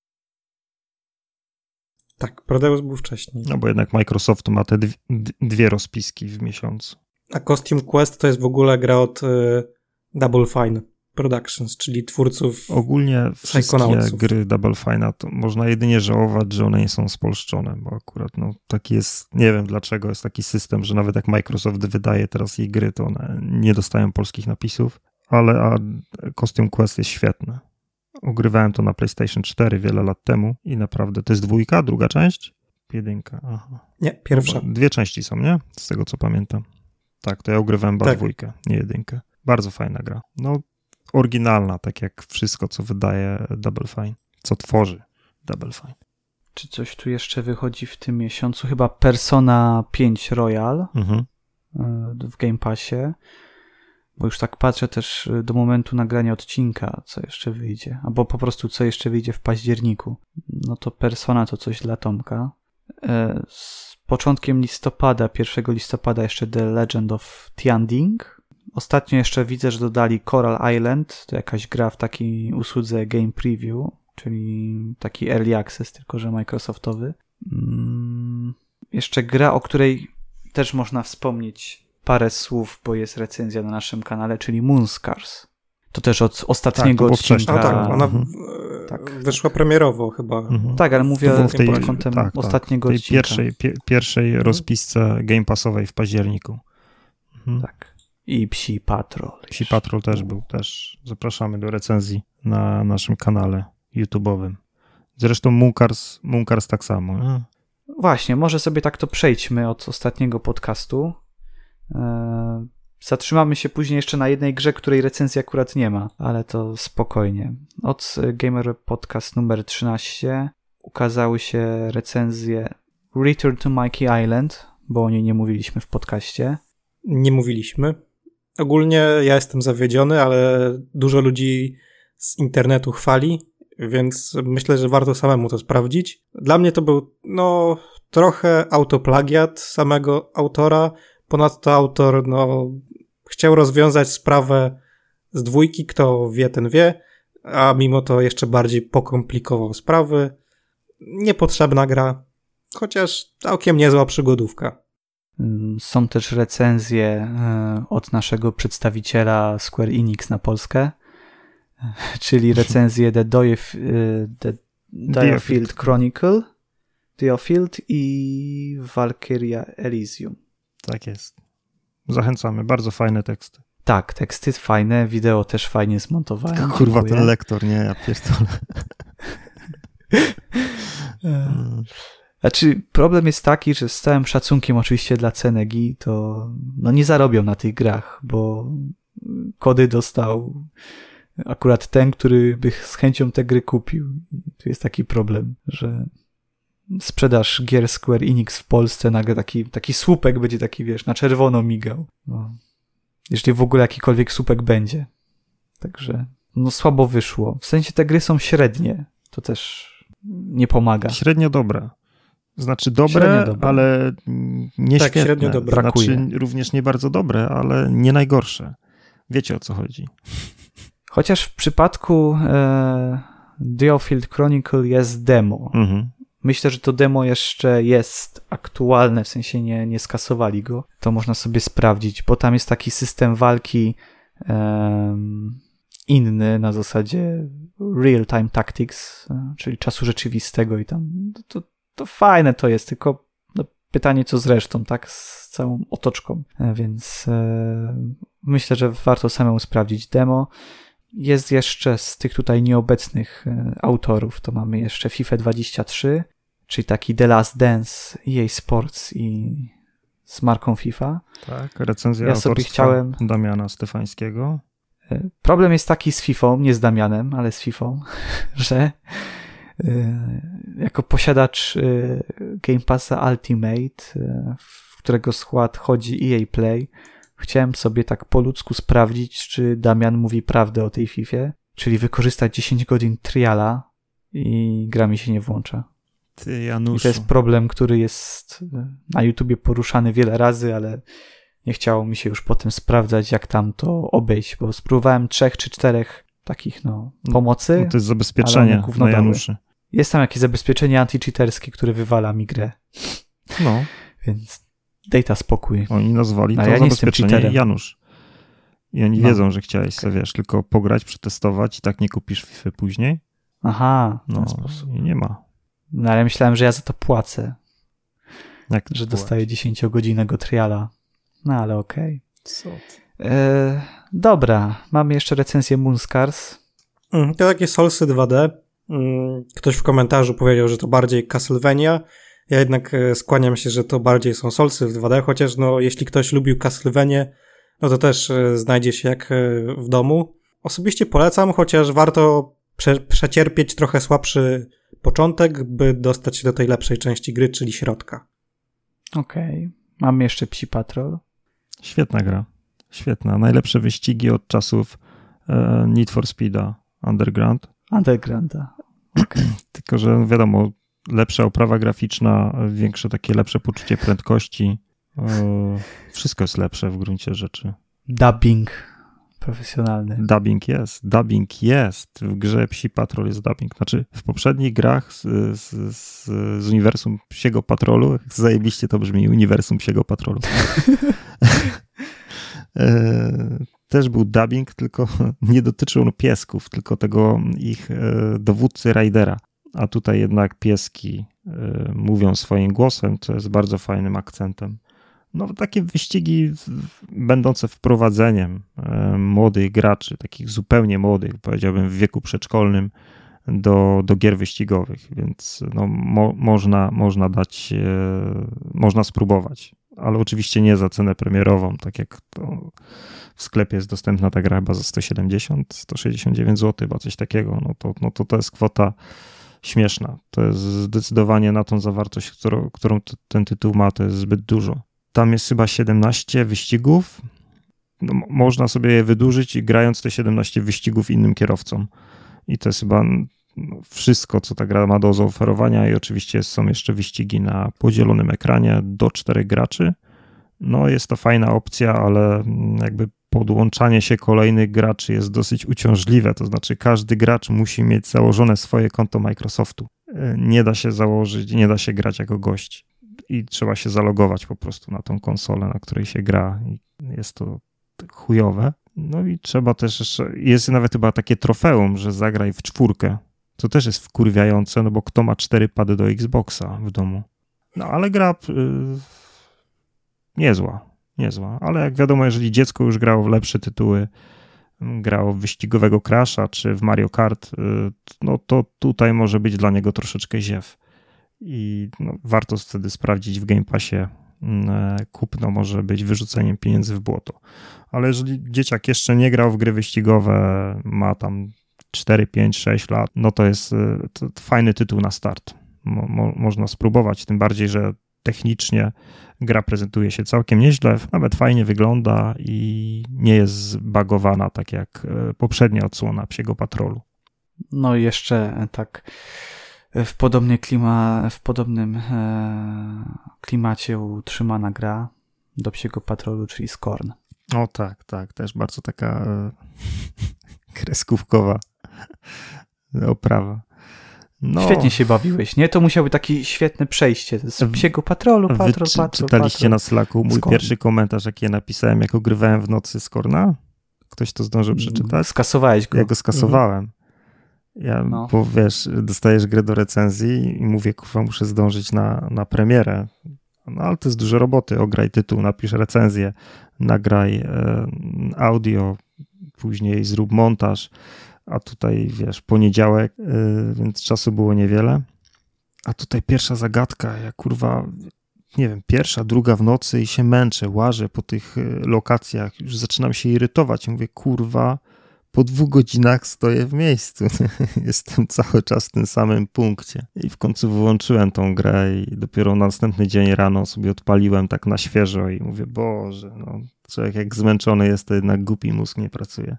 Tak, Prodeus był wcześniej. No bo jednak Microsoft ma te 2 rozpiski w miesiącu. A Costume Quest to jest w ogóle gra od Double Fine Productions, czyli twórców ogólnie wszystkie gry Double Fine'a to można jedynie żałować, że one nie są spolszczone, bo akurat taki jest, nie wiem dlaczego jest taki system, że nawet jak Microsoft wydaje teraz ich gry, to one nie dostają polskich napisów, a Costume Quest jest świetne. Ogrywałem to na PlayStation 4 wiele lat temu i naprawdę to jest 2, druga część? 1. Aha. Nie, pierwsza. 2 części są, nie? Z tego co pamiętam. Tak, to ja ogrywałem 2, nie 1. Bardzo fajna gra. Oryginalna, tak jak wszystko, co wydaje Double Fine, co tworzy Double Fine. Czy coś tu jeszcze wychodzi w tym miesiącu? Chyba Persona 5 Royal w Game Passie. Bo już tak patrzę też do momentu nagrania odcinka, co jeszcze wyjdzie. Albo po prostu co jeszcze wyjdzie w październiku. No to Persona to coś dla Tomka. Z początkiem listopada, 1 listopada jeszcze The Legend of Tianding. Ostatnio jeszcze widzę, że dodali Coral Island. To jakaś gra w takiej usłudze Game Preview, czyli taki early access, tylko że Microsoftowy. Jeszcze gra, o której też można wspomnieć parę słów, bo jest recenzja na naszym kanale, czyli Moonscars. To też od ostatniego odcinka. No tak, ona wyszła premierowo chyba. Tak, ale mówię pod kątem ostatniego odcinka. Pierwszej rozpisce Game Passowej w październiku. Tak. I Psi Patrol. Psi Patrol też był. Też zapraszamy do recenzji na naszym kanale YouTube'owym. Zresztą Mooncars tak samo. Właśnie, może sobie tak to przejdźmy od ostatniego podcastu. Zatrzymamy się później jeszcze na jednej grze, której recenzji akurat nie ma, ale to spokojnie. Od Gamer Podcast numer 13 ukazały się recenzje Return to Monkey Island, bo o niej nie mówiliśmy w podcaście. Nie mówiliśmy. Ogólnie ja jestem zawiedziony, ale dużo ludzi z internetu chwali, więc myślę, że warto samemu to sprawdzić. Dla mnie to był trochę autoplagiat samego autora. Ponadto autor chciał rozwiązać sprawę z 2, kto wie, ten wie, a mimo to jeszcze bardziej pokomplikował sprawy. Niepotrzebna gra, chociaż całkiem niezła przygodówka. Są też recenzje od naszego przedstawiciela Square Enix na Polskę, czyli recenzje The Diofield Chronicle, Diofield i Valkyria Elysium. Tak jest. Zachęcamy. Bardzo fajne teksty. Tak, teksty fajne, wideo też fajnie zmontowałem. Kurwa, ten lektor, nie? Ja pierdolę. Znaczy, problem jest taki, że z całym szacunkiem oczywiście dla Cenegi, to nie zarobią na tych grach, bo kody dostał akurat ten, który by z chęcią te gry kupił. Tu jest taki problem, że sprzedaż gier Square Enix w Polsce nagle taki słupek będzie taki, wiesz, na czerwono migał. Jeśli w ogóle jakikolwiek słupek będzie. Także słabo wyszło. W sensie te gry są średnie. To też nie pomaga. Średnio dobre. Znaczy dobre, ale nie tak, świetne. Średnio dobre. Znaczy również nie bardzo dobre, ale nie najgorsze. Wiecie, o co chodzi. Chociaż w przypadku Diofield Chronicle jest demo. Myślę, że to demo jeszcze jest aktualne, w sensie nie skasowali go. To można sobie sprawdzić, bo tam jest taki system walki inny na zasadzie real-time tactics, czyli czasu rzeczywistego i tam to fajne to jest, tylko pytanie co z resztą, tak? Z całą otoczką. Więc myślę, że warto samemu sprawdzić demo. Jest jeszcze z tych tutaj nieobecnych autorów, to mamy jeszcze FIFA 23, czyli taki The Last Dance, EA Sports i z marką FIFA. Tak, recenzja autorstwa Damiana Stefańskiego. Problem jest taki z FIFA, nie z Damianem, ale z FIFA, że jako posiadacz Game Passa Ultimate, w którego skład chodzi EA Play, chciałem sobie tak po ludzku sprawdzić, czy Damian mówi prawdę o tej Fifie, czyli wykorzystać 10 godzin triala i gra mi się nie włącza. Ty, Januszu. I to jest problem, który jest na YouTubie poruszany wiele razy, ale nie chciało mi się już potem sprawdzać, jak tam to obejść, bo spróbowałem 3 czy 4 takich pomocy. To jest zabezpieczenie na Januszy. Jest tam jakieś zabezpieczenie anti-cheaterskie, które wywala mi grę. Więc daj ta spokój. Oni nazwali to zabezpieczenie Janusz. I oni wiedzą, że chciałeś sobie, tylko pograć, przetestować i tak nie kupisz FIFA później. Aha, w ten sposób. I nie ma. Ale myślałem, że ja za to płacę. Jak że dostaję 10-godzinnego triala. Ale okej. Co? Dobra, mamy jeszcze recenzję Moonscars. To takie Soulsy 2D. Ktoś w komentarzu powiedział, że to bardziej Castlevania. Ja jednak skłaniam się, że to bardziej są Soulsy w 2D, chociaż jeśli ktoś lubił Castlevanię, to też znajdzie się jak w domu. Osobiście polecam, chociaż warto przecierpieć trochę słabszy początek, by dostać się do tej lepszej części gry, czyli środka. Okej. Mamy jeszcze Psi Patrol. Świetna gra. Świetna. Najlepsze wyścigi od czasów Need for Speeda Underground. Undergrounda. Okay. Tylko, że wiadomo, lepsza oprawa graficzna, lepsze poczucie prędkości. Wszystko jest lepsze w gruncie rzeczy. Dubbing profesjonalny. Dubbing jest. W grze Psi Patrol jest dubbing. Znaczy w poprzednich grach z uniwersum Psiego Patrolu, zajebiście to brzmi, uniwersum Psiego Patrolu. Też był dubbing, tylko nie dotyczył on piesków, tylko tego ich dowódcy Raidera. A tutaj jednak pieski mówią swoim głosem, co jest bardzo fajnym akcentem. No takie wyścigi będące wprowadzeniem młodych graczy, takich zupełnie młodych, powiedziałbym w wieku przedszkolnym, do gier wyścigowych, więc no, można dać, można spróbować, ale oczywiście nie za cenę premierową, tak jak to w sklepie jest dostępna ta gra chyba za 170, 169 zł, chyba coś takiego, to jest kwota śmieszna. To jest zdecydowanie na tą zawartość, którą ten tytuł ma, to jest zbyt dużo. Tam jest chyba 17 wyścigów. No, można sobie je wydłużyć grając te 17 wyścigów innym kierowcom. I to jest chyba wszystko, co ta gra ma do zaoferowania i oczywiście są jeszcze wyścigi na podzielonym ekranie do 4 graczy. No jest to fajna opcja, ale jakby podłączanie się kolejnych graczy jest dosyć uciążliwe, to znaczy każdy gracz musi mieć założone swoje konto Microsoftu. Nie da się założyć, nie da się grać jako gość i trzeba się zalogować po prostu na tą konsolę, na której się gra i jest to chujowe. No i trzeba też jeszcze, jest nawet chyba takie trofeum, że zagraj w 4, co też jest wkurwiające, no bo kto ma 4 pady do Xboxa w domu. No ale gra niezła, ale jak wiadomo, jeżeli dziecko już grało w lepsze tytuły, grało w wyścigowego Crasha czy w Mario Kart, no to tutaj może być dla niego troszeczkę ziew. I no, warto wtedy sprawdzić w Game Passie, kupno może być wyrzuceniem pieniędzy w błoto. Ale jeżeli dzieciak jeszcze nie grał w gry wyścigowe, ma tam 4, 5, 6 lat, no to jest to fajny tytuł na start. Można spróbować, tym bardziej, że technicznie gra prezentuje się całkiem nieźle, nawet fajnie wygląda i nie jest zbagowana tak jak poprzednia odsłona Psiego Patrolu. No i jeszcze tak w podobnym klimacie utrzymana gra do Psiego Patrolu, czyli Scorn. O tak, też bardzo taka kreskówkowa oprawa. No. Świetnie się bawiłeś, nie? To musiało być takie świetne przejście z Psiego Patrolu, Patrol. Czytaliście na Slacku mój pierwszy komentarz, jaki ja napisałem, jak ogrywałem w nocy Scorna? Ktoś to zdążył przeczytać? Skasowałeś go. Ja go skasowałem. Bo wiesz, dostajesz grę do recenzji i mówię, kurwa, muszę zdążyć na premierę. No ale to jest dużo roboty. Ograj tytuł, napisz recenzję, nagraj audio, później zrób montaż. A tutaj, wiesz, poniedziałek, więc czasu było niewiele. A tutaj pierwsza zagadka, ja kurwa, nie wiem, pierwsza, druga w nocy i się męczę, łażę po tych lokacjach, już zaczynam się irytować. Mówię, kurwa, po 2 godzinach stoję w miejscu. Jestem cały czas w tym samym punkcie. I w końcu wyłączyłem tą grę i dopiero na następny dzień rano sobie odpaliłem tak na świeżo i mówię, Boże, no, człowiek jak zmęczony jest, to jednak głupi mózg nie pracuje.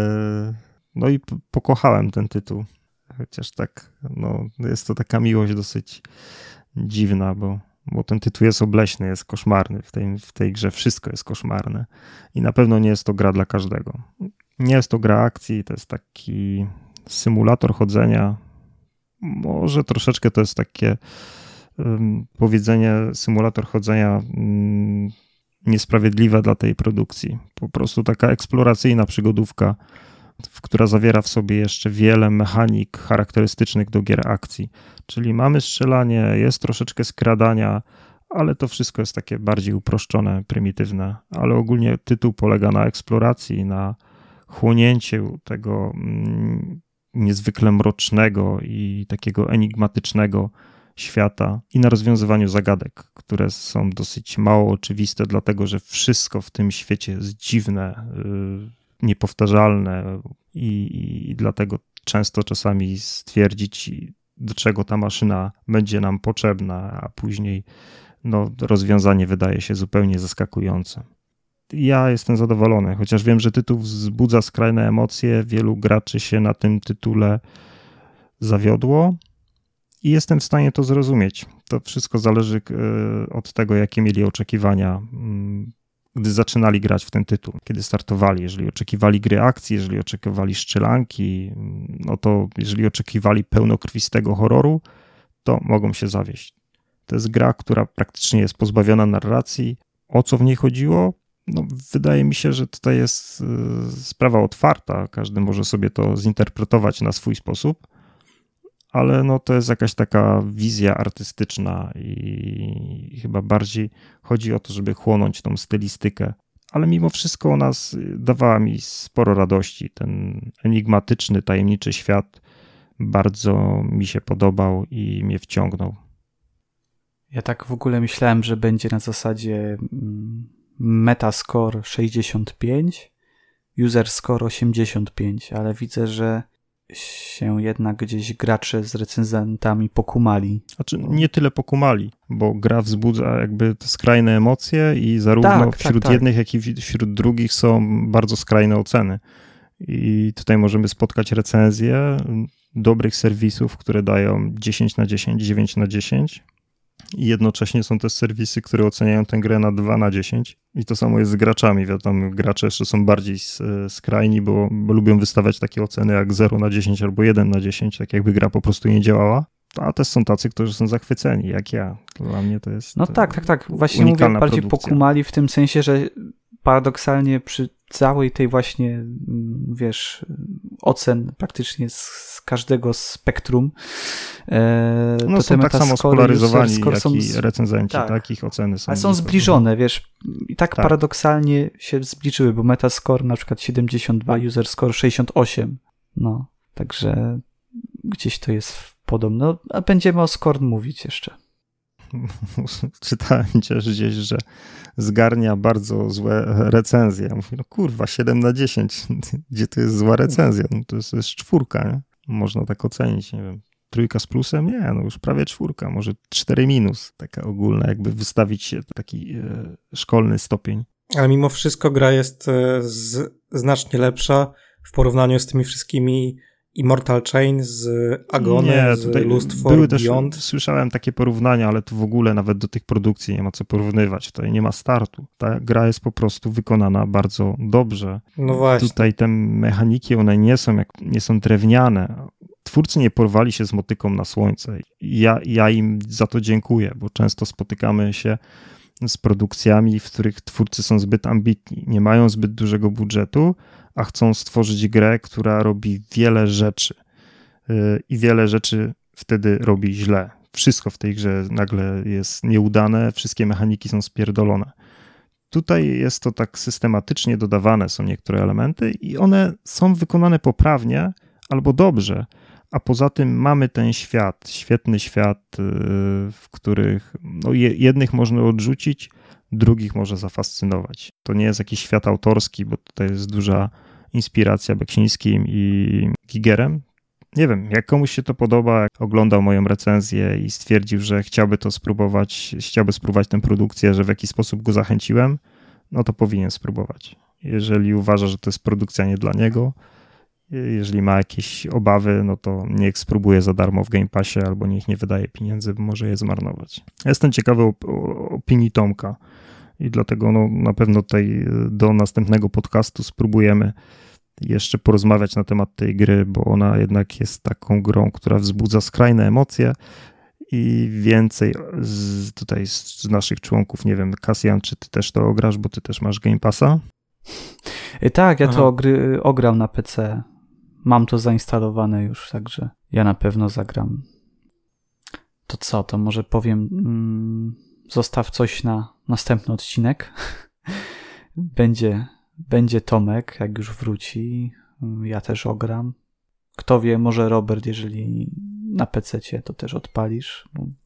No i pokochałem ten tytuł. Chociaż tak, no, jest to taka miłość dosyć dziwna, bo ten tytuł jest obleśny, jest koszmarny. W tej grze wszystko jest koszmarne. I na pewno nie jest to gra dla każdego. Nie jest to gra akcji, to jest taki symulator chodzenia. Może troszeczkę to jest takie powiedzenie symulator chodzenia niesprawiedliwe dla tej produkcji. Po prostu taka eksploracyjna przygodówka, która zawiera w sobie jeszcze wiele mechanik charakterystycznych do gier akcji. Czyli mamy strzelanie, jest troszeczkę skradania, ale to wszystko jest takie bardziej uproszczone, prymitywne. Ale ogólnie tytuł polega na eksploracji, na chłonięciu tego niezwykle mrocznego i takiego enigmatycznego świata i na rozwiązywaniu zagadek, które są dosyć mało oczywiste, dlatego że wszystko w tym świecie jest dziwne, niepowtarzalne i dlatego często czasami stwierdzić, do czego ta maszyna będzie nam potrzebna, a później no, rozwiązanie wydaje się zupełnie zaskakujące. ja jestem zadowolony, chociaż wiem, że tytuł wzbudza skrajne emocje, wielu graczy się na tym tytule zawiodło i jestem w stanie to zrozumieć. To wszystko zależy od tego, jakie mieli oczekiwania, gdy zaczynali grać w ten tytuł, kiedy startowali. Jeżeli oczekiwali gry akcji, jeżeli oczekiwali strzelanki, no to jeżeli oczekiwali pełnokrwistego horroru, to mogą się zawieść. To jest gra, która praktycznie jest pozbawiona narracji. O co w niej chodziło? No, wydaje mi się, że tutaj jest sprawa otwarta. Każdy może sobie to zinterpretować na swój sposób, ale no, to jest jakaś taka wizja artystyczna i chyba bardziej chodzi o to, żeby chłonąć tą stylistykę. Ale mimo wszystko ona dawała mi sporo radości. Ten enigmatyczny, tajemniczy świat bardzo mi się podobał i mnie wciągnął. Ja tak w ogóle myślałem, że będzie na zasadzie Metascore 65, User Score 85, ale widzę, że się jednak gdzieś gracze z recenzentami pokumali. Znaczy nie tyle pokumali, bo gra wzbudza jakby te skrajne emocje i zarówno wśród jednych, jak i wśród drugich są bardzo skrajne oceny. I tutaj możemy spotkać recenzje dobrych serwisów, które dają 10 na 10, 9 na 10. I jednocześnie są też serwisy, które oceniają tę grę na 2 na 10. I to samo jest z graczami. Wiadomo, gracze jeszcze są bardziej skrajni, bo lubią wystawiać takie oceny jak 0 na 10 albo 1 na 10, tak jakby gra po prostu nie działała. A też są tacy, którzy są zachwyceni, jak ja. Dla mnie to jest no tak. Właśnie mówię, bardziej produkcja. Pokumali w tym sensie, że paradoksalnie przy całej tej właśnie, wiesz, ocen praktycznie z każdego spektrum. No to są tak samo spolaryzowani, jak i recenzenci, tak. Ich oceny są. Ale są zbliżone, wiesz, i tak paradoksalnie się zbliżyły, bo Metascore na przykład 72, User Score 68. No, także gdzieś to jest podobno, a będziemy o score mówić jeszcze. Czytałem gdzieś, że zgarnia bardzo złe recenzje. Ja mówię, no kurwa, 7 na 10. Gdzie to jest zła recenzja? No to jest 4, nie? Można tak ocenić, nie wiem. 3 z plusem? Nie, no już prawie 4, może 4 minus. Taka ogólna, jakby wystawić się taki szkolny stopień. Ale mimo wszystko gra jest znacznie lepsza w porównaniu z tymi wszystkimi Immortal Chain, z Agony, z Lust for Beyond. Słyszałem takie porównania, ale to w ogóle nawet do tych produkcji nie ma co porównywać. Tutaj nie ma startu. Ta gra jest po prostu wykonana bardzo dobrze. No właśnie. Tutaj te mechaniki, one nie są drewniane. Twórcy nie porwali się z motyką na słońce. Ja im za to dziękuję, bo często spotykamy się z produkcjami, w których twórcy są zbyt ambitni, nie mają zbyt dużego budżetu, a chcą stworzyć grę, która robi wiele rzeczy i wiele rzeczy wtedy robi źle. Wszystko w tej grze nagle jest nieudane, wszystkie mechaniki są spierdolone. Tutaj jest to tak systematycznie dodawane, są niektóre elementy i one są wykonane poprawnie albo dobrze, a poza tym mamy ten świat, świetny świat, w których jednych można odrzucić, drugich może zafascynować. To nie jest jakiś świat autorski, bo tutaj jest duża inspiracja Beksińskim i Gigerem. Nie wiem, jak komuś się to podoba, jak oglądał moją recenzję i stwierdził, że chciałby spróbować tę produkcję, że w jakiś sposób go zachęciłem, no to powinien spróbować. Jeżeli uważa, że to jest produkcja nie dla niego, jeżeli ma jakieś obawy, no to niech spróbuje za darmo w Game Passie albo niech nie wydaje pieniędzy, bo może je zmarnować. Jestem ciekawy opinii Tomka i dlatego na pewno tutaj do następnego podcastu spróbujemy jeszcze porozmawiać na temat tej gry, bo ona jednak jest taką grą, która wzbudza skrajne emocje i więcej tutaj z naszych członków, nie wiem, Kasjan, czy ty też to ograsz, bo ty też masz Game Passa? Tak, ja to ogram na PC. Mam to zainstalowane już, także ja na pewno zagram. To co, to może powiem, zostaw coś na następny odcinek. Będzie Tomek, jak już wróci. Ja też ogram. Kto wie, może Robert, jeżeli na PC-cie, to też odpalisz.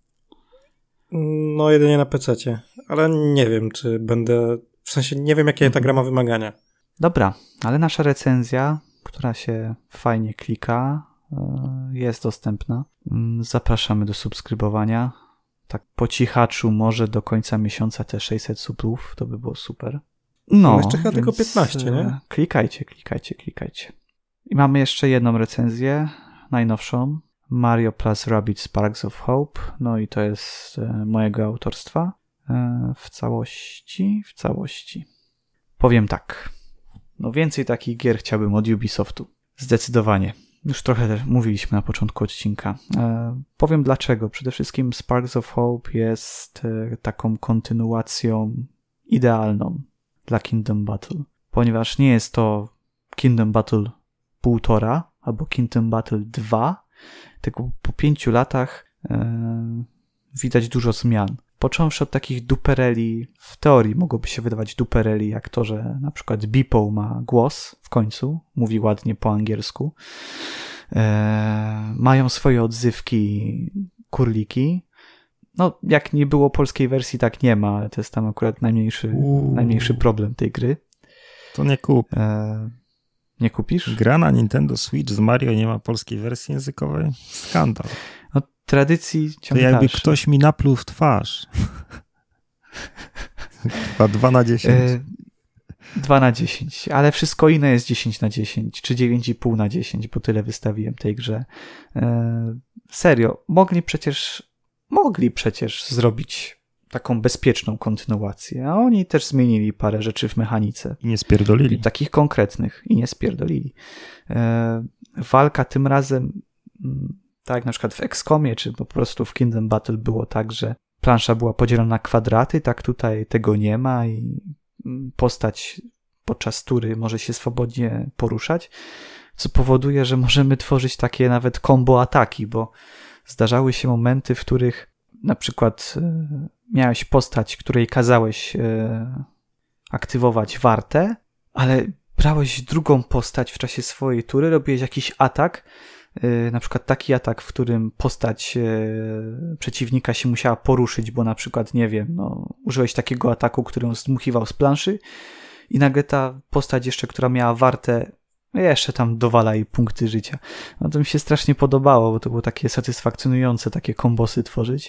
No, jedynie na PC-cie, ale nie wiem, czy będę... W sensie nie wiem, jakie ta gra ma wymagania. Dobra, ale nasza recenzja, która się fajnie klika, jest dostępna. Zapraszamy do subskrybowania. Tak po cichaczu może do końca miesiąca te 600 subów, to by było super. No, jeszcze chyba tylko 15, nie? Klikajcie. I mamy jeszcze jedną recenzję, najnowszą. Mario plus Rabbids Sparks of Hope. No i to jest mojego autorstwa. W całości. Powiem tak. No więcej takich gier chciałbym od Ubisoftu. Zdecydowanie. Już trochę mówiliśmy na początku odcinka. Powiem dlaczego. Przede wszystkim Sparks of Hope jest taką kontynuacją idealną dla Kingdom Battle. Ponieważ nie jest to Kingdom Battle 1,5 albo Kingdom Battle 2, tylko po 5 latach widać dużo zmian. Począwszy od takich dupereli, w teorii mogłoby się wydawać dupereli, jak to, że na przykład Beeple ma głos w końcu, mówi ładnie po angielsku. Mają swoje odzywki kurliki. No, jak nie było polskiej wersji, tak nie ma, ale to jest tam akurat najmniejszy problem tej gry. To nie kup. Nie kupisz? Gra na Nintendo Switch z Mario nie ma polskiej wersji językowej? Skandal. No, tradycji ciąg to jakby dalszy. ktoś mi napluł w twarz. 2/10. 2/10, ale wszystko inne jest 10/10, czy 9,5/10, bo tyle wystawiłem tej grze. Serio, mogli przecież zrobić taką bezpieczną kontynuację, a oni też zmienili parę rzeczy w mechanice. I nie spierdolili. I takich konkretnych. I nie spierdolili. Walka tym razem, tak jak na przykład w XCOMie, czy po prostu w Kingdom Battle było tak, że plansza była podzielona na kwadraty, tak tutaj tego nie ma i postać podczas tury może się swobodnie poruszać, co powoduje, że możemy tworzyć takie nawet combo ataki, bo zdarzały się momenty, w których na przykład miałeś postać, której kazałeś aktywować wartę, ale brałeś drugą postać w czasie swojej tury, robiłeś jakiś atak, na przykład taki atak, w którym postać przeciwnika się musiała poruszyć, bo na przykład, nie wiem, użyłeś takiego ataku, który ją zdmuchiwał z planszy i nagle ta postać jeszcze, która miała wartę, jeszcze tam dowala jej punkty życia. No to mi się strasznie podobało, bo to było takie satysfakcjonujące, takie kombosy tworzyć.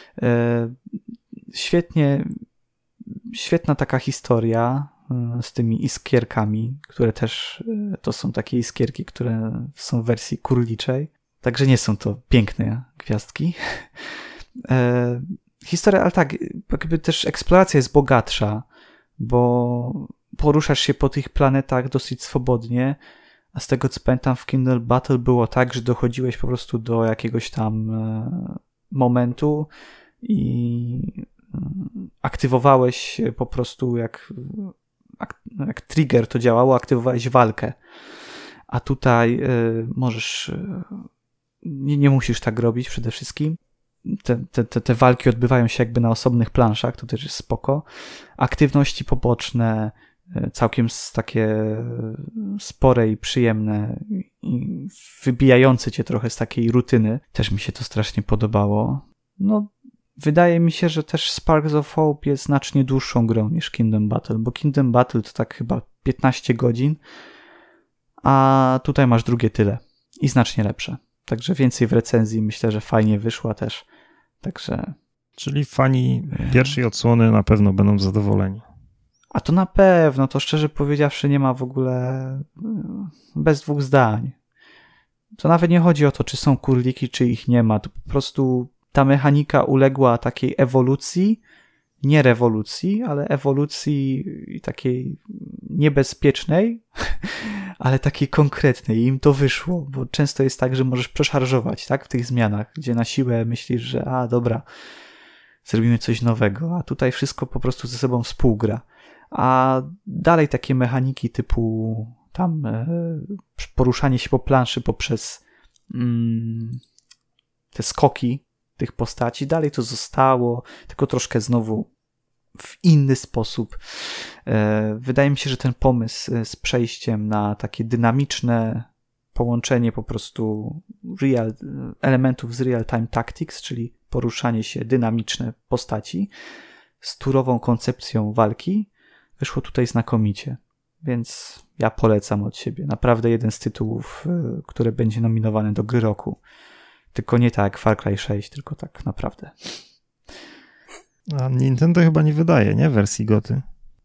Świetna taka historia z tymi iskierkami, które też to są takie iskierki, które są w wersji kurliczej. Także nie są to piękne gwiazdki. Historia, ale tak, jakby też eksploracja jest bogatsza, bo poruszasz się po tych planetach dosyć swobodnie, a z tego co pamiętam w Kingdom Battle było tak, że dochodziłeś po prostu do jakiegoś tam momentu i aktywowałeś po prostu jak trigger to działało, aktywowałeś walkę. A tutaj możesz nie musisz tak robić przede wszystkim. Te walki odbywają się jakby na osobnych planszach, to też jest spoko. Aktywności poboczne, całkiem takie spore i przyjemne i wybijające cię trochę z takiej rutyny. Też mi się to strasznie podobało. No, wydaje mi się, że też Sparks of Hope jest znacznie dłuższą grą niż Kingdom Battle, bo Kingdom Battle to tak chyba 15 godzin, a tutaj masz drugie tyle i znacznie lepsze. Także więcej w recenzji, myślę, że fajnie wyszła też. Także... Czyli fani pierwszej odsłony na pewno będą zadowoleni. A to na pewno, to szczerze powiedziawszy nie ma w ogóle bez dwóch zdań. To nawet nie chodzi o to, czy są kurliki, czy ich nie ma. To po prostu ta mechanika uległa takiej ewolucji, nie rewolucji, ale ewolucji takiej niebezpiecznej, ale takiej konkretnej. I im to wyszło, bo często jest tak, że możesz przeszarżować, tak, w tych zmianach, gdzie na siłę myślisz, że dobra, zrobimy coś nowego, a tutaj wszystko po prostu ze sobą współgra. A dalej takie mechaniki typu tam poruszanie się po planszy poprzez te skoki tych postaci, dalej to zostało, tylko troszkę znowu w inny sposób. Wydaje mi się, że ten pomysł z przejściem na takie dynamiczne połączenie po prostu elementów z real-time tactics, czyli poruszanie się dynamiczne postaci z turową koncepcją walki, wyszło tutaj znakomicie. Więc ja polecam od siebie. Naprawdę jeden z tytułów, które będzie nominowane do gry roku. Tylko nie tak jak Far Cry 6, tylko tak naprawdę. A Nintendo chyba nie wydaje, nie? Wersji GOTY.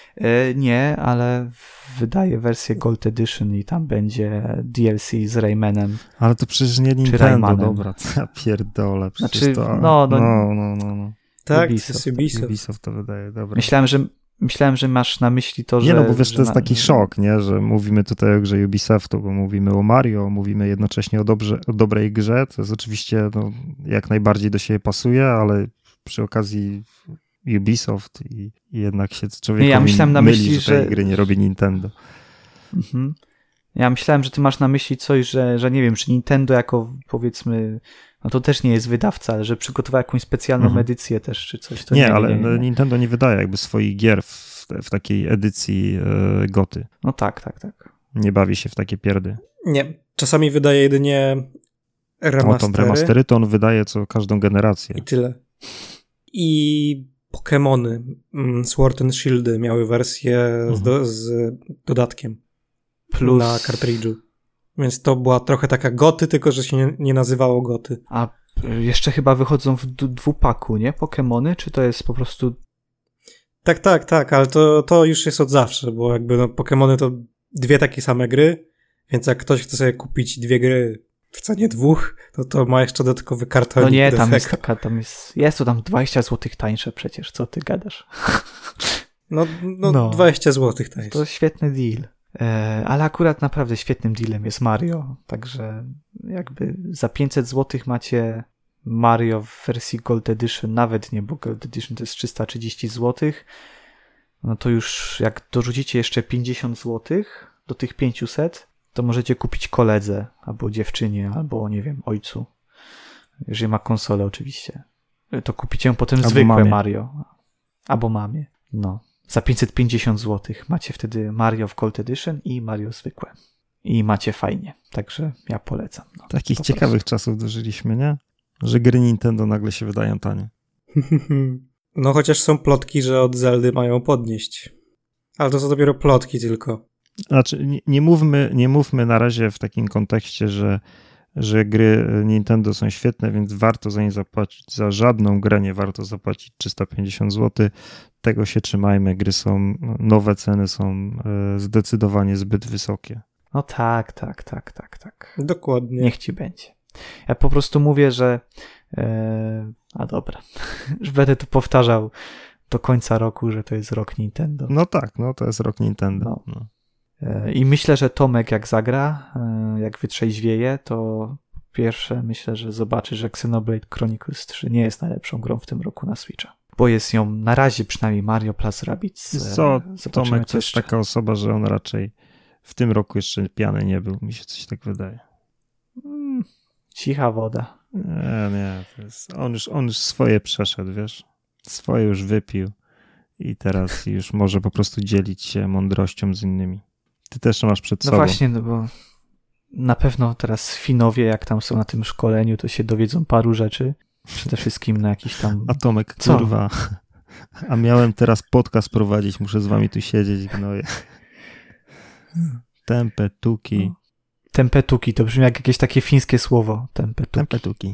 Nie, ale wydaje wersję Gold Edition i tam będzie DLC z Raymanem. Ale to przecież nie Nintendo, dobra, ja pierdolę. Znaczy, to... No. Tak, Ubisoft. to jest Ubisoft to wydaje, dobra. Myślałem, że masz na myśli to, że... Nie, no bo wiesz, to jest taki szok, nie, że mówimy tutaj o grze Ubisoftu, bo mówimy o Mario, mówimy jednocześnie o dobrej grze, to jest oczywiście jak najbardziej do siebie pasuje, ale przy okazji Ubisoft i jednak się człowiek myli, że tej gry nie robi Nintendo. Mhm. Ja myślałem, że ty masz na myśli coś, że nie wiem, czy Nintendo jako powiedzmy, no to też nie jest wydawca, ale że przygotował jakąś specjalną edycję też, czy coś. To nie. Nintendo nie wydaje jakby swoich gier w takiej edycji goty. No tak. Nie bawi się w takie pierdy. Nie, czasami wydaje jedynie remastery to on wydaje co każdą generację. I tyle. I Pokemony Sword and Shield miały wersję z dodatkiem. Plus na kartridżu. Więc to była trochę taka goty, tylko że się nie nazywało goty. A jeszcze chyba wychodzą w dwupaku, nie? Pokemony? Czy to jest po prostu... Tak, ale to już jest od zawsze, bo jakby Pokemony to dwie takie same gry, więc jak ktoś chce sobie kupić dwie gry w cenie dwóch, to ma jeszcze dodatkowy kartonik. No nie, jest to tam 20 zł tańsze przecież, co ty gadasz? No 20 zł tańsze. To świetny deal. Ale akurat naprawdę świetnym dealem jest Mario, także jakby za 500 zł macie Mario w wersji Gold Edition, nawet nie, bo Gold Edition to jest 330 zł, no to już jak dorzucicie jeszcze 50 zł do tych 500, to możecie kupić koledze, albo dziewczynie, albo nie wiem, ojcu, jeżeli ma konsolę oczywiście, to kupicie potem albo zwykłe mamie. Mario, albo mamie, no. Za 550 zł macie wtedy Mario w Gold Edition i Mario zwykłe. I macie fajnie. Także ja polecam. No, takich ciekawych czasów dożyliśmy, nie? Że gry Nintendo nagle się wydają tanie. No chociaż są plotki, że od Zeldy mają podnieść. Ale to są dopiero plotki tylko. Znaczy nie mówmy na razie w takim kontekście, że gry Nintendo są świetne, więc warto za nie zapłacić. Za żadną grę nie warto zapłacić 350 zł. Tego się trzymajmy. Gry są, nowe ceny są zdecydowanie zbyt wysokie. No tak. Dokładnie. Niech ci będzie. Ja po prostu mówię, że a dobra, już będę tu powtarzał do końca roku, że to jest rok Nintendo. No tak, to jest rok Nintendo. No. I myślę, że Tomek jak zagra, jak wytrzeźwieje, to po pierwsze myślę, że zobaczy, że Xenoblade Chronicles 3 nie jest najlepszą grą w tym roku na Switcha. Bo jest ją na razie przynajmniej Mario plus Rabbids. Tomek to jest taka osoba, że on raczej w tym roku jeszcze pijany nie był. Mi się coś tak wydaje. Cicha woda. Nie. On już swoje przeszedł, wiesz. Swoje już wypił i teraz już może po prostu dzielić się mądrością z innymi. Ty też masz przed sobą. No właśnie, bo na pewno teraz Finowie, jak tam są na tym szkoleniu, to się dowiedzą paru rzeczy. Przede wszystkim na jakiś tam... A Tomek, kurwa, a miałem teraz podcast prowadzić, muszę z wami tu siedzieć, gnoje. Tempetuki. Tempetuki, to brzmi jak jakieś takie fińskie słowo. Tempetuki.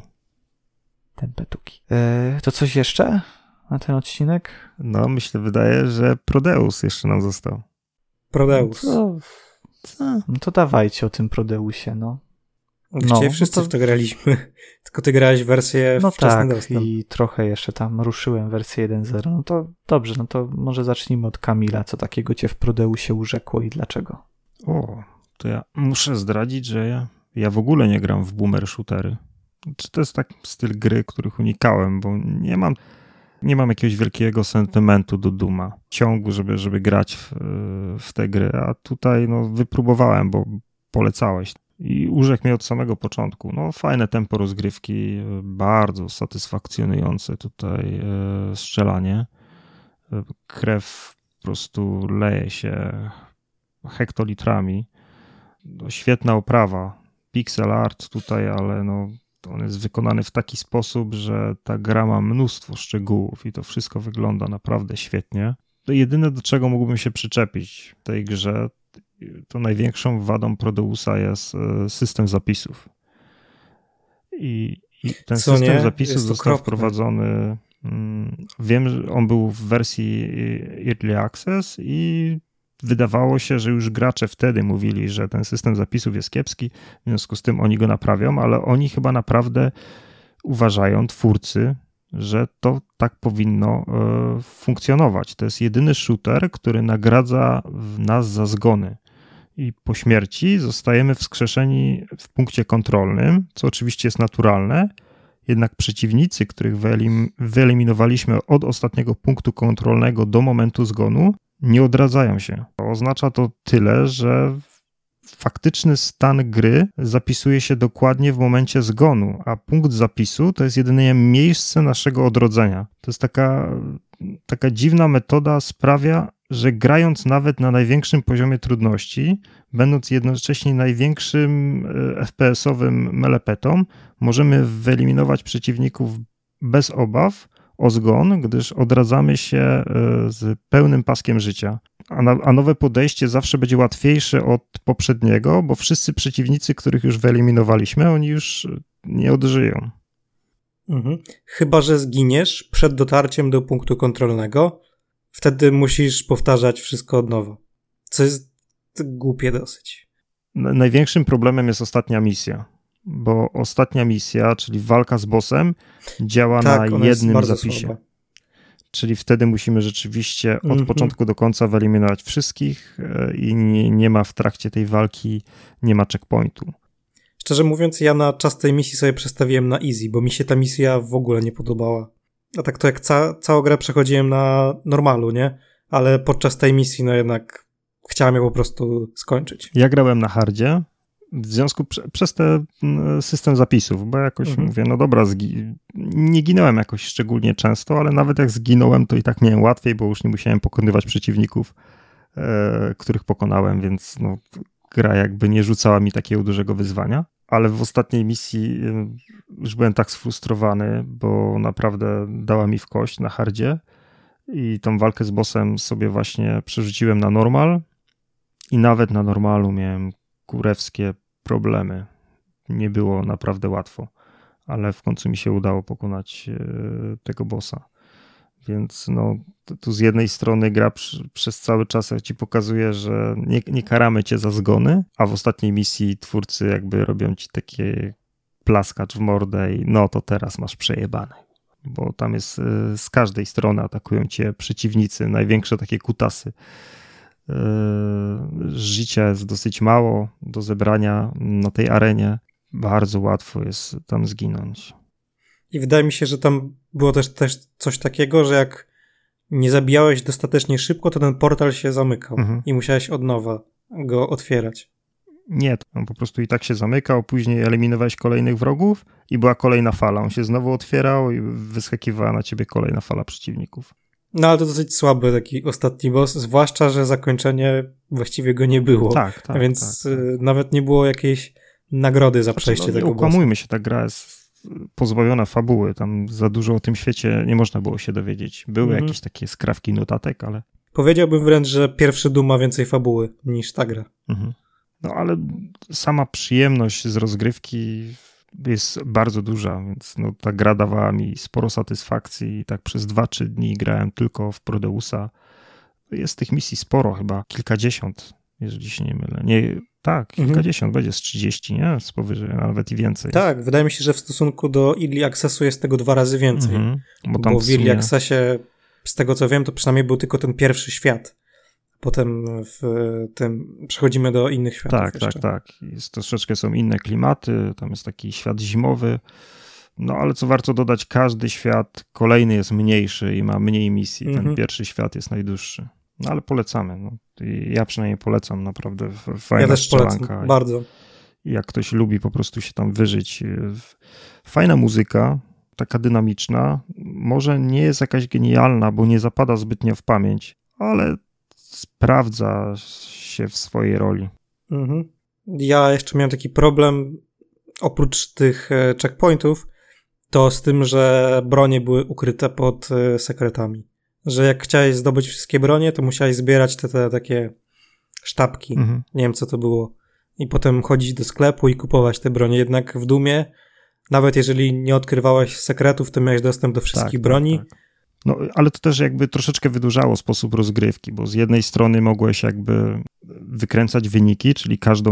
To coś jeszcze na ten odcinek? No, wydaje, że Prodeus jeszcze nam został. Prodeus. No to dawajcie o tym Prodeusie, no. Dzisiaj wszyscy w to graliśmy, tylko ty grałeś wersję wczesny dostęp. I trochę jeszcze tam ruszyłem wersję 1.0. No to dobrze, no to może zacznijmy od Kamila. Co takiego cię w Prodeusie urzekło i dlaczego? To ja muszę zdradzić, że ja w ogóle nie gram w boomer shootery. Czy to jest taki styl gry, których unikałem, bo nie mam jakiegoś wielkiego sentymentu do Dooma. Ciągu, żeby grać w te gry, a tutaj wypróbowałem, bo polecałeś. I urzekł mnie od samego początku. Fajne tempo rozgrywki, bardzo satysfakcjonujące tutaj strzelanie. Krew po prostu leje się hektolitrami. Świetna oprawa. Pixel art tutaj, ale on jest wykonany w taki sposób, że ta gra ma mnóstwo szczegółów i to wszystko wygląda naprawdę świetnie. To jedyne, do czego mógłbym się przyczepić w tej grze, to największą wadą Prodeusa jest system zapisów. I ten system zapisów został wprowadzony Wiem, że on był w wersji Early Access i wydawało się, że już gracze wtedy mówili, że ten system zapisów jest kiepski, w związku z tym oni go naprawią, ale oni chyba naprawdę uważają, twórcy, że to tak powinno funkcjonować. To jest jedyny shooter, który nagradza nas za zgony. I po śmierci zostajemy wskrzeszeni w punkcie kontrolnym, co oczywiście jest naturalne, jednak przeciwnicy, których wyeliminowaliśmy od ostatniego punktu kontrolnego do momentu zgonu, nie odradzają się. Oznacza to tyle, że faktyczny stan gry zapisuje się dokładnie w momencie zgonu, a punkt zapisu to jest jedynie miejsce naszego odrodzenia. To jest taka dziwna metoda, sprawia, że grając nawet na największym poziomie trudności, będąc jednocześnie największym FPS-owym melepetą, możemy wyeliminować przeciwników bez obaw o zgon, gdyż odradzamy się z pełnym paskiem życia. A nowe podejście zawsze będzie łatwiejsze od poprzedniego, bo wszyscy przeciwnicy, których już wyeliminowaliśmy, oni już nie odżyją. Chyba że zginiesz przed dotarciem do punktu kontrolnego, wtedy musisz powtarzać wszystko od nowa. Co jest głupie dosyć. Największym problemem jest ostatnia misja, bo ostatnia misja, czyli walka z bossem, działa na jednym zapisie. Słaba. Czyli wtedy musimy rzeczywiście od początku do końca wyeliminować wszystkich i nie ma w trakcie tej walki, nie ma checkpointu. Szczerze mówiąc, ja na czas tej misji sobie przestawiłem na easy, bo mi się ta misja w ogóle nie podobała. A tak to jak całą grę przechodziłem na normalu, nie? Ale podczas tej misji no jednak chciałem ją po prostu skończyć. Ja grałem na hardzie, w związku przez ten system zapisów, bo jakoś mówię, no dobra, nie ginąłem jakoś szczególnie często, ale nawet jak zginąłem, to i tak miałem łatwiej, bo już nie musiałem pokonywać przeciwników, których pokonałem, więc no, gra jakby nie rzucała mi takiego dużego wyzwania. Ale w ostatniej misji już byłem tak sfrustrowany, bo naprawdę dała mi w kość na hardzie i tą walkę z bossem sobie właśnie przerzuciłem na normal i nawet na normalu miałem kurewskie problemy. Nie było naprawdę łatwo, ale w końcu mi się udało pokonać tego bossa. Więc no, tu z jednej strony gra przez cały czas ci pokazuje, że nie karamy cię za zgony, a w ostatniej misji twórcy jakby robią ci takie plaskacz w mordę i no to teraz masz przejebane. Bo tam jest z każdej strony atakują cię przeciwnicy, największe takie kutasy. Życia jest dosyć mało do zebrania na tej arenie. Bardzo łatwo jest tam zginąć. I wydaje mi się, że tam było też coś takiego, że jak nie zabijałeś dostatecznie szybko, to ten portal się zamykał i musiałeś od nowa go otwierać. Nie, on po prostu i tak się zamykał, później eliminowałeś kolejnych wrogów i była kolejna fala. On się znowu otwierał i wyskakiwała na ciebie kolejna fala przeciwników. No ale to dosyć słaby taki ostatni boss, zwłaszcza, że zakończenie właściwie go nie było. Tak. Więc nawet nie było jakiejś nagrody za przejście tego bossa. Ukłamujmy się, ta gra jest pozbawiona fabuły. Tam za dużo o tym świecie nie można było się dowiedzieć. Były jakieś takie skrawki notatek, ale... Powiedziałbym wręcz, że pierwszy Doom ma więcej fabuły niż ta gra. No ale sama przyjemność z rozgrywki jest bardzo duża, więc no, ta gra dawała mi sporo satysfakcji i tak przez 2-3 dni grałem tylko w Prodeusa. Jest tych misji sporo, chyba kilkadziesiąt, jeżeli się nie mylę. Tak, kilkadziesiąt, będzie z 30, nie? Z powyżej, nawet i więcej. Tak, wydaje mi się, że w stosunku do Early Accessu jest tego 2 razy więcej. Bo w Early Accessie, z tego co wiem, to przynajmniej był tylko ten pierwszy świat. Potem w tym przechodzimy do innych światów. Tak. Troszeczkę są inne klimaty, tam jest taki świat zimowy. No ale co warto dodać, każdy świat kolejny jest mniejszy i ma mniej misji. Ten pierwszy świat jest najdłuższy. No ale polecamy. No. Ja przynajmniej polecam, naprawdę fajna strzelanka. Ja też polecam, bardzo. Jak ktoś lubi po prostu się tam wyżyć. Fajna muzyka, taka dynamiczna. Może nie jest jakaś genialna, bo nie zapada zbytnio w pamięć, ale sprawdza się w swojej roli. Ja jeszcze miałem taki problem, oprócz tych checkpointów, to z tym, że bronie były ukryte pod sekretami. Że jak chciałeś zdobyć wszystkie bronie, to musiałeś zbierać te takie sztabki. Nie wiem, co to było. I potem chodzić do sklepu i kupować te bronie. Jednak w Doomie nawet jeżeli nie odkrywałeś sekretów, to miałeś dostęp do wszystkich broni. Tak. No, ale to też jakby troszeczkę wydłużało sposób rozgrywki, bo z jednej strony mogłeś jakby wykręcać wyniki, czyli każdą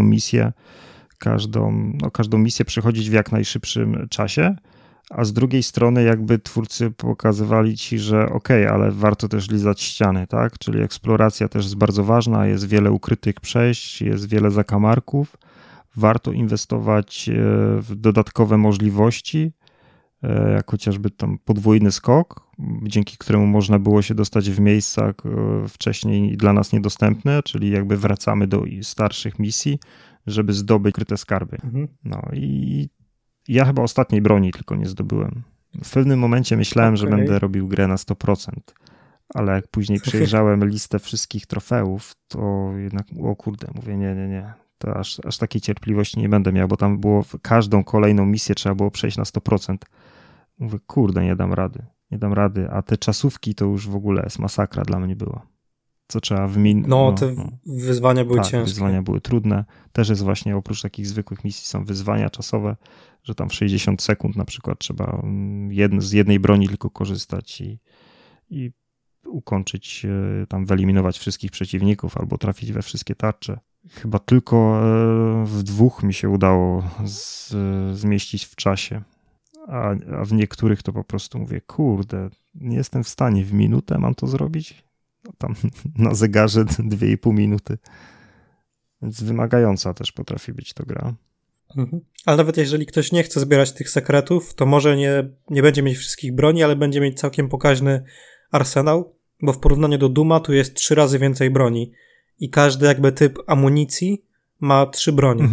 misję przechodzić w jak najszybszym czasie, a z drugiej strony jakby twórcy pokazywali ci, że ale warto też lizać ściany, tak? Czyli eksploracja też jest bardzo ważna, jest wiele ukrytych przejść, jest wiele zakamarków, warto inwestować w dodatkowe możliwości, jak chociażby tam podwójny skok, dzięki któremu można było się dostać w miejsca wcześniej dla nas niedostępne, czyli jakby wracamy do starszych misji, żeby zdobyć ukryte skarby. No i ja chyba ostatniej broni tylko nie zdobyłem. W pewnym momencie myślałem, że będę robił grę na 100%, ale jak później przejrzałem listę wszystkich trofeów, to jednak, mówię, nie, to aż takiej cierpliwości nie będę miał, bo tam było każdą kolejną misję trzeba było przejść na 100%. Mówię, nie dam rady, a te czasówki to już w ogóle jest masakra dla mnie była. Co trzeba wyzwania były ciężkie. Wyzwania były trudne. Też jest właśnie, oprócz takich zwykłych misji są wyzwania czasowe, że tam w 60 sekund na przykład trzeba z jednej broni tylko korzystać i ukończyć, tam wyeliminować wszystkich przeciwników albo trafić we wszystkie tarcze. Chyba tylko w 2 mi się udało zmieścić w czasie, a w niektórych to po prostu mówię, nie jestem w stanie, w minutę mam to zrobić? Tam na zegarze 2,5 minuty. Więc wymagająca też potrafi być to gra. Ale nawet jeżeli ktoś nie chce zbierać tych sekretów, to może nie będzie mieć wszystkich broni, ale będzie mieć całkiem pokaźny arsenał, bo w porównaniu do Dooma tu jest 3 razy więcej broni i każdy jakby typ amunicji ma 3 broni.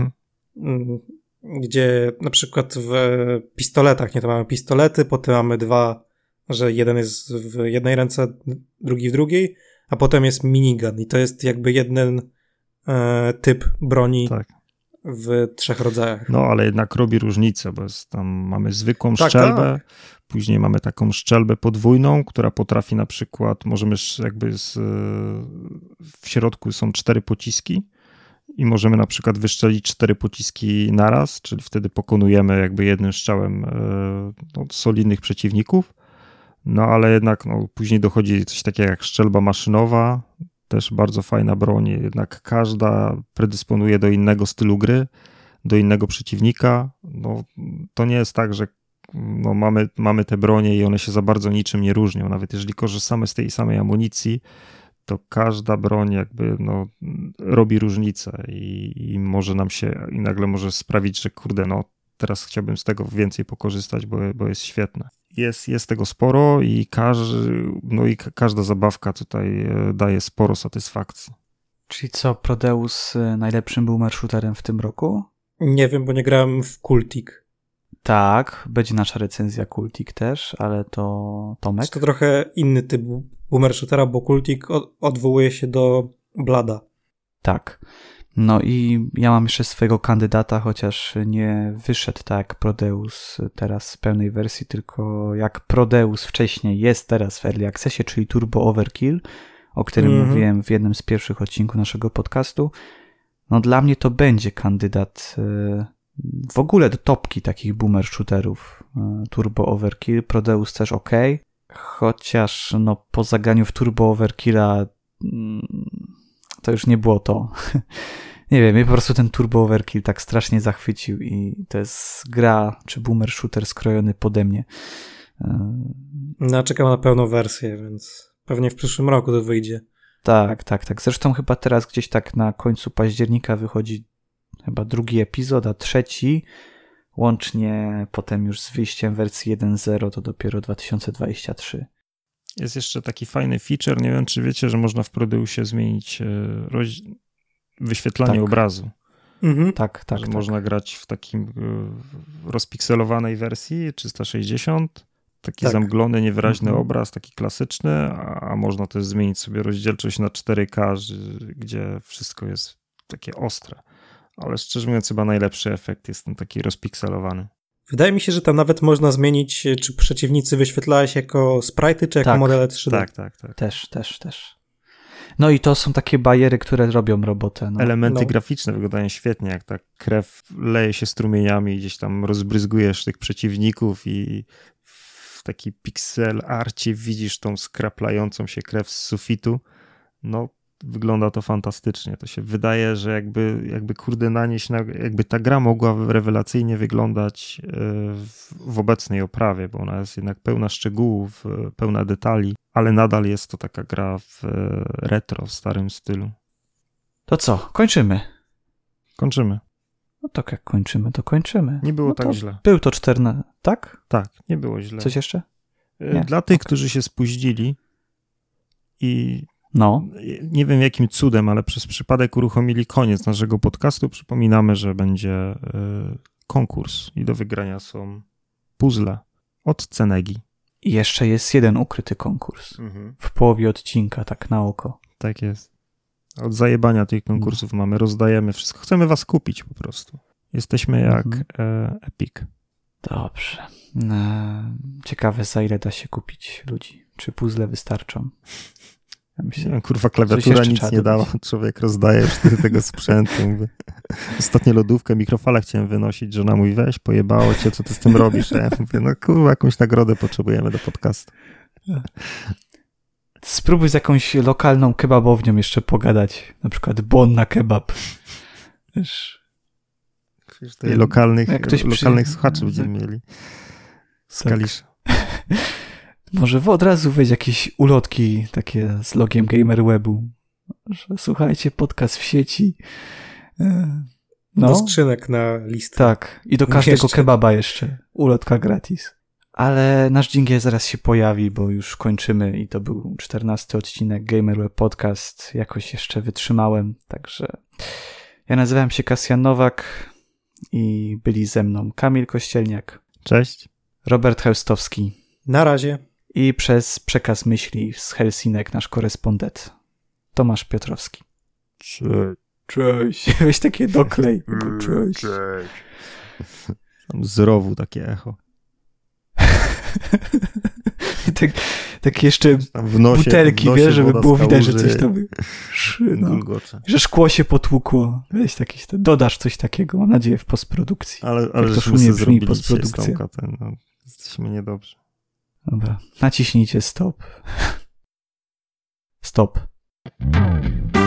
Gdzie na przykład w pistoletach, to mamy pistolety, potem mamy 2, że jeden jest w jednej ręce, drugi w drugiej, a potem jest minigun i to jest jakby jeden typ broni w 3 rodzajach. No, ale jednak robi różnicę, bo tam mamy zwykłą szczelbę, później mamy taką szczelbę podwójną, która potrafi na przykład, możemy jakby w środku są 4 pociski i możemy na przykład wyszczelić 4 pociski naraz, czyli wtedy pokonujemy jakby jednym strzałem solidnych przeciwników. No ale jednak później dochodzi coś takiego jak strzelba maszynowa, też bardzo fajna broń, jednak każda predysponuje do innego stylu gry, do innego przeciwnika. No, to nie jest tak, że mamy te bronie i one się za bardzo niczym nie różnią. Nawet jeżeli korzystamy z tej samej amunicji, to każda broń jakby robi różnicę i może nam się, i nagle może sprawić, że teraz chciałbym z tego więcej pokorzystać, bo jest świetne. Jest tego sporo i każda zabawka tutaj daje sporo satysfakcji. Czyli co, Prodeus najlepszym boomer shooterem w tym roku? Nie wiem, bo nie grałem w Cultic. Tak, będzie nasza recenzja Cultic też, ale to Tomek. To trochę inny typ boomer shootera, bo Cultic odwołuje się do Blada. Tak. No i ja mam jeszcze swojego kandydata, chociaż nie wyszedł tak jak Prodeus teraz w pełnej wersji, tylko jak Prodeus wcześniej jest teraz w Early Accessie, czyli Turbo Overkill, o którym mówiłem w jednym z pierwszych odcinków naszego podcastu. No dla mnie to będzie kandydat w ogóle do topki takich boomer shooterów. Turbo Overkill, Prodeus też chociaż po zagraniu w Turbo Overkilla to już nie było to. Nie wiem, mnie po prostu ten Turbo Overkill tak strasznie zachwycił i to jest gra czy boomer shooter skrojony pode mnie. No, czekam na pełną wersję, więc pewnie w przyszłym roku to wyjdzie. Tak. Zresztą chyba teraz gdzieś tak na końcu października wychodzi chyba 2. epizod, a 3. łącznie potem już z wyjściem wersji 1.0 to dopiero 2023. Jest jeszcze taki fajny feature, nie wiem czy wiecie, że można w Prodeusie zmienić wyświetlanie obrazu. Tak. Można grać w takim rozpikselowanej wersji 360, taki zamglony, niewyraźny obraz, taki klasyczny, a można też zmienić sobie rozdzielczość na 4K, gdzie wszystko jest takie ostre. Ale szczerze mówiąc chyba najlepszy efekt jest ten taki rozpikselowany. Wydaje mi się, że tam nawet można zmienić, czy przeciwnicy wyświetlali się jako sprite'y, czy jako modele 3D. Tak. Też. No i to są takie bariery, które robią robotę. No. Elementy graficzne wyglądają świetnie, jak ta krew leje się strumieniami, gdzieś tam rozbryzgujesz tych przeciwników i w taki pixel arcie widzisz tą skraplającą się krew z sufitu. No, wygląda to fantastycznie. To się wydaje, że jakby kurde nanieść, jakby ta gra mogła rewelacyjnie wyglądać w obecnej oprawie, bo ona jest jednak pełna szczegółów, pełna detali, ale nadal jest to taka gra w retro, w starym stylu. To co? Kończymy. Kończymy. No to jak kończymy, to kończymy. Nie było no tak źle. Był to 14, tak? Tak, nie było źle. Coś jeszcze? Nie. Dla tych, którzy się spóźnili i no. Nie wiem jakim cudem, ale przez przypadek uruchomili koniec naszego podcastu, przypominamy, że będzie konkurs i do wygrania są puzzle od Cenegi. I jeszcze jest jeden ukryty konkurs. W połowie odcinka, tak na oko. Tak jest. Od zajebania tych konkursów mamy, rozdajemy wszystko. Chcemy was kupić po prostu. Jesteśmy jak Epic. Dobrze. Ciekawe, za ile da się kupić ludzi. Czy puzzle wystarczą? Ja myślę, kurwa, klawiatura nic nie dała. Człowiek rozdaje tego sprzętu. Ostatnio lodówkę, mikrofala chciałem wynosić. Żona mówi, weź, pojebało cię, co ty z tym robisz? Ja mówię, no kurwa, jakąś nagrodę potrzebujemy do podcastu. Spróbuj z jakąś lokalną kebabownią jeszcze pogadać. Na przykład Bon na kebab. Wiesz, tutaj lokalnych słuchaczy będziemy mieli. Z Kalisza. Może od razu weź jakieś ulotki takie z logiem GamerWebu. Słuchajcie, podcast w sieci. No. Do skrzynek na listę. Tak. I do każdego kebaba jeszcze. Ulotka gratis. Ale nasz dżingiel zaraz się pojawi, bo już kończymy i to był 14 odcinek GamerWeb Podcast. Jakoś jeszcze wytrzymałem, także ja nazywałem się Kasjan Nowak i byli ze mną Kamil Kościelniak. Cześć. Robert Chełstowski. Na razie. I przez przekaz myśli z Helsinek nasz korespondent Tomasz Piotrowski. Cześć. Weź takie doklej. Cześć. Tam z rowu takie echo. Tak jeszcze w nosie, butelki, wiesz, żeby było widać, że coś tam że szkło się potłukło. Weź dodasz coś takiego, mam nadzieję, w postprodukcji. Ale to szumnie brzmi postprodukcja. No, jesteśmy niedobrzy. Dobra, naciśnijcie stop. Stop.